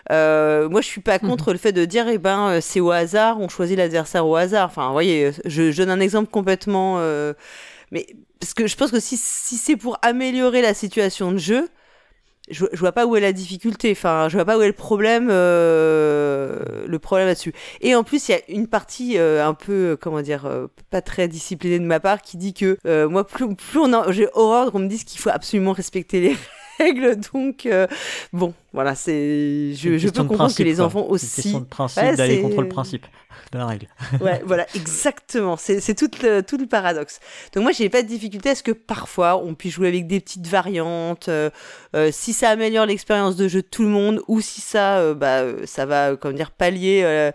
Euh, moi, je suis pas contre mmh. le fait de dire, eh ben, c'est au hasard. On choisit l'adversaire au hasard. Enfin, vous voyez, je, je donne un exemple complètement. Euh, mais parce que je pense que si si c'est pour améliorer la situation de jeu. Je, je vois pas où est la difficulté, enfin, je vois pas où est le problème, euh, le problème là-dessus. Et en plus, il y a une partie euh, un peu, comment dire, euh, pas très disciplinée de ma part, qui dit que euh, moi, plus, plus on a, j'ai horreur qu'on me dise qu'il faut absolument respecter les règles. Donc, euh, bon, voilà, c'est, je, je peux comprendre principe, que les enfants quoi. aussi. C'est une question de principe ouais, d'aller c'est... contre le principe de la règle. Ouais, voilà, exactement. C'est, c'est tout le, tout le paradoxe. Donc moi, j'ai pas de difficulté à ce que parfois on puisse jouer avec des petites variantes, euh, euh, si ça améliore l'expérience de jeu de tout le monde, ou si ça, euh, bah, ça va, comment dire, pallier euh,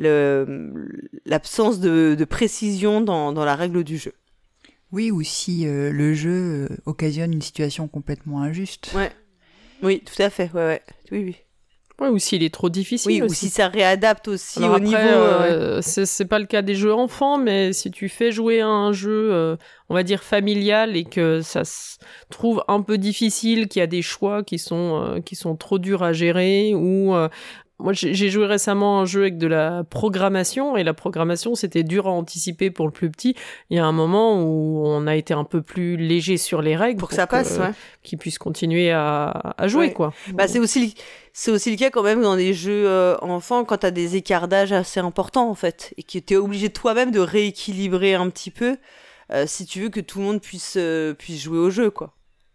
le, l'absence de, de précision dans, dans la règle du jeu. Oui, ou si euh, le jeu euh, occasionne une situation complètement injuste. Ouais. Oui, tout à fait. Ouais, ouais. Oui, oui. Ouais, ou s'il est trop difficile. Oui, aussi. ou si ça réadapte aussi Alors au après, niveau. Euh, ouais. c'est, c'est pas le cas des jeux enfants, mais si tu fais jouer à un jeu, euh, on va dire familial, et que ça se trouve un peu difficile, qu'il y a des choix qui sont euh, qui sont trop durs à gérer, ou euh, moi, j'ai joué récemment un jeu avec de la programmation, et la programmation, c'était dur à anticiper pour le plus petit. Il y a un moment où on a été un peu plus léger sur les règles pour, pour que ça passe, que, ouais. Qu'il puisse continuer à, à jouer, ouais. quoi. Bah, c'est aussi, c'est aussi le cas quand même dans des jeux euh, enfants, quand t'as des écarts d'âge assez importants, en fait, et que t'es obligé toi-même de rééquilibrer un petit peu, euh, si tu veux que tout le monde puisse, euh, puisse jouer au jeu, quoi.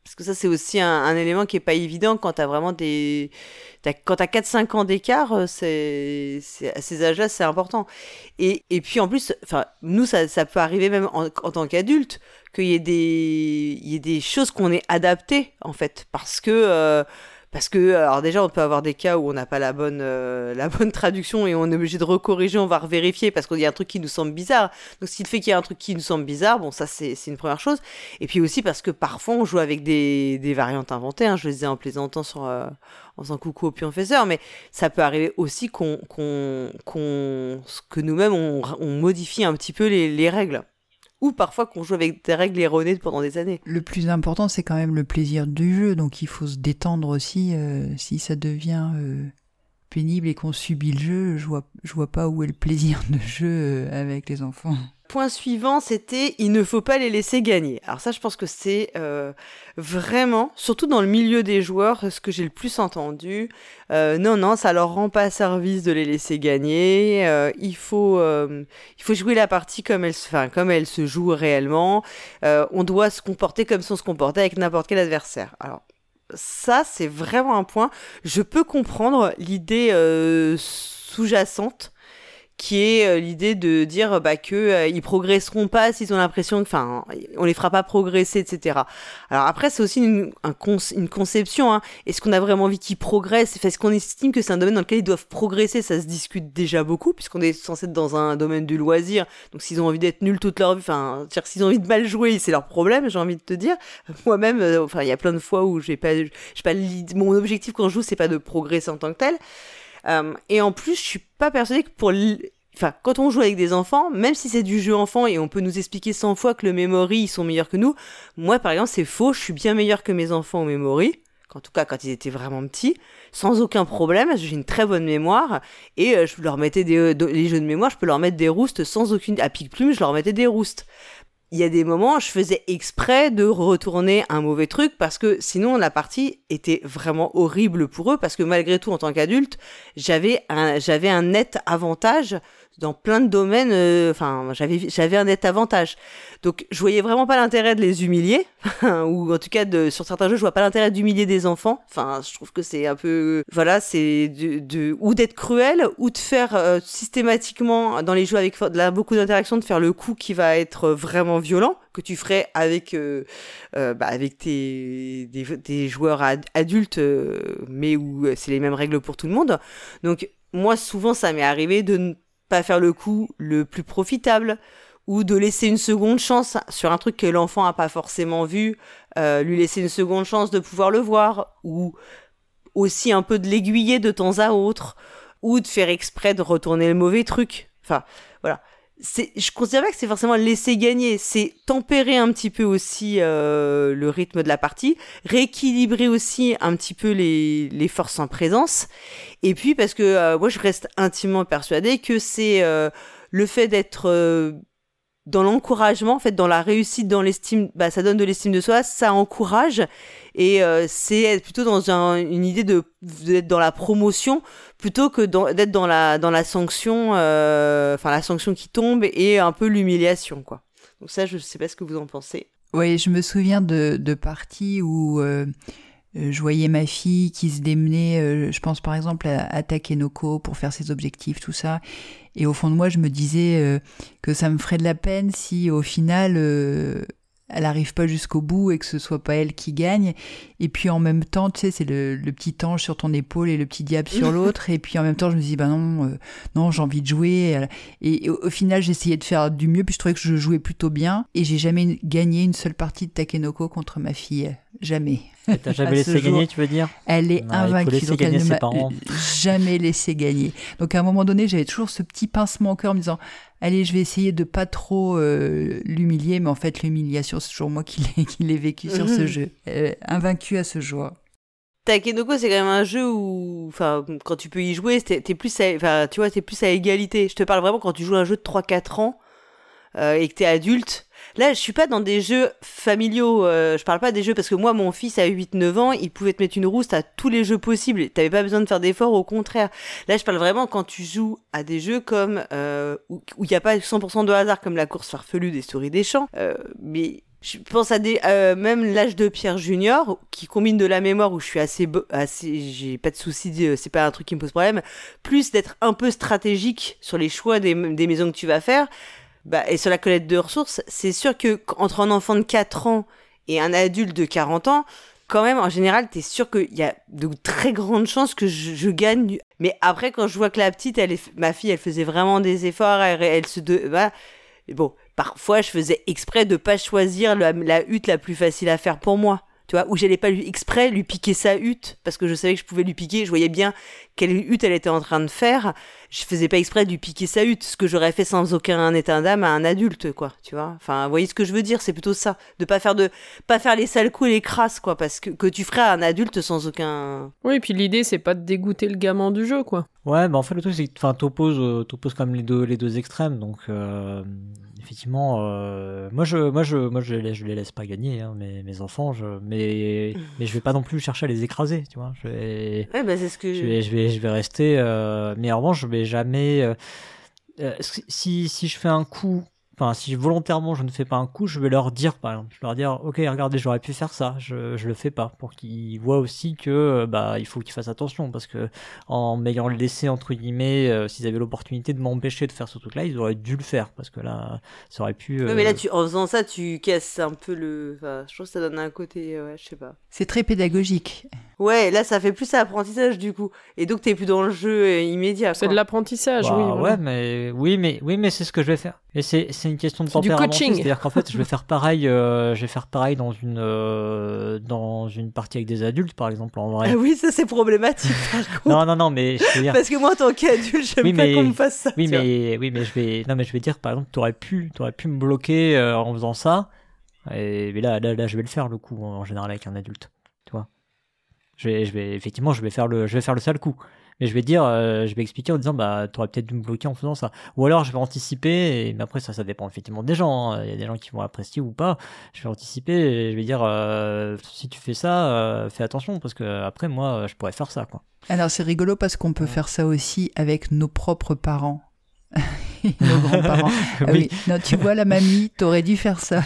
Parce que ça, c'est aussi un, un élément qui est pas évident quand t'as vraiment des... T'as, quand t'as quatre cinq ans d'écart, c'est, c'est, à ces âges-là, c'est important. Et, et puis, en plus, enfin, nous, ça, ça peut arriver même en, en tant qu'adulte, qu'il y ait des, il y ait des choses qu'on ait adaptées, en fait. Parce que... Euh, Parce que, alors déjà, on peut avoir des cas où on n'a pas la bonne, euh, la bonne traduction et on est obligé de recorriger, on va revérifier parce qu'il y a un truc qui nous semble bizarre. Donc, s'il fait qu'il y a un truc qui nous semble bizarre, bon, ça, c'est, c'est une première chose. Et puis aussi parce que parfois, on joue avec des, des variantes inventées. Hein, je le disais en plaisantant sur, euh, en faisant coucou au pionfesseur, mais ça peut arriver aussi qu'on, qu'on, qu'on, que nous-mêmes, on, on modifie un petit peu les, les règles. Ou parfois qu'on joue avec des règles erronées pendant des années. Le plus important, c'est quand même le plaisir du jeu, donc il faut se détendre aussi. Euh, si ça devient euh, pénible et qu'on subit le jeu, je vois, je vois pas où est le plaisir de jeu euh, avec les enfants. Point suivant, c'était « il ne faut pas les laisser gagner ». Alors ça, je pense que c'est euh, vraiment, surtout dans le milieu des joueurs, ce que j'ai le plus entendu. Euh, non, non, ça leur rend pas service de les laisser gagner. Euh, il faut, euh, il faut jouer la partie comme elle, enfin, comme elle se joue réellement. Euh, on doit se comporter comme si on se comportait avec n'importe quel adversaire. Alors, ça, c'est vraiment un point. Je peux comprendre l'idée euh, sous-jacente, qui est euh, l'idée de dire bah, qu'ils euh, ils progresseront pas s'ils ont l'impression que, enfin, on les fera pas progresser, et cetera. Alors après, c'est aussi une, un con, une conception. Hein. Est-ce qu'on a vraiment envie qu'ils progressent ? Est-ce qu'on estime que c'est un domaine dans lequel ils doivent progresser ? Ça se discute déjà beaucoup, puisqu'on est censé être dans un domaine du loisir. Donc s'ils ont envie d'être nuls toute leur vie, enfin, dire s'ils ont envie de mal jouer, c'est leur problème, j'ai envie de te dire. Moi-même, euh, enfin, il y a plein de fois où j'ai pas, j'ai pas mon objectif quand je joue, c'est pas de progresser en tant que tel. Euh, et en plus, je suis pas persuadée que pour... L... Enfin, quand on joue avec des enfants, même si c'est du jeu enfant et on peut nous expliquer cent fois que le memory, ils sont meilleurs que nous, moi, par exemple, c'est faux, je suis bien meilleure que mes enfants au memory, en tout cas quand ils étaient vraiment petits, sans aucun problème, j'ai une très bonne mémoire, et euh, je leur mettais des... Euh, les jeux de mémoire, je peux leur mettre des roustes sans aucune... À pique-plume, je leur mettais des roustes. Il y a des moments, je faisais exprès de retourner un mauvais truc parce que sinon la partie était vraiment horrible pour eux parce que malgré tout en tant qu'adulte, j'avais un j'avais un net avantage dans plein de domaines, enfin euh, j'avais j'avais un net avantage. Donc je voyais vraiment pas l'intérêt de les humilier ou en tout cas de sur certains jeux, je vois pas l'intérêt d'humilier des enfants. Enfin, je trouve que c'est un peu voilà, c'est de, de ou d'être cruel ou de faire euh, systématiquement dans les jeux avec là, beaucoup d'interactions de faire le coup qui va être vraiment violent que tu ferais avec euh, euh, bah, avec tes des, des joueurs ad, adultes euh, mais où c'est les mêmes règles pour tout le monde. Donc moi souvent ça m'est arrivé de ne pas faire le coup le plus profitable ou de laisser une seconde chance sur un truc que l'enfant a pas forcément vu, euh, lui laisser une seconde chance de pouvoir le voir, ou aussi un peu de l'aiguiller de temps à autre, ou de faire exprès de retourner le mauvais truc. Enfin, voilà. C'est, je considère pas que c'est forcément laisser gagner, c'est tempérer un petit peu aussi euh, le rythme de la partie, rééquilibrer aussi un petit peu les, les forces en présence, et puis parce que euh, moi je reste intimement persuadée que c'est euh, le fait d'être euh, dans l'encouragement, en fait, dans la réussite, dans l'estime, bah, ça donne de l'estime de soi, ça encourage, et euh, c'est être plutôt dans un, une idée de d'être dans la promotion plutôt que dans, d'être dans la dans la sanction, euh, enfin la sanction qui tombe et un peu l'humiliation, quoi. Donc ça, je sais pas ce que vous en pensez. Oui, je me souviens de de parties où euh, je voyais ma fille qui se démenait, euh, je pense par exemple à, à Takenoko pour faire ses objectifs, tout ça. Et au fond de moi, je me disais euh, que ça me ferait de la peine si au final, euh, elle n'arrive pas jusqu'au bout et que ce soit pas elle qui gagne. Et puis en même temps, tu sais, c'est le, le petit ange sur ton épaule et le petit diable sur l'autre. Et puis en même temps, je me dis, bah non, euh, non, j'ai envie de jouer. Et, et au, au final, j'essayais de faire du mieux, puis je trouvais que je jouais plutôt bien. Et j'ai jamais gagné une seule partie de Takenoko contre ma fille. Jamais. Et t'as jamais laissé gagner, tu veux dire ? Elle est ouais, invaincue, donc elle ne m'a parents. jamais laissé gagner. Donc à un moment donné, j'avais toujours ce petit pincement au cœur en me disant, allez, je vais essayer de pas trop euh, l'humilier, mais en fait, l'humiliation, c'est toujours moi qui l'ai, qui l'ai vécu sur ce jeu. Euh, invaincue à ce jour. Takenoko, c'est quand même un jeu où, enfin, quand tu peux y jouer, t'es, t'es plus, à, enfin, tu vois, t'es plus à égalité. Je te parle vraiment quand tu joues à un jeu de trois quatre ans euh, et que t'es adulte. Là, je suis pas dans des jeux familiaux, euh, je parle pas des jeux parce que moi, mon fils a huit neuf ans, il pouvait te mettre une rouste à tous les jeux possibles, t'avais pas besoin de faire d'efforts, au contraire. Là, je parle vraiment quand tu joues à des jeux comme, euh, où il y a pas cent pour cent de hasard, comme la course farfelue des souris des champs, euh, mais Je pense à des, euh, même l'âge de Pierre Junior, qui combine de la mémoire où je suis assez, bo- assez j'ai pas de soucis, de- c'est pas un truc qui me pose problème, plus d'être un peu stratégique sur les choix des, des maisons que tu vas faire, bah, et sur la collecte de ressources. C'est sûr que entre un enfant de quatre ans et un adulte de quarante ans, quand même, en général, t'es sûr qu'il y a de très grandes chances que je, je gagne. Mais après, quand je vois que la petite, elle est, ma fille, elle faisait vraiment des efforts, elle, elle se, de, bah, bon, parfois, je faisais exprès de pas choisir la, la hutte la plus facile à faire pour moi. Tu vois, où j'allais pas lui, exprès lui piquer sa hutte, parce que je savais que je pouvais lui piquer, je voyais bien quelle hutte elle était en train de faire. Je faisais pas exprès de lui piquer sa hutte, ce que j'aurais fait sans aucun état d'âme à un adulte, quoi, tu vois. Enfin, vous voyez ce que je veux dire, c'est plutôt ça. De pas faire de, pas faire les sales coups et les crasses, quoi, parce que, que tu ferais à un adulte sans aucun... Oui, et puis l'idée, c'est pas de dégoûter le gamin du jeu, quoi. Ouais, bah en fait, le truc, c'est que enfin, t'opposes, euh, t'opposes quand même les deux, les deux extrêmes. Donc, euh, effectivement, euh, moi, je, moi, je, moi je, les, je les laisse pas gagner, hein, mes, mes enfants. Je, mais, mais je vais pas non plus chercher à les écraser, tu vois. Je vais, Ouais, bah, c'est ce que je vais, je vais, je vais rester. Euh, mais en revanche, je vais jamais. Euh, euh, si, si je fais un coup. Enfin, si volontairement je ne fais pas un coup, je vais leur dire, par exemple, je vais leur dire, ok, regardez, j'aurais pu faire ça, je, je le fais pas, pour qu'ils voient aussi que, bah, il faut qu'ils fassent attention, parce que en m'ayant laissé, entre guillemets, euh, s'ils avaient l'opportunité de m'empêcher de faire ce truc-là, ils auraient dû le faire, parce que là, ça aurait pu... Euh... Ouais, mais là, tu, en faisant ça, tu casses un peu le... Enfin, je trouve que ça donne un côté, ouais, je sais pas. C'est très pédagogique. Ouais, là, ça fait plus apprentissage, du coup. Et donc, t'es plus dans le jeu euh, immédiat, C'est quoi. de l'apprentissage, bah, oui. Voilà. Ouais, mais oui, mais oui, mais c'est ce que je vais faire. Et c'est c'est une question de C'est du tempérament. coaching. C'est-à-dire qu'en fait, je vais faire pareil. Euh, je vais faire pareil dans une euh, dans une partie avec des adultes, par exemple, en vrai. Ah oui, ça, c'est problématique, par contre. Non, non, non, mais je veux dire. Parce que moi, en tant qu'adulte, j'aime Oui, pas mais- qu'on me fasse ça. Oui, tu vois. mais oui, mais je vais non, mais je vais dire, par exemple, t'aurais pu t'aurais pu me bloquer euh, en faisant ça. Et mais là, là, là, je vais le faire le coup en général avec un adulte. Tu vois. Je vais, je vais effectivement, je vais faire le, je vais faire le sale coup. Mais je vais dire, euh, je vais expliquer en disant, bah, t'aurais peut-être dû me bloquer en faisant ça. Ou alors, je vais anticiper, et, mais après, ça, ça dépend effectivement des gens, hein. Il y a des gens qui vont apprécier ou pas. Je vais anticiper, et je vais dire, euh, si tu fais ça, euh, fais attention, parce que après, moi, je pourrais faire ça, quoi. Alors c'est rigolo parce qu'on peut Ouais. faire ça aussi avec nos propres parents. Nos grands-parents. Ah oui. Non, tu vois la mamie, t'aurais dû faire ça.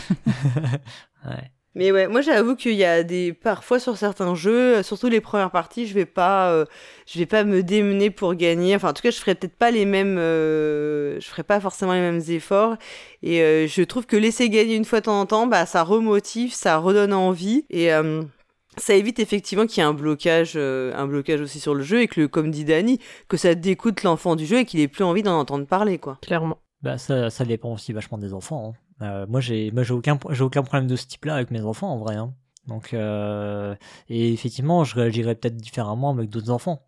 Ouais. Mais ouais, moi j'avoue qu'il y a des parfois sur certains jeux, euh, surtout les premières parties, je vais pas, euh, je vais pas me démener pour gagner. Enfin, en tout cas, je ferai peut-être pas les mêmes, euh, je ferai pas forcément les mêmes efforts. Et euh, je trouve que laisser gagner une fois de temps en temps, bah ça remotive, ça redonne envie et euh, ça évite effectivement qu'il y ait un blocage, euh, un blocage aussi sur le jeu et que, le, comme dit Dany, que ça dégoûte l'enfant du jeu et qu'il ait plus envie d'en entendre parler, quoi. Clairement. Bah, ça, ça dépend aussi vachement des enfants, hein. Euh, moi, j'ai, moi, j'ai aucun, j'ai aucun problème de ce type-là avec mes enfants, en vrai, hein. Donc, euh, et effectivement, je réagirais peut-être différemment avec d'autres enfants.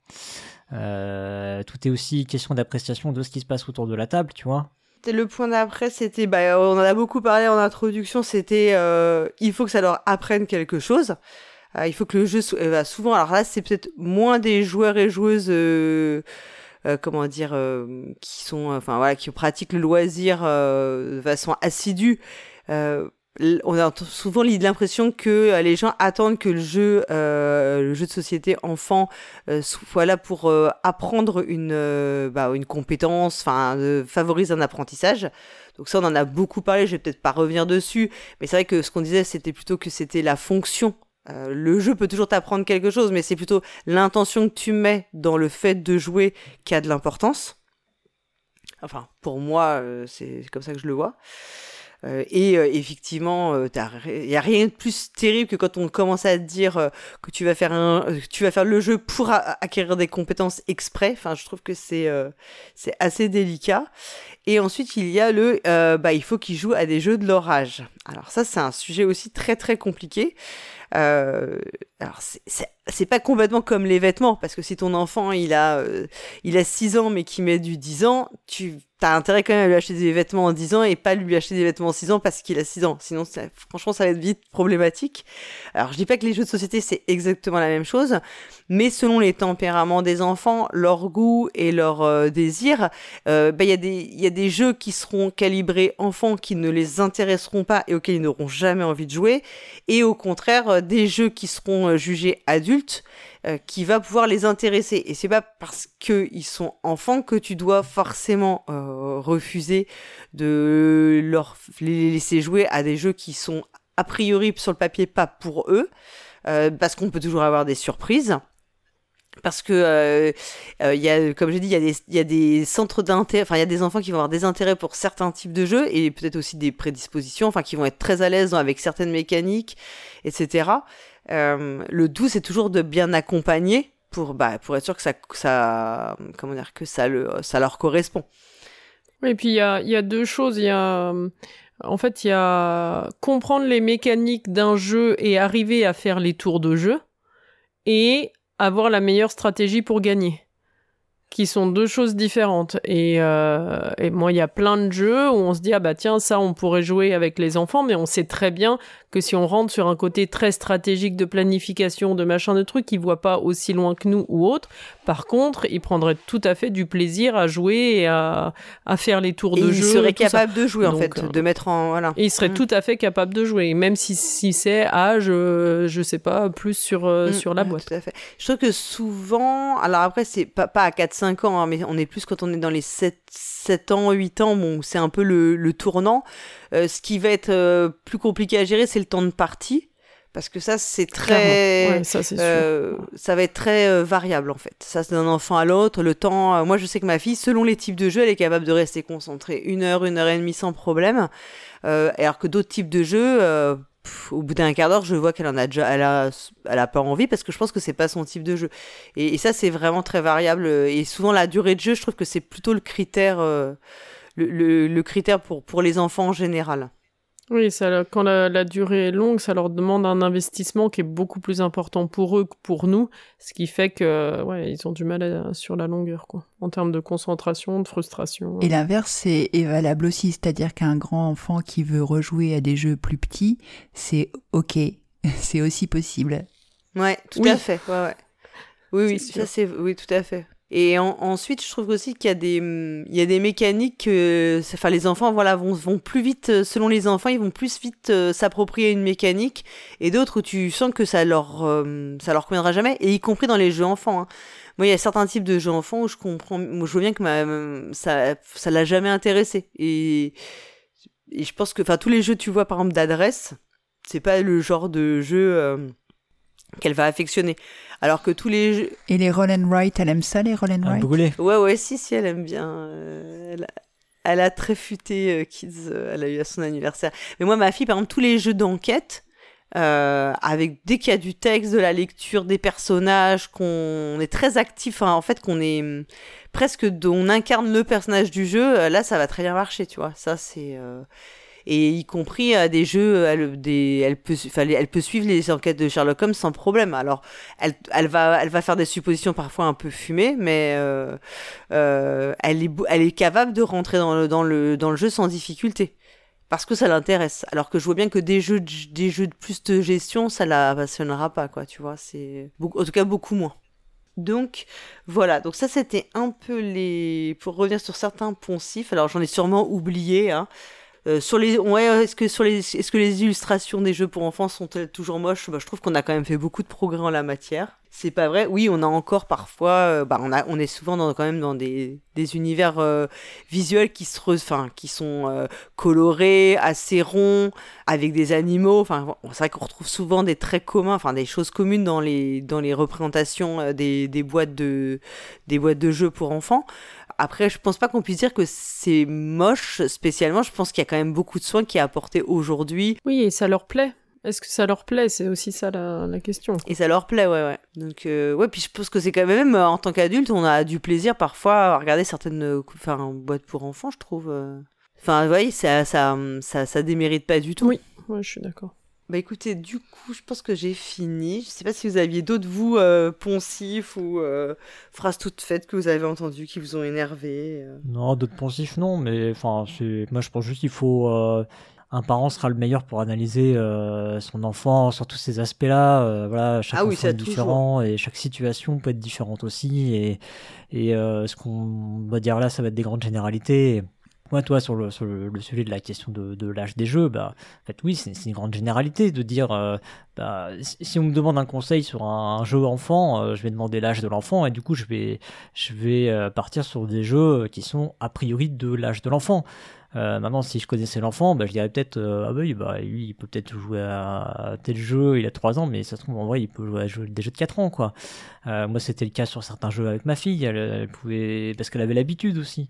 Euh, tout est aussi question d'appréciation de ce qui se passe autour de la table, tu vois. Le point d'après, c'était, bah, on en a beaucoup parlé en introduction, c'était, euh, il faut que ça leur apprenne quelque chose. Euh, il faut que le jeu soit, euh, bah, souvent, alors là, c'est peut-être moins des joueurs et joueuses, euh, euh, comment dire, euh, qui sont, enfin voilà, qui pratiquent le loisir euh, de façon assidue. Euh, l- on a souvent l'impression que euh, les gens attendent que le jeu, euh, le jeu de société enfant, euh, soit là pour euh, apprendre une, euh, bah, une compétence, enfin, euh, favorise un apprentissage. Donc ça, on en a beaucoup parlé. Je vais peut-être pas revenir dessus, mais c'est vrai que ce qu'on disait, c'était plutôt que c'était la fonction. Euh, le jeu peut toujours t'apprendre quelque chose, mais c'est plutôt l'intention que tu mets dans le fait de jouer qui a de l'importance. Enfin, pour moi, euh, c'est comme ça que je le vois. Euh, et euh, effectivement, il euh, n'y a rien de plus terrible que quand on commence à te dire euh, que tu vas faire un, euh, tu vas faire le jeu pour a- acquérir des compétences exprès. Enfin, je trouve que c'est euh, c'est assez délicat. Et ensuite, il y a le, euh, bah, il faut qu'il joue à des jeux de leur âge. Alors ça, c'est un sujet aussi très très compliqué. Euh, alors c'est, c'est, c'est pas complètement comme les vêtements, parce que si ton enfant il a euh, il a six ans mais qu'il met du dix ans, tu t'as intérêt quand même à lui acheter des vêtements en dix ans et pas lui acheter des vêtements en six ans parce qu'il a six ans. Sinon, ça, franchement, ça va être vite problématique. Alors, je dis pas que les jeux de société, c'est exactement la même chose, mais selon les tempéraments des enfants, leur goût et leur euh, désir, euh, bah, il y a des, il y a des jeux qui seront calibrés enfants qui ne les intéresseront pas et auxquels ils n'auront jamais envie de jouer, et au contraire, euh, des jeux qui seront euh, jugés adultes, euh, qui va pouvoir les intéresser. Et c'est pas parce qu'ils sont enfants que tu dois forcément euh, refuser de leur les laisser jouer à des jeux qui sont a priori sur le papier pas pour eux, euh, parce qu'on peut toujours avoir des surprises. Parce que euh, euh, y a, comme j'ai dit, il y a des il y a des centres d'intérêt, enfin il y a des enfants qui vont avoir des intérêts pour certains types de jeux et peut-être aussi des prédispositions, enfin qui vont être très à l'aise avec certaines mécaniques, et cetera. Euh, le tout, c'est toujours de bien accompagner pour bah pour être sûr que ça ça comment dire que ça le ça leur correspond. Oui, et puis il y a il y a deux choses, il y a en fait il y a comprendre les mécaniques d'un jeu et arriver à faire les tours de jeu et avoir la meilleure stratégie pour gagner, qui sont deux choses différentes. Et, euh, et moi, il y a plein de jeux où on se dit, ah bah tiens, ça, on pourrait jouer avec les enfants, mais on sait très bien que si on rentre sur un côté très stratégique de planification, de machin, de trucs, ils voient pas aussi loin que nous ou autres. Par contre, ils prendraient tout à fait du plaisir à jouer et à, à faire les tours et de jeu. Ils seraient capables de jouer, Donc, en fait, euh, de mettre en... Voilà. Et ils seraient mmh. tout à fait capables de jouer, même si, si c'est à, je, je sais pas, plus sur, euh, mmh. sur la boîte. Tout à fait. Je trouve que souvent... Alors après, c'est pas, pas à quatre cinq ans, hein, mais on est plus quand on est dans les sept, sept ans, huit ans, bon, c'est un peu le, le tournant. Euh, ce qui va être euh, plus compliqué à gérer, c'est le temps de partie. Parce que ça, c'est très... Ouais, ça, c'est euh, sûr. Ça va être très euh, variable, en fait. Ça, c'est d'un enfant à l'autre. Le temps... Euh, moi, je sais que ma fille, selon les types de jeux, elle est capable de rester concentrée une heure, une heure et demie sans problème. Euh, alors que d'autres types de jeux... Euh, Pff, au bout d'un quart d'heure, je vois qu'elle en a déjà, elle a, elle a pas envie parce que je pense que c'est pas son type de jeu. Et, et ça, c'est vraiment très variable. Et souvent, la durée de jeu, je trouve que c'est plutôt le critère, euh, le, le, le critère pour pour les enfants en général. Oui, ça, quand la, la durée est longue, ça leur demande un investissement qui est beaucoup plus important pour eux que pour nous, ce qui fait que, ouais, ils ont du mal à, sur la longueur, quoi, en termes de concentration, de frustration. Et l'inverse c'est, est valable aussi, c'est-à-dire qu'un grand enfant qui veut rejouer à des jeux plus petits, c'est ok, c'est aussi possible. Ouais, tout oui. à fait. Ouais, ouais. Oui, oui, ça c'est, oui, tout à fait. Et en, ensuite, je trouve aussi qu'il y a des, il y a des mécaniques, euh, enfin les enfants, voilà, vont, vont plus vite, selon les enfants, ils vont plus vite euh, s'approprier une mécanique, et d'autres où tu sens que ça leur, euh, ça leur conviendra jamais, et y compris dans les jeux enfants. Hein. Moi, il y a certains types de jeux enfants où je comprends, moi, je vois bien que ma, ça, ça l'a jamais intéressé, et, et je pense que, enfin, tous les jeux, tu vois, par exemple, d'adresse, c'est pas le genre de jeu euh, qu'elle va affectionner. Alors que tous les jeux... Et les roll and write, elle aime ça, les roll and Un write brûlé. Ouais, ouais, si, si, elle aime bien. Euh, elle, a, elle a très futé euh, Kids, euh, elle a eu à son anniversaire. Mais moi, ma fille, par exemple, tous les jeux d'enquête, euh, avec dès qu'il y a du texte, de la lecture, des personnages, qu'on est très actif, hein, en fait, qu'on est hum, presque, on incarne le personnage du jeu, euh, là, ça va très bien marcher, tu vois. Ça, c'est... Euh... Et y compris à des jeux, elle, des, elle, peut, elle peut suivre les enquêtes de Sherlock Holmes sans problème. Alors, elle, elle, va, elle va faire des suppositions parfois un peu fumées, mais euh, euh, elle, est, elle est capable de rentrer dans le, dans, le, dans le jeu sans difficulté. Parce que ça l'intéresse. Alors que je vois bien que des jeux de, des jeux de plus de gestion, ça la passionnera pas, quoi, tu vois. C'est, en tout cas, beaucoup moins. Donc voilà, donc ça c'était un peu les... Pour revenir sur certains poncifs, alors j'en ai sûrement oublié, hein. Euh, sur les, ouais, est-ce que sur les, est-ce que les illustrations des jeux pour enfants sont-elles toujours moches ? Bah, je trouve qu'on a quand même fait beaucoup de progrès en la matière. C'est pas vrai. Oui, on a encore parfois, euh, bah, on a, on est souvent dans, quand même dans des, des univers euh, visuels qui se, enfin, qui sont euh, colorés, assez ronds, avec des animaux. Enfin, bon, c'est vrai qu'on retrouve souvent des traits communs, enfin, des choses communes dans les, dans les représentations euh, des, des boîtes de, des boîtes de jeux pour enfants. Après, je pense pas qu'on puisse dire que c'est moche spécialement. Je pense qu'il y a quand même beaucoup de soin qui est apporté aujourd'hui. Oui, et ça leur plaît. Est-ce que ça leur plaît ? C'est aussi ça la, la question. Et ça leur plaît, ouais, ouais. Donc, euh, ouais, puis je pense que c'est quand même, en tant qu'adulte, on a du plaisir parfois à regarder certaines enfin, boîtes pour enfants, je trouve. Enfin, vous voyez, ça, ça, ça, ça démérite pas du tout. Oui, ouais, je suis d'accord. Bah écoutez, du coup, je pense que j'ai fini. Je sais pas si vous aviez d'autres, vous, euh, poncifs ou euh, phrases toutes faites que vous avez entendues qui vous ont énervé. Euh. Non, d'autres poncifs, non, mais enfin, c'est... moi je pense juste qu'il faut... Euh... Un parent sera le meilleur pour analyser euh, son enfant sur tous ces aspects-là. Euh, voilà, chaque ah enfant oui, est différent et chaque situation peut être différente aussi. Et, et euh, ce qu'on va dire là, ça va être des grandes généralités. Et moi, toi, sur le, sur le, le sujet de la question de, de l'âge des jeux, bah, en fait, oui, c'est, c'est une grande généralité de dire, euh, bah, si, si on me demande un conseil sur un, un jeu enfant, euh, je vais demander l'âge de l'enfant et du coup, je vais, je vais euh, partir sur des jeux qui sont a priori de l'âge de l'enfant. Euh, maintenant, si je connaissais l'enfant, bah, je dirais peut-être, euh, ah bah, oui, bah, lui, il peut peut-être jouer à tel jeu, il a trois ans, mais ça se trouve, en vrai, il peut jouer à jeu- des jeux de quatre ans, quoi. Euh, moi, c'était le cas sur certains jeux avec ma fille, elle, elle pouvait, parce qu'elle avait l'habitude aussi.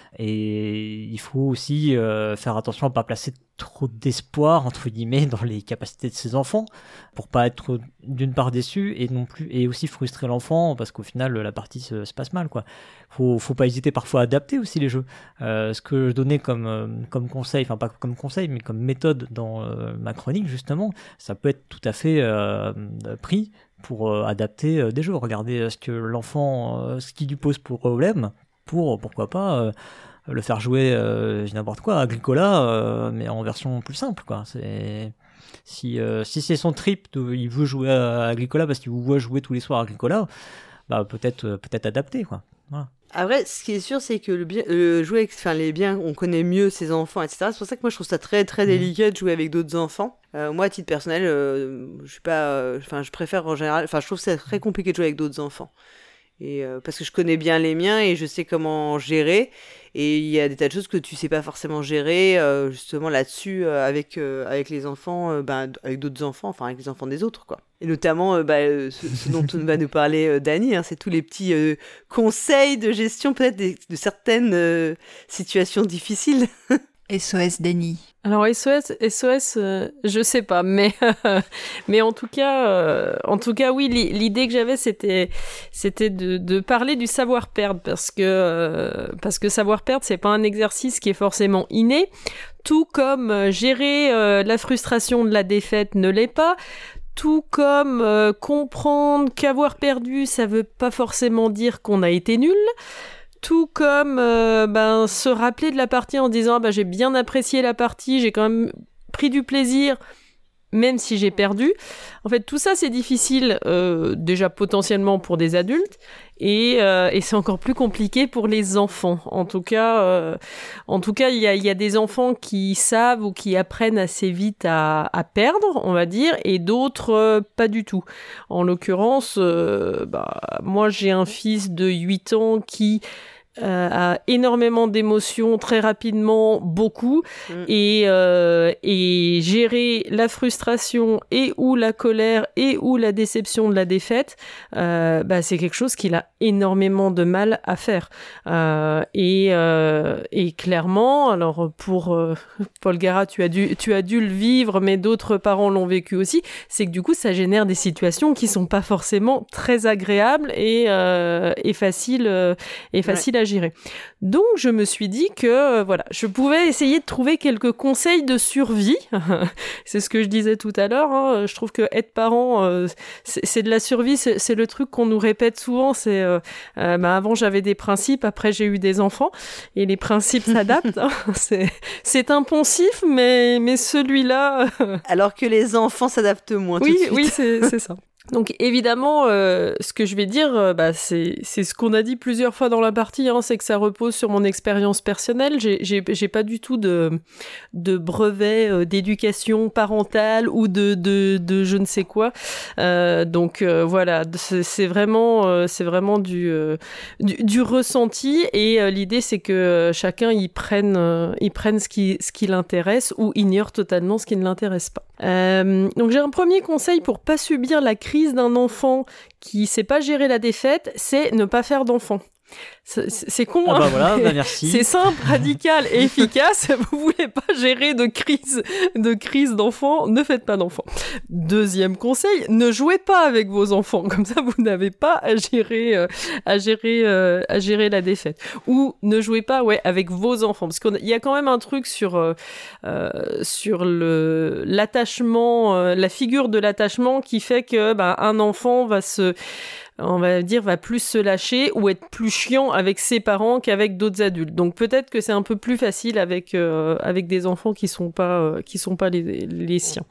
Et il faut aussi euh, faire attention à pas placer trop d'espoir entre guillemets dans les capacités de ses enfants pour pas être d'une part déçu et non plus et aussi frustrer l'enfant parce qu'au final la partie se, se passe mal quoi. Faut faut pas hésiter parfois à adapter aussi les jeux. Euh, ce que je donnais comme euh, comme conseil, enfin pas comme conseil mais comme méthode dans euh, ma chronique justement, ça peut être tout à fait euh, pris pour euh, adapter euh, des jeux. Regardez ce que l'enfant, euh, ce qui lui pose pour problème. Pour, pourquoi pas, euh, le faire jouer euh, n'importe quoi, Agricola, euh, mais en version plus simple, quoi. C'est... Si, euh, si c'est son trip, de, il veut jouer à Agricola parce qu'il vous voit jouer tous les soirs à Agricola, bah, peut-être, euh, peut-être adapter, quoi. Voilà. Après, ce qui est sûr, c'est que le, bien, le jouer avec enfin, les biens, on connaît mieux ses enfants, et cetera. C'est pour ça que moi, je trouve ça très, très délicat de jouer avec d'autres enfants. Euh, moi, à titre personnel, euh, je suis pas, enfin, euh, je préfère en général, enfin, je trouve que c'est très compliqué de jouer avec d'autres enfants. Et euh, parce que je connais bien les miens et je sais comment gérer. Et il y a des tas de choses que tu sais pas forcément gérer, euh, justement là-dessus, euh, avec, euh, avec les enfants, euh, ben, avec d'autres enfants, enfin avec les enfants des autres, quoi. Et notamment, euh, bah, euh, ce, ce dont on va nous parler, euh, Dany, hein, c'est tous les petits euh, conseils de gestion, peut-être, des, de certaines euh, situations difficiles. S O S Dany. Alors S O S, S O S, euh, je sais pas, mais mais en tout cas, euh, en tout cas, oui, l'idée que j'avais, c'était c'était de, de parler du savoir perdre, parce que euh, parce que savoir perdre, c'est pas un exercice qui est forcément inné, tout comme euh, gérer euh, la frustration de la défaite ne l'est pas. Tout comme euh, comprendre qu'avoir perdu, ça veut pas forcément dire qu'on a été nul. Tout comme euh, ben, se rappeler de la partie en disant ah, ben, j'ai bien apprécié la partie, j'ai quand même pris du plaisir, même si j'ai perdu. En fait, tout ça, c'est difficile euh, déjà potentiellement pour des adultes et, euh, et c'est encore plus compliqué pour les enfants. En tout cas, euh, en tout cas, il y a, y a des enfants qui savent ou qui apprennent assez vite à, à perdre, on va dire, et d'autres euh, pas du tout. En l'occurrence, euh, bah, moi, j'ai un fils de huit ans qui Euh, a énormément d'émotions très rapidement, beaucoup, mmh. et, euh, et gérer la frustration et ou la colère et ou la déception de la défaite, euh, bah, c'est quelque chose qu'il a énormément de mal à faire. Euh, et, euh, et clairement, alors pour euh, Paul Gara, tu as dû, tu as dû le vivre, mais d'autres parents l'ont vécu aussi, c'est que du coup, ça génère des situations qui sont pas forcément très agréables et, euh, et faciles, euh, et faciles ouais. à gérer. Donc je me suis dit que euh, voilà, je pouvais essayer de trouver quelques conseils de survie. C'est ce que je disais tout à l'heure, hein. Je trouve que être parent, euh, c'est, c'est de la survie, c'est, c'est le truc qu'on nous répète souvent, c'est euh, euh, bah, avant j'avais des principes, après j'ai eu des enfants et les principes s'adaptent, hein. c'est, c'est un poncif, mais, mais celui-là... Euh... Alors que les enfants s'adaptent moins oui, tout de suite. Oui, c'est, c'est ça. Donc évidemment, euh, ce que je vais dire, euh, bah, c'est, c'est ce qu'on a dit plusieurs fois dans la partie, hein, c'est que ça repose sur mon expérience personnelle. J'ai, j'ai, j'ai pas du tout de, de brevet euh, d'éducation parentale ou de, de, de je ne sais quoi. Euh, donc euh, voilà, c'est, c'est vraiment, euh, c'est vraiment du, euh, du, du ressenti. Et euh, l'idée, c'est que chacun y prenne, euh, y prenne ce qui, ce qui l'intéresse ou ignore totalement ce qui ne l'intéresse pas. Euh, donc j'ai un premier conseil pour pas subir la crise d'un enfant qui sait pas gérer la défaite, c'est ne pas faire d'enfant. C'est, c'est con, ah hein, bah voilà, bah merci. C'est simple, radical et efficace. Vous voulez pas gérer de crise, de crise d'enfants, ne faites pas d'enfants. Deuxième conseil, ne jouez pas avec vos enfants. Comme ça, vous n'avez pas à gérer, euh, à gérer, euh, à gérer la défaite. Ou ne jouez pas, ouais, avec vos enfants, parce qu'il y a quand même un truc sur, euh, euh, sur le l'attachement, euh, la figure de l'attachement qui fait que, bah, un enfant va se on va dire, va plus se lâcher ou être plus chiant avec ses parents qu'avec d'autres adultes. Donc peut-être que c'est un peu plus facile avec euh, avec des enfants qui sont pas euh, qui sont pas les, les siens.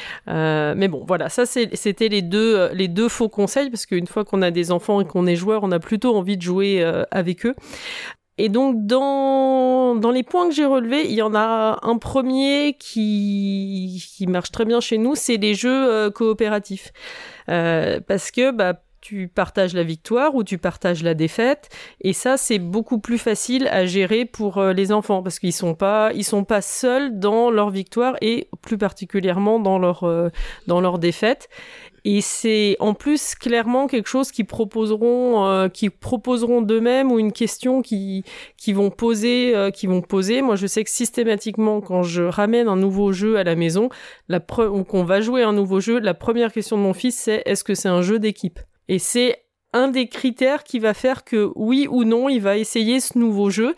Euh, mais bon, voilà, ça c'est, c'était les deux les deux faux conseils, parce qu'une fois qu'on a des enfants et qu'on est joueur, on a plutôt envie de jouer euh, avec eux. Et donc, dans, dans les points que j'ai relevés, il y en a un premier qui, qui marche très bien chez nous, c'est les jeux euh, coopératifs. Euh, parce que, bah, tu partages la victoire ou tu partages la défaite. Et ça, c'est beaucoup plus facile à gérer pour euh, les enfants parce qu'ils sont pas, ils sont pas seuls dans leur victoire et plus particulièrement dans leur, euh, dans leur défaite. Et c'est en plus clairement quelque chose qu'ils proposeront, euh, qu'ils proposeront d'eux-mêmes ou une question qui qui vont poser, euh, qui vont poser. Moi, je sais que systématiquement, quand je ramène un nouveau jeu à la maison, la pre- ou qu'on va jouer un nouveau jeu, la première question de mon fils, c'est est-ce que c'est un jeu d'équipe ? Et c'est un des critères qui va faire que oui ou non, il va essayer ce nouveau jeu.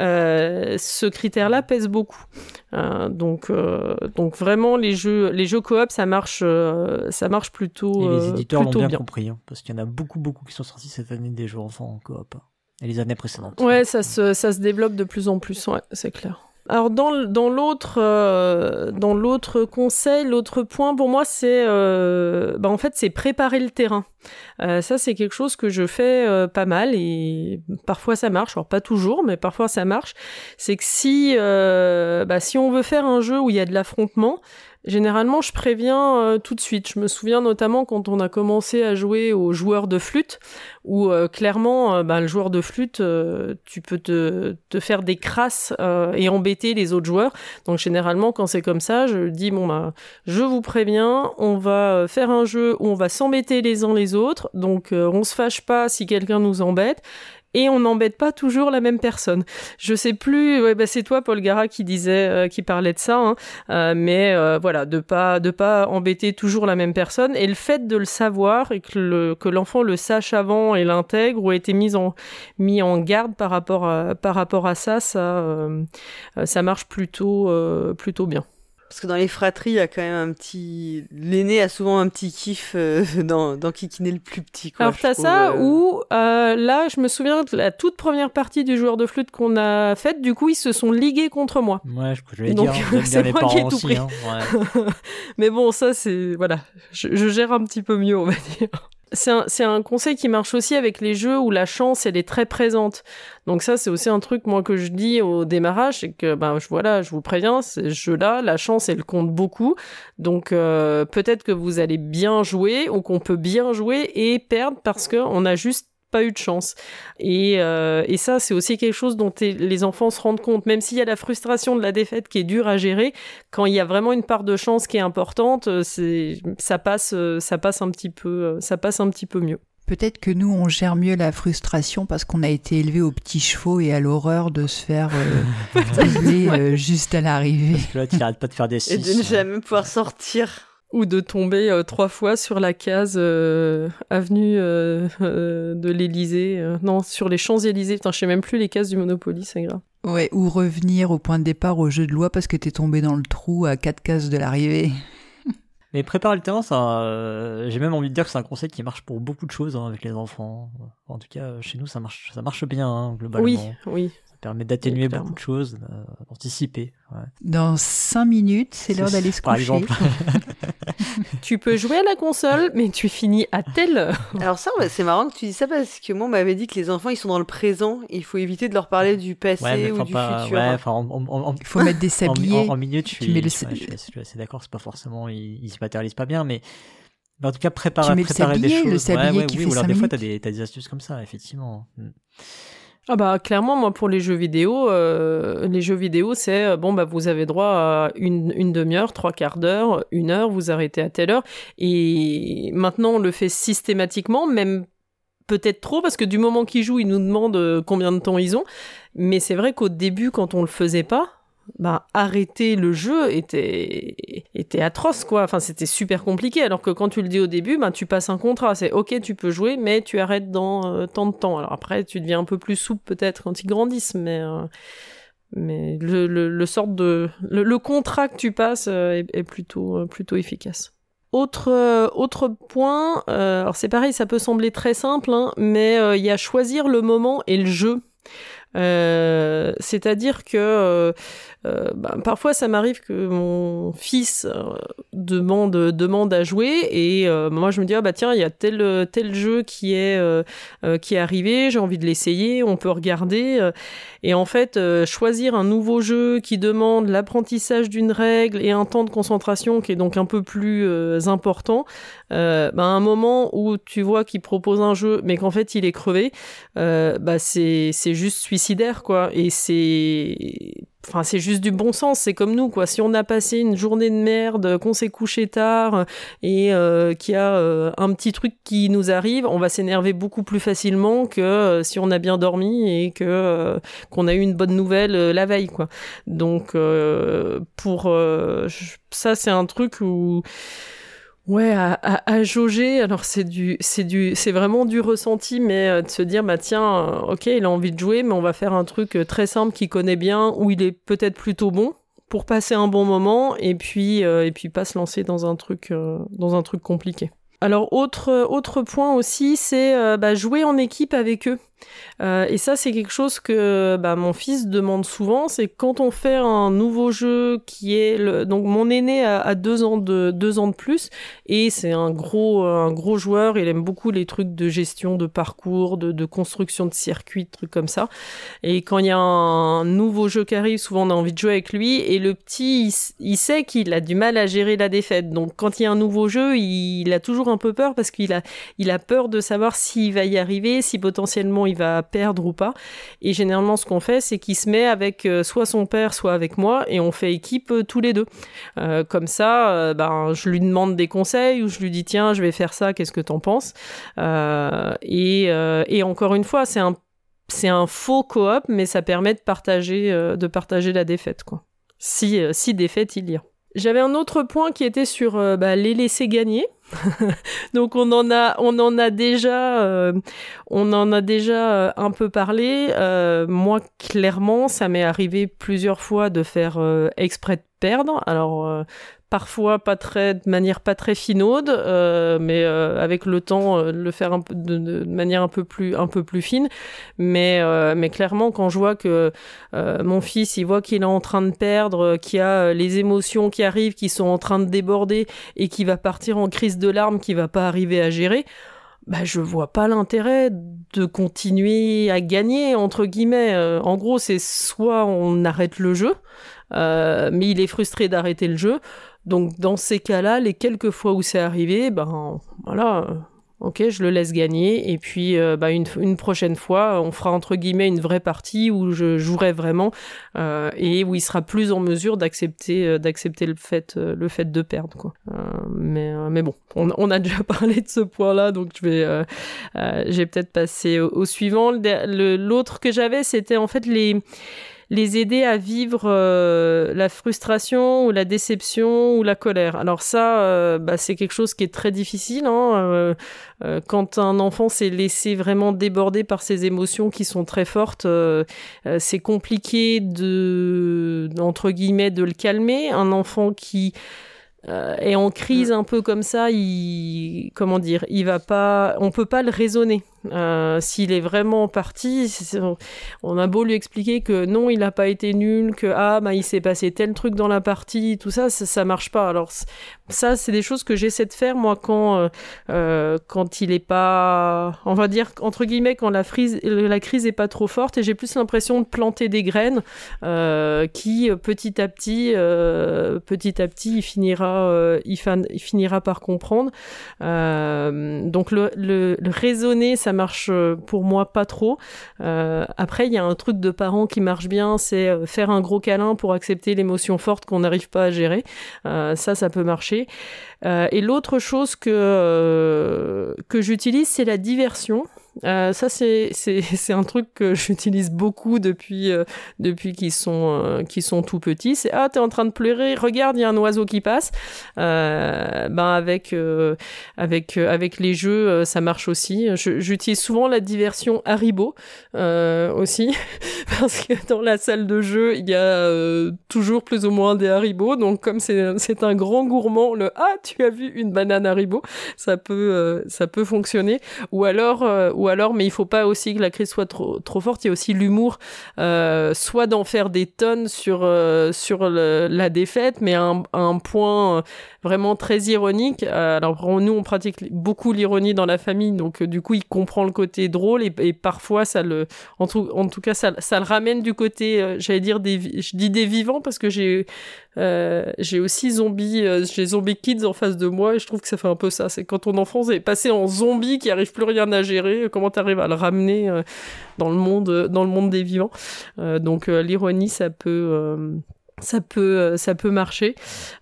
Euh, ce critère-là pèse beaucoup. Euh, donc, euh, donc vraiment, les jeux, les jeux coop, ça marche, euh, ça marche plutôt, et les éditeurs euh, l'ont plutôt bien, bien compris, hein, parce qu'il y en a beaucoup, beaucoup qui sont sortis cette année des jeux enfants en coop. Et les années précédentes. Ouais, ça se, ça se développe de plus en plus, ouais, c'est clair. Alors dans, dans l'autre euh, dans l'autre conseil, l'autre point pour moi c'est euh, bah en fait c'est préparer le terrain. Euh, ça c'est quelque chose que je fais euh, pas mal et parfois ça marche, alors pas toujours mais parfois ça marche. C'est que si euh, bah si on veut faire un jeu où il y a de l'affrontement, généralement, je préviens euh, tout de suite. Je me souviens notamment quand on a commencé à jouer aux joueurs de flûte, où euh, clairement, euh, bah, le joueur de flûte, euh, tu peux te, te faire des crasses euh, et embêter les autres joueurs. Donc généralement, quand c'est comme ça, je dis bon bah, je vous préviens, on va faire un jeu où on va s'embêter les uns les autres. Donc euh, on se fâche pas si quelqu'un nous embête. Et on n'embête pas toujours la même personne. Je sais plus, ouais, bah c'est toi, Paul Gara, qui disait, euh, qui parlait de ça, hein, euh, mais euh, voilà, de pas, de pas embêter toujours la même personne. Et le fait de le savoir et que le, que l'enfant le sache avant et l'intègre ou ait été mis en, mis en garde par rapport à, par rapport à ça, ça, euh, ça marche plutôt, euh, plutôt bien. Parce que dans les fratries, il y a quand même un petit... L'aîné a souvent un petit kiff euh, dans, dans Kikiner le plus petit, quoi. Alors t'as trouve, ça, euh... où euh, là, je me souviens de la toute première partie du joueur de flûte qu'on a faite, du coup, ils se sont ligués contre moi. Ouais, je, je vais Donc, dire, hein, c'est les moi qui ai parents tout aussi, pris. hein, ouais. Mais bon, ça, c'est... Voilà, je, je gère un petit peu mieux, on va dire. C'est un, c'est un conseil qui marche aussi avec les jeux où la chance, elle est très présente. Donc ça, c'est aussi un truc, moi, que je dis au démarrage, c'est que, ben, je, voilà, je vous préviens, ce jeu-là, la chance, elle compte beaucoup. Donc, euh, peut-être que vous allez bien jouer ou qu'on peut bien jouer et perdre parce qu'on a juste pas eu de chance. Et, euh, et ça, c'est aussi quelque chose dont les enfants se rendent compte. Même s'il y a la frustration de la défaite qui est dure à gérer, quand il y a vraiment une part de chance qui est importante, c'est, ça passe, ça passe un petit peu, ça passe un petit peu mieux. Peut-être que nous, on gère mieux la frustration parce qu'on a été élevés aux petits chevaux et à l'horreur de se faire euh, tabler euh, juste à l'arrivée. Parce que là, tu n'arrêtes pas de faire des six. Et de ne jamais pouvoir sortir. Ou de tomber euh, trois fois sur la case euh, avenue euh, euh, de l'Élysée. Euh, non, sur les Champs-Élysées. Putain, je sais même plus les cases du Monopoly, c'est grave. Ouais, ou revenir au point de départ au jeu de loi parce que t'es tombé dans le trou à quatre cases de l'arrivée. Mais préparer le terrain, ça, euh, j'ai même envie de dire que c'est un concept qui marche pour beaucoup de choses hein, avec les enfants. En tout cas, chez nous, ça marche, ça marche bien hein, globalement. Oui, oui. Ça permet d'atténuer Oui, beaucoup de choses, euh, d'anticiper. Ouais. Dans cinq minutes, c'est l'heure d'aller se Par coucher. exemple. Tu peux jouer à la console, mais tu finis à telle heure. Alors ça, ouais, c'est marrant que tu dis ça parce que moi, on m'avait dit que les enfants, ils sont dans le présent. Et il faut éviter de leur parler du passé Ouais, mais ou faut du pas, futur. ouais, enfin, en, en, en, Il faut mettre des en, sabliers. en, en minute, je suis, tu mets le je, ouais, je, suis, je suis assez d'accord, c'est pas forcément, ils, ils se matérialisent pas bien, mais, mais en tout cas, préparer, Tu mets le préparer sablier, des choses. le sablier ouais, ouais, qui oui, fait ou alors cinq des fois, minutes. t'as des, t'as des astuces comme ça, effectivement. Ah bah clairement, moi pour les jeux vidéo, euh, les jeux vidéo c'est euh, bon bah vous avez droit à une, une demi-heure, trois quarts d'heure, une heure, vous arrêtez à telle heure. Et maintenant on le fait systématiquement, même peut-être trop parce que du moment qu'ils jouent, ils nous demandent euh, combien de temps ils ont. Mais c'est vrai qu'au début quand on le faisait pas, bah arrêter le jeu était était atroce quoi. Enfin c'était super compliqué. Alors que quand tu le dis au début, bah tu passes un contrat. C'est ok tu peux jouer, mais tu arrêtes dans euh, tant de temps. Alors après tu deviens un peu plus souple peut-être quand ils grandissent, mais euh, mais le le, le sort de le, le contrat que tu passes euh, est, est plutôt euh, plutôt efficace. Autre euh, autre point. Euh, alors c'est pareil, ça peut sembler très simple, hein, mais il euh, y a choisir le moment et le jeu. Euh, c'est-à-dire que euh, euh, bah, parfois ça m'arrive que mon fils euh, demande demande à jouer et euh, moi je me dis ah bah tiens il y a tel tel jeu qui est euh, euh, qui est arrivé, j'ai envie de l'essayer, on peut regarder euh, et en fait euh, choisir un nouveau jeu qui demande l'apprentissage d'une règle et un temps de concentration qui est donc un peu plus euh, important. Euh, bah, à un moment où tu vois qu'il propose un jeu mais qu'en fait il est crevé, euh, bah c'est c'est juste suicidaire quoi. Et c'est enfin c'est juste du bon sens, c'est comme nous quoi. Si on a passé une journée de merde, qu'on s'est couché tard et euh, qu'il y a euh, un petit truc qui nous arrive, on va s'énerver beaucoup plus facilement que euh, si on a bien dormi et que euh, qu'on a eu une bonne nouvelle euh, la veille quoi. Donc euh, pour euh, ça c'est un truc où ouais, à, à, à jauger, alors c'est du, c'est du, c'est vraiment du ressenti, mais euh, de se dire, bah tiens, euh, ok, il a envie de jouer, mais on va faire un truc euh, très simple qu'il connaît bien, où il est peut-être plutôt bon, pour passer un bon moment, et puis, euh, et puis pas se lancer dans un truc, euh, dans un truc compliqué. Alors autre autre point aussi, c'est euh, bah, jouer en équipe avec eux. Euh, et ça, c'est quelque chose que bah, mon fils demande souvent. C'est quand on fait un nouveau jeu qui est le... donc mon aîné a, a deux ans de deux ans de plus et c'est un gros un gros joueur. Il aime beaucoup les trucs de gestion de parcours, de, de construction de circuits, de trucs comme ça. Et quand il y a un nouveau jeu qui arrive, souvent on a envie de jouer avec lui. Et le petit, il, il sait qu'il a du mal à gérer la défaite. Donc quand il y a un nouveau jeu, il, il a toujours un peu peur parce qu'il a il a peur de savoir s'il va y arriver, si potentiellement il va perdre ou pas. Et généralement, ce qu'on fait, c'est qu'il se met avec euh, soit son père, soit avec moi, et on fait équipe euh, tous les deux. Euh, comme ça, euh, ben, je lui demande des conseils ou je lui dis tiens, je vais faire ça, qu'est-ce que t'en penses euh, et, euh, et encore une fois, c'est un c'est un faux coop, mais ça permet de partager euh, de partager la défaite, quoi. Si euh, si défaite il y a. J'avais un autre point qui était sur euh, bah, les laisser gagner. Donc on en a, on en a déjà, euh, on en a déjà euh, un peu parlé. Euh, moi, clairement, ça m'est arrivé plusieurs fois de faire euh, exprès de perdre. Alors euh, parfois pas très, de manière pas très finaude, euh, mais euh, avec le temps, euh, le faire un peu de, de manière un peu plus, un peu plus fine. Mais, euh, mais clairement, quand je vois que euh, mon fils, il voit qu'il est en train de perdre, qu'il y a les émotions qui arrivent, qui sont en train de déborder et qu'il va partir en crise de larmes, qu'il va pas arriver à gérer. Bah, je vois pas l'intérêt de continuer à gagner, entre guillemets. Euh, en gros, c'est soit on arrête le jeu, euh, mais il est frustré d'arrêter le jeu. Donc, dans ces cas-là, les quelques fois où c'est arrivé, ben, voilà, euh, ok, je le laisse gagner. Et puis, euh, bah, une, une prochaine fois, on fera, entre guillemets, une vraie partie où je jouerai vraiment, euh, et où il sera plus en mesure d'accepter, euh, d'accepter le fait, euh, le fait de perdre, quoi. Euh, mais, euh, mais bon, on, on a déjà parlé de ce point-là, donc je vais, euh, euh, j'ai peut-être passé au, au suivant. Le, le, l'autre que j'avais, c'était en fait les, les aider à vivre euh, la frustration ou la déception ou la colère. Alors ça, euh, bah, c'est quelque chose qui est très difficile, hein, euh, euh, quand un enfant s'est laissé vraiment déborder par ses émotions qui sont très fortes, euh, euh, c'est compliqué de, entre guillemets, de le calmer. Un enfant qui euh, est en crise un peu comme ça, il, comment dire, il va pas, on peut pas le raisonner. Euh, s'il est vraiment parti, c'est, on a beau lui expliquer que non, il n'a pas été nul, que ah bah il s'est passé tel truc dans la partie, tout ça, ça, ça marche pas. Alors ça, c'est des choses que j'essaie de faire moi quand euh, euh, quand il est pas, on va dire entre guillemets quand la frise, la crise est pas trop forte, et j'ai plus l'impression de planter des graines euh, qui petit à petit, euh, petit à petit, il finira, euh, il, fin, il finira par comprendre. Euh, donc le, le, le raisonner, ça marche pour moi pas trop. Euh, après, il y a un truc de parents qui marche bien, c'est faire un gros câlin pour accepter l'émotion forte qu'on n'arrive pas à gérer. Euh, ça, ça peut marcher. Euh, et l'autre chose que, euh, que j'utilise, c'est la diversion. Euh, ça c'est c'est c'est un truc que j'utilise beaucoup depuis euh, depuis qu'ils sont euh, qu'ils sont tout petits. C'est ah t'es en train de pleurer, regarde il y a un oiseau qui passe. Euh, ben avec euh, avec euh, avec les jeux euh, ça marche aussi. Je, j'utilise souvent la diversion Haribo euh, aussi parce que dans la salle de jeu il y a euh, toujours plus ou moins des Haribo. Donc comme c'est c'est un grand gourmand, le ah tu as vu une banane Haribo, ça peut euh, ça peut fonctionner. Ou alors euh, ou alors, mais il faut pas aussi que la crise soit trop, trop forte. Il y a aussi l'humour, euh, soit d'en faire des tonnes sur, euh, sur le, la défaite, mais à un, à un point vraiment très ironique. Alors, nous, on pratique beaucoup l'ironie dans la famille, donc euh, du coup, il comprend le côté drôle et, et parfois, ça le, en tout, en tout cas, ça, ça le ramène du côté, euh, j'allais dire, des, je dis des vivants parce que j'ai, euh, j'ai aussi zombie, euh, j'ai zombie kids en face de moi et je trouve que ça fait un peu ça. C'est quand ton enfant est passé en zombie qui arrive plus rien à gérer, comment t'arrives à le ramener euh, dans le monde, euh, dans le monde des vivants. Euh, donc euh, l'ironie, ça peut, euh, ça peut, ça peut marcher.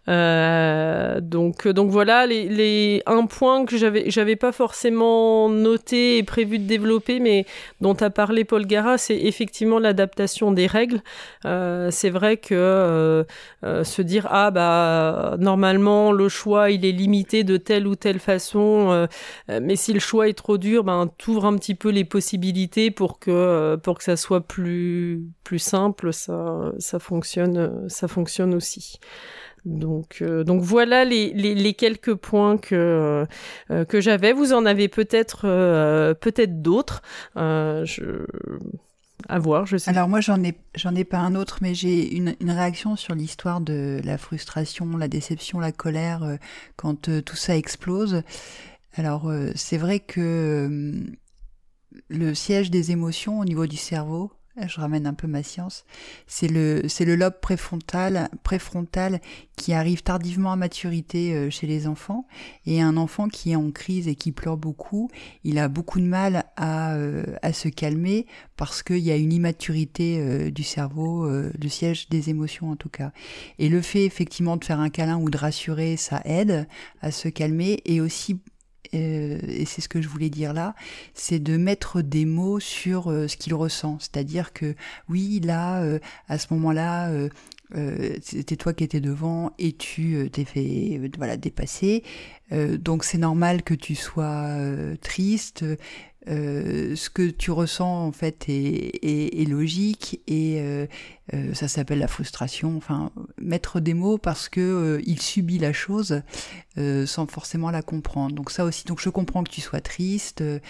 Euh, donc, donc voilà les, les un point que j'avais, j'avais pas forcément noté et prévu de développer, mais dont a parlé Paul Gara, c'est effectivement l'adaptation des règles. Euh, c'est vrai que euh, euh, se dire ah bah normalement le choix il est limité de telle ou telle façon, euh, mais si le choix est trop dur, ben t'ouvres un petit peu les possibilités pour que euh, pour que ça soit plus plus simple. Ça ça fonctionne ça fonctionne aussi. Donc, euh, donc voilà les, les, les quelques points que euh, que j'avais. Vous en avez peut-être euh, peut-être d'autres. Euh, je... À voir, je sais. Alors moi j'en ai j'en ai pas un autre, mais j'ai une, une réaction sur l'histoire de la frustration, la déception, la colère euh, quand euh, tout ça explose. Alors euh, c'est vrai que euh, le siège des émotions au niveau du cerveau, je ramène un peu ma science, c'est le, c'est le lobe préfrontal, préfrontal qui arrive tardivement à maturité euh, chez les enfants. Et un enfant qui est en crise et qui pleure beaucoup, il a beaucoup de mal à, euh, à se calmer parce qu'il y a une immaturité euh, du cerveau, euh, le siège des émotions en tout cas. Et le fait effectivement de faire un câlin ou de rassurer, ça aide à se calmer. Et aussi Euh, et c'est ce que je voulais dire là, c'est de mettre des mots sur euh, ce qu'il ressent. C'est-à-dire que oui, là, euh, à ce moment-là, euh, euh, c'était toi qui étais devant et tu euh, t'es fait euh, voilà, dépasser. Euh, donc c'est normal que tu sois euh, triste. Euh, ce que tu ressens en fait est, est, est logique et euh, euh, ça s'appelle la frustration. Enfin, mettre des mots parce que euh, il subit la chose euh, sans forcément la comprendre. Donc ça aussi. Donc je comprends que tu sois triste. Euh,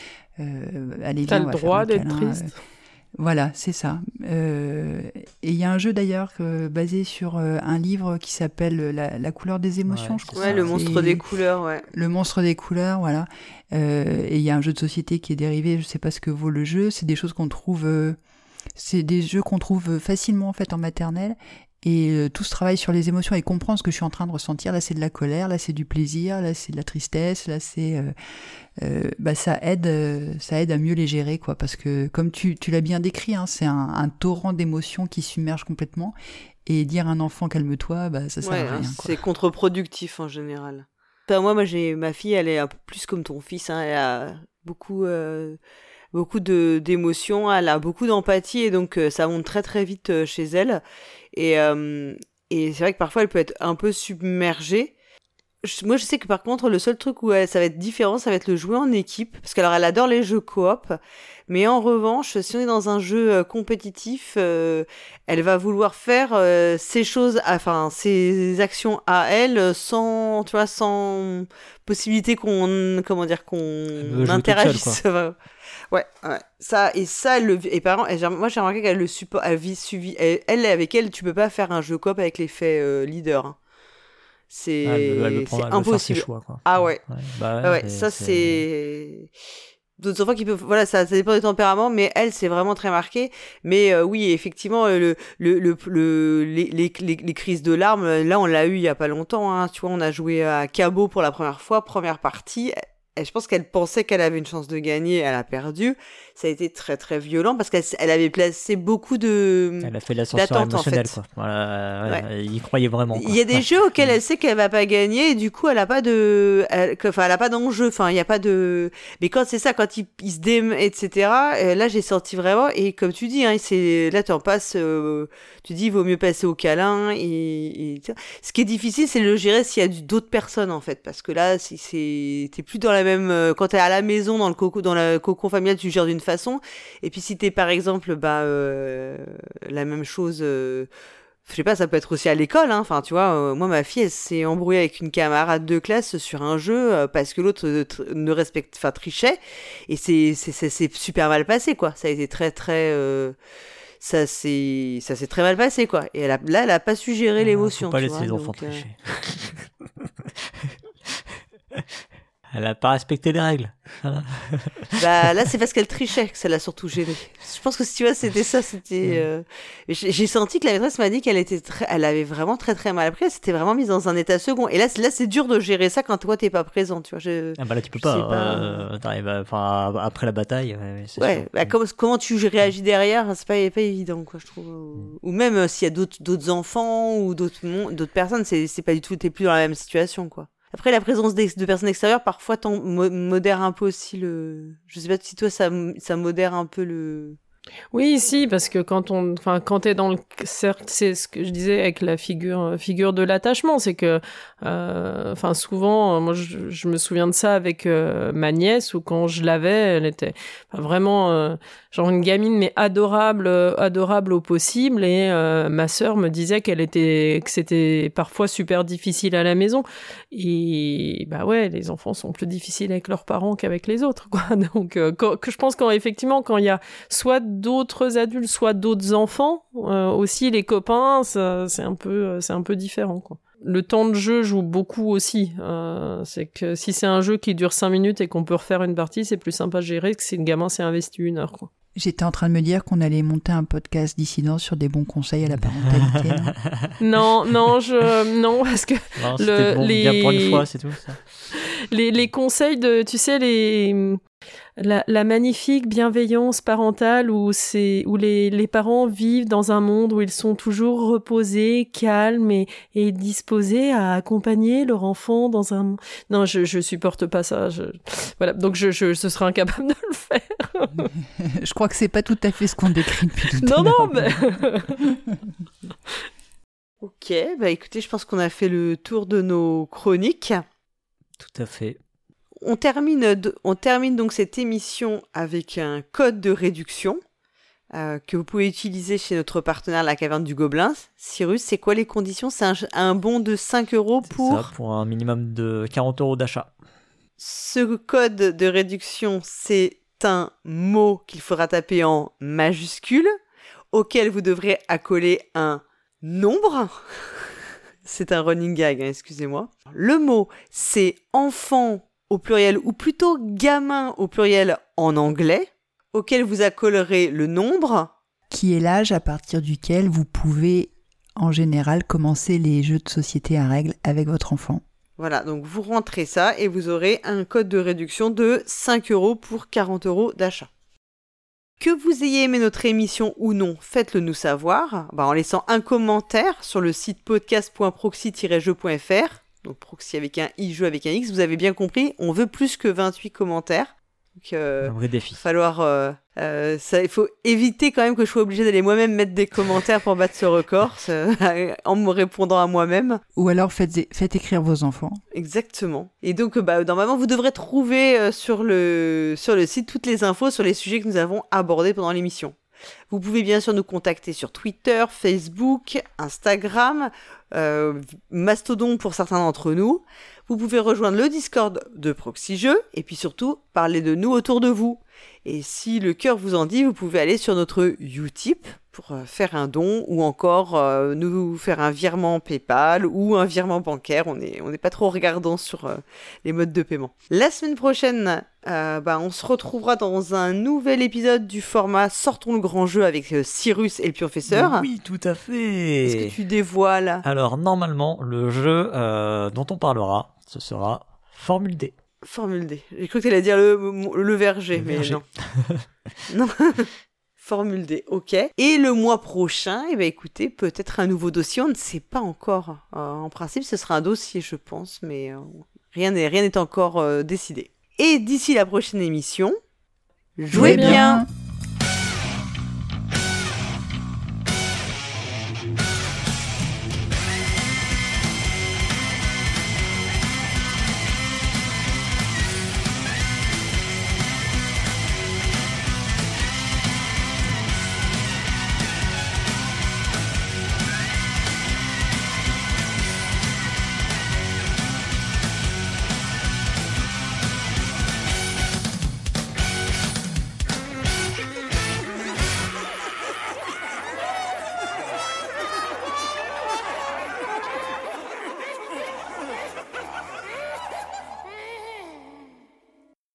allez, T'as viens, le on va droit faire un d'être câlin, triste. euh, Voilà, c'est ça. Euh, et il y a un jeu d'ailleurs euh, basé sur euh, un livre qui s'appelle la, la couleur des émotions, Ouais, je c'est crois. Ouais, le ça. monstre C'est des couleurs, ouais. Le monstre des couleurs, voilà. Euh, et il y a un jeu de société qui est dérivé, je sais pas ce que vaut le jeu. C'est des choses qu'on trouve, euh, c'est des jeux qu'on trouve facilement en fait en maternelle. Et euh, tout ce travail sur les émotions et comprendre ce que je suis en train de ressentir. Là, c'est de la colère, là, c'est du plaisir, là, c'est de la tristesse, là, c'est... Euh, euh, bah, ça aide, euh, ça aide à mieux les gérer, quoi. Parce que, comme tu, tu l'as bien décrit, hein, c'est un, un torrent d'émotions qui submerge complètement. Et dire à un enfant, calme-toi, bah, ça sert Ouais, à rien, hein, quoi. c'est contre-productif en général. Enfin, moi, moi j'ai ma fille, elle est un peu plus comme ton fils, hein, elle a beaucoup, euh, beaucoup de d'émotions, elle a beaucoup d'empathie et donc euh, ça monte très très vite euh, chez elle. Et, euh, et c'est vrai que parfois elle peut être un peu submergée. Je- moi, je sais que par contre, le seul truc où elle- ça va être différent, ça va être le jouer en équipe. Parce qu'alors, elle adore les jeux coop. Mais en revanche, si on est dans un jeu euh, compétitif, euh, elle va vouloir faire euh, ses choses, enfin, ses actions à elle, euh, sans, tu vois, sans possibilité qu'on, comment dire, Elle veut qu'on jouer toute seule, interagisse. Ouais, ouais. Ça, et ça, elle le, et par exemple, et j'ai- moi, j'ai remarqué qu'elle le supporte, elle vit, suivi, elle, elle, avec elle, tu peux pas faire un jeu coop avec l'effet euh, leader, hein. C'est Ah, elle veut, elle veut c'est prendre, elle veut faire ses impossible. choix, quoi. Ah ouais. Ouais, bah Ah ouais, ouais, c'est- ça c'est d'autres enfants qui peuvent, voilà, ça, ça dépend des tempéraments, mais elle c'est vraiment très marqué. Mais euh, oui, effectivement, euh, le, le, le, le- les, les, les, les crises de larmes, euh, là on l'a eu il y a pas longtemps, hein. Tu vois, on a joué à Cabo pour la première fois, première partie. Et je pense qu'elle pensait qu'elle avait une chance de gagner, elle a perdu. Ça a été très très violent parce qu'elle elle avait placé beaucoup de Elle a fait l'ascenseur d'attente en émotionnel, fait. quoi. Voilà, ouais, Ouais. elle y croyait vraiment, quoi. Il y a des Ouais. jeux auxquels elle sait qu'elle va pas gagner et du coup elle a pas de, elle, que- enfin elle a pas d'enjeu. Enfin il y a pas de. Mais quand c'est ça, quand il, il se dém, et cetera. euh, là j'ai senti vraiment et comme tu dis, hein, c'est là tu en passes. euh, tu dis il vaut mieux passer au câlin et, et ce qui est difficile c'est de le gérer s'il y a du- d'autres personnes en fait parce que là si c'est t'es plus dans la même euh, quand t'es à la maison dans le coco dans la cocon familial tu gères d'une façon et puis si t'es par exemple bah euh, la même chose. euh, Je sais pas, ça peut être aussi à l'école, hein. Enfin, tu vois, euh, moi, ma fille, elle s'est embrouillée avec une camarade de classe sur un jeu euh, parce que l'autre euh, tr- ne respecte, enfin, trichait. Et c'est, c'est, c'est, c'est super mal passé, quoi. Ça a été très, très... euh, ça, s'est, ça s'est très mal passé, quoi. Et elle a, là, elle a pas su gérer Ah, l'émotion, faut pas tu laisser vois, les enfants donc, euh, tricher. Elle a pas respecté les règles. Voilà. Bah là, c'est parce qu'elle trichait que ça l'a surtout gênée. Je pense que si tu vois, c'était ça, c'était. Euh... J'ai, j'ai senti que la maîtresse m'a dit qu'elle était très, elle avait vraiment très très mal appris. Elle s'était vraiment mise dans un état second. Et là, c'est- là, c'est dur de gérer ça quand toi t'es pas présent, tu vois. Je... Ah bah là tu peux Je pas. sais pas. euh, t'arrives à- enfin après la bataille. Ouais, ouais, c'est Ouais. sûr. Bah, comment, comment tu réagis derrière, c'est pas pas évident, quoi, je trouve. Ou ou même euh, s'il y a d'autres d'autres enfants ou d'autres mon- d'autres personnes, c'est c'est pas du tout, t'es plus dans la même situation, quoi. Après, la présence d'ex- de personnes extérieures, parfois, t'en mo- modère un peu aussi le. Je sais pas si toi, ça, m- ça modère un peu le. Oui, si, parce que quand on, enfin, quand t'es dans le cercle, c'est ce que je disais avec la figure, figure de l'attachement, c'est que, euh, enfin, souvent, euh, moi, je, je me souviens de ça avec euh, ma nièce, où quand je l'avais, elle était enfin, vraiment, euh, genre une gamine, mais adorable, euh, adorable au possible, et euh, ma sœur me disait qu'elle était, que c'était parfois super difficile à la maison, et bah ouais, les enfants sont plus difficiles avec leurs parents qu'avec les autres, quoi. Donc, euh, quand, que je pense quand effectivement, quand il y a soit d'autres adultes, soit d'autres enfants, euh, aussi les copains, ça, c'est un peu, c'est un peu différent, quoi. Le temps de jeu joue beaucoup aussi. Euh, c'est que si c'est un jeu qui dure cinq minutes et qu'on peut refaire une partie, c'est plus sympa à gérer que si le gamin s'est investi une heure, quoi. J'étais en train de me dire qu'on allait monter un podcast dissident sur des bons conseils à la parentalité. non Non, non, je, non, parce que Non, Le- c'était bon, les- bien pour une fois, c'est tout. Ça. les, les conseils de, tu sais, les, la, la magnifique bienveillance parentale où c'est, où les, les parents vivent dans un monde où ils sont toujours reposés, calmes et, et disposés à accompagner leur enfant dans un, non, je, je supporte pas ça, je, voilà. Donc je, je, ce serai incapable de le faire. Je crois que c'est pas tout à fait ce qu'on décrit depuis tout Non, à l'heure. non, mais. Ok, bah écoutez, je pense qu'on a fait le tour de nos chroniques. Tout à fait. On termine, de- on termine donc cette émission avec un code de réduction euh, que vous pouvez utiliser chez notre partenaire La Caverne du Gobelin. Cyrus, c'est quoi les conditions? C'est un, un bon de cinq euros C'est pour... ça, pour un minimum de quarante euros d'achat. Ce code de réduction, c'est un mot qu'il faudra taper en majuscule, auquel vous devrez accoler un nombre. C'est un running gag, hein, excusez-moi. Le mot, c'est enfant au pluriel, ou plutôt gamin au pluriel en anglais, auquel vous accolerez le nombre. Qui est l'âge à partir duquel vous pouvez, en général, commencer les jeux de société à règles avec votre enfant. Voilà, donc vous rentrez ça et vous aurez un code de réduction de cinq euros pour quarante euros d'achat. Que vous ayez aimé notre émission ou non, faites-le nous savoir bah, en laissant un commentaire sur le site podcast point proxy tiret jeu point f r. Donc proxy avec un i, jeu avec un x. Vous avez bien compris, on veut plus que vingt-huit commentaires. Donc, euh, Un vrai défi. il va falloir... Euh, euh, ça, il faut éviter quand même que je sois obligée d'aller moi-même mettre des commentaires pour battre ce record, ça, en me répondant à moi-même. Ou alors faites, faites écrire vos enfants. Exactement. Et donc, bah, normalement, vous devrez trouver euh, sur, le, sur le site toutes les infos sur les sujets que nous avons abordés pendant l'émission. Vous pouvez bien sûr nous contacter sur Twitter, Facebook, Instagram, euh, Mastodon pour certains d'entre nous. Vous pouvez rejoindre le Discord de Proxy Jeux et puis surtout parler de nous autour de vous. Et si le cœur vous en dit, vous pouvez aller sur notre Utip pour euh, faire un don ou encore euh, nous faire un virement PayPal ou un virement bancaire. On n'est on n'est pas trop regardant sur euh, les modes de paiement. La semaine prochaine, euh, bah, on se retrouvera dans un nouvel épisode du format Sortons le grand jeu avec euh, Cyrus et le professeur. Oui, tout à fait. Est-ce que tu dévoiles? Alors, normalement, le jeu euh, dont on parlera, ce sera Formule D. Formule D. J'ai cru que tu allais dire le, le verger, Le mais verger. non. Non. Formule D, ok. Et le mois prochain, eh ben, écoutez, peut-être un nouveau dossier, on ne sait pas encore. Euh, en principe, ce sera un dossier, je pense, mais euh, rien n'est rien n'est encore euh, décidé. Et d'ici la prochaine émission, jouez Jouez bien. bien.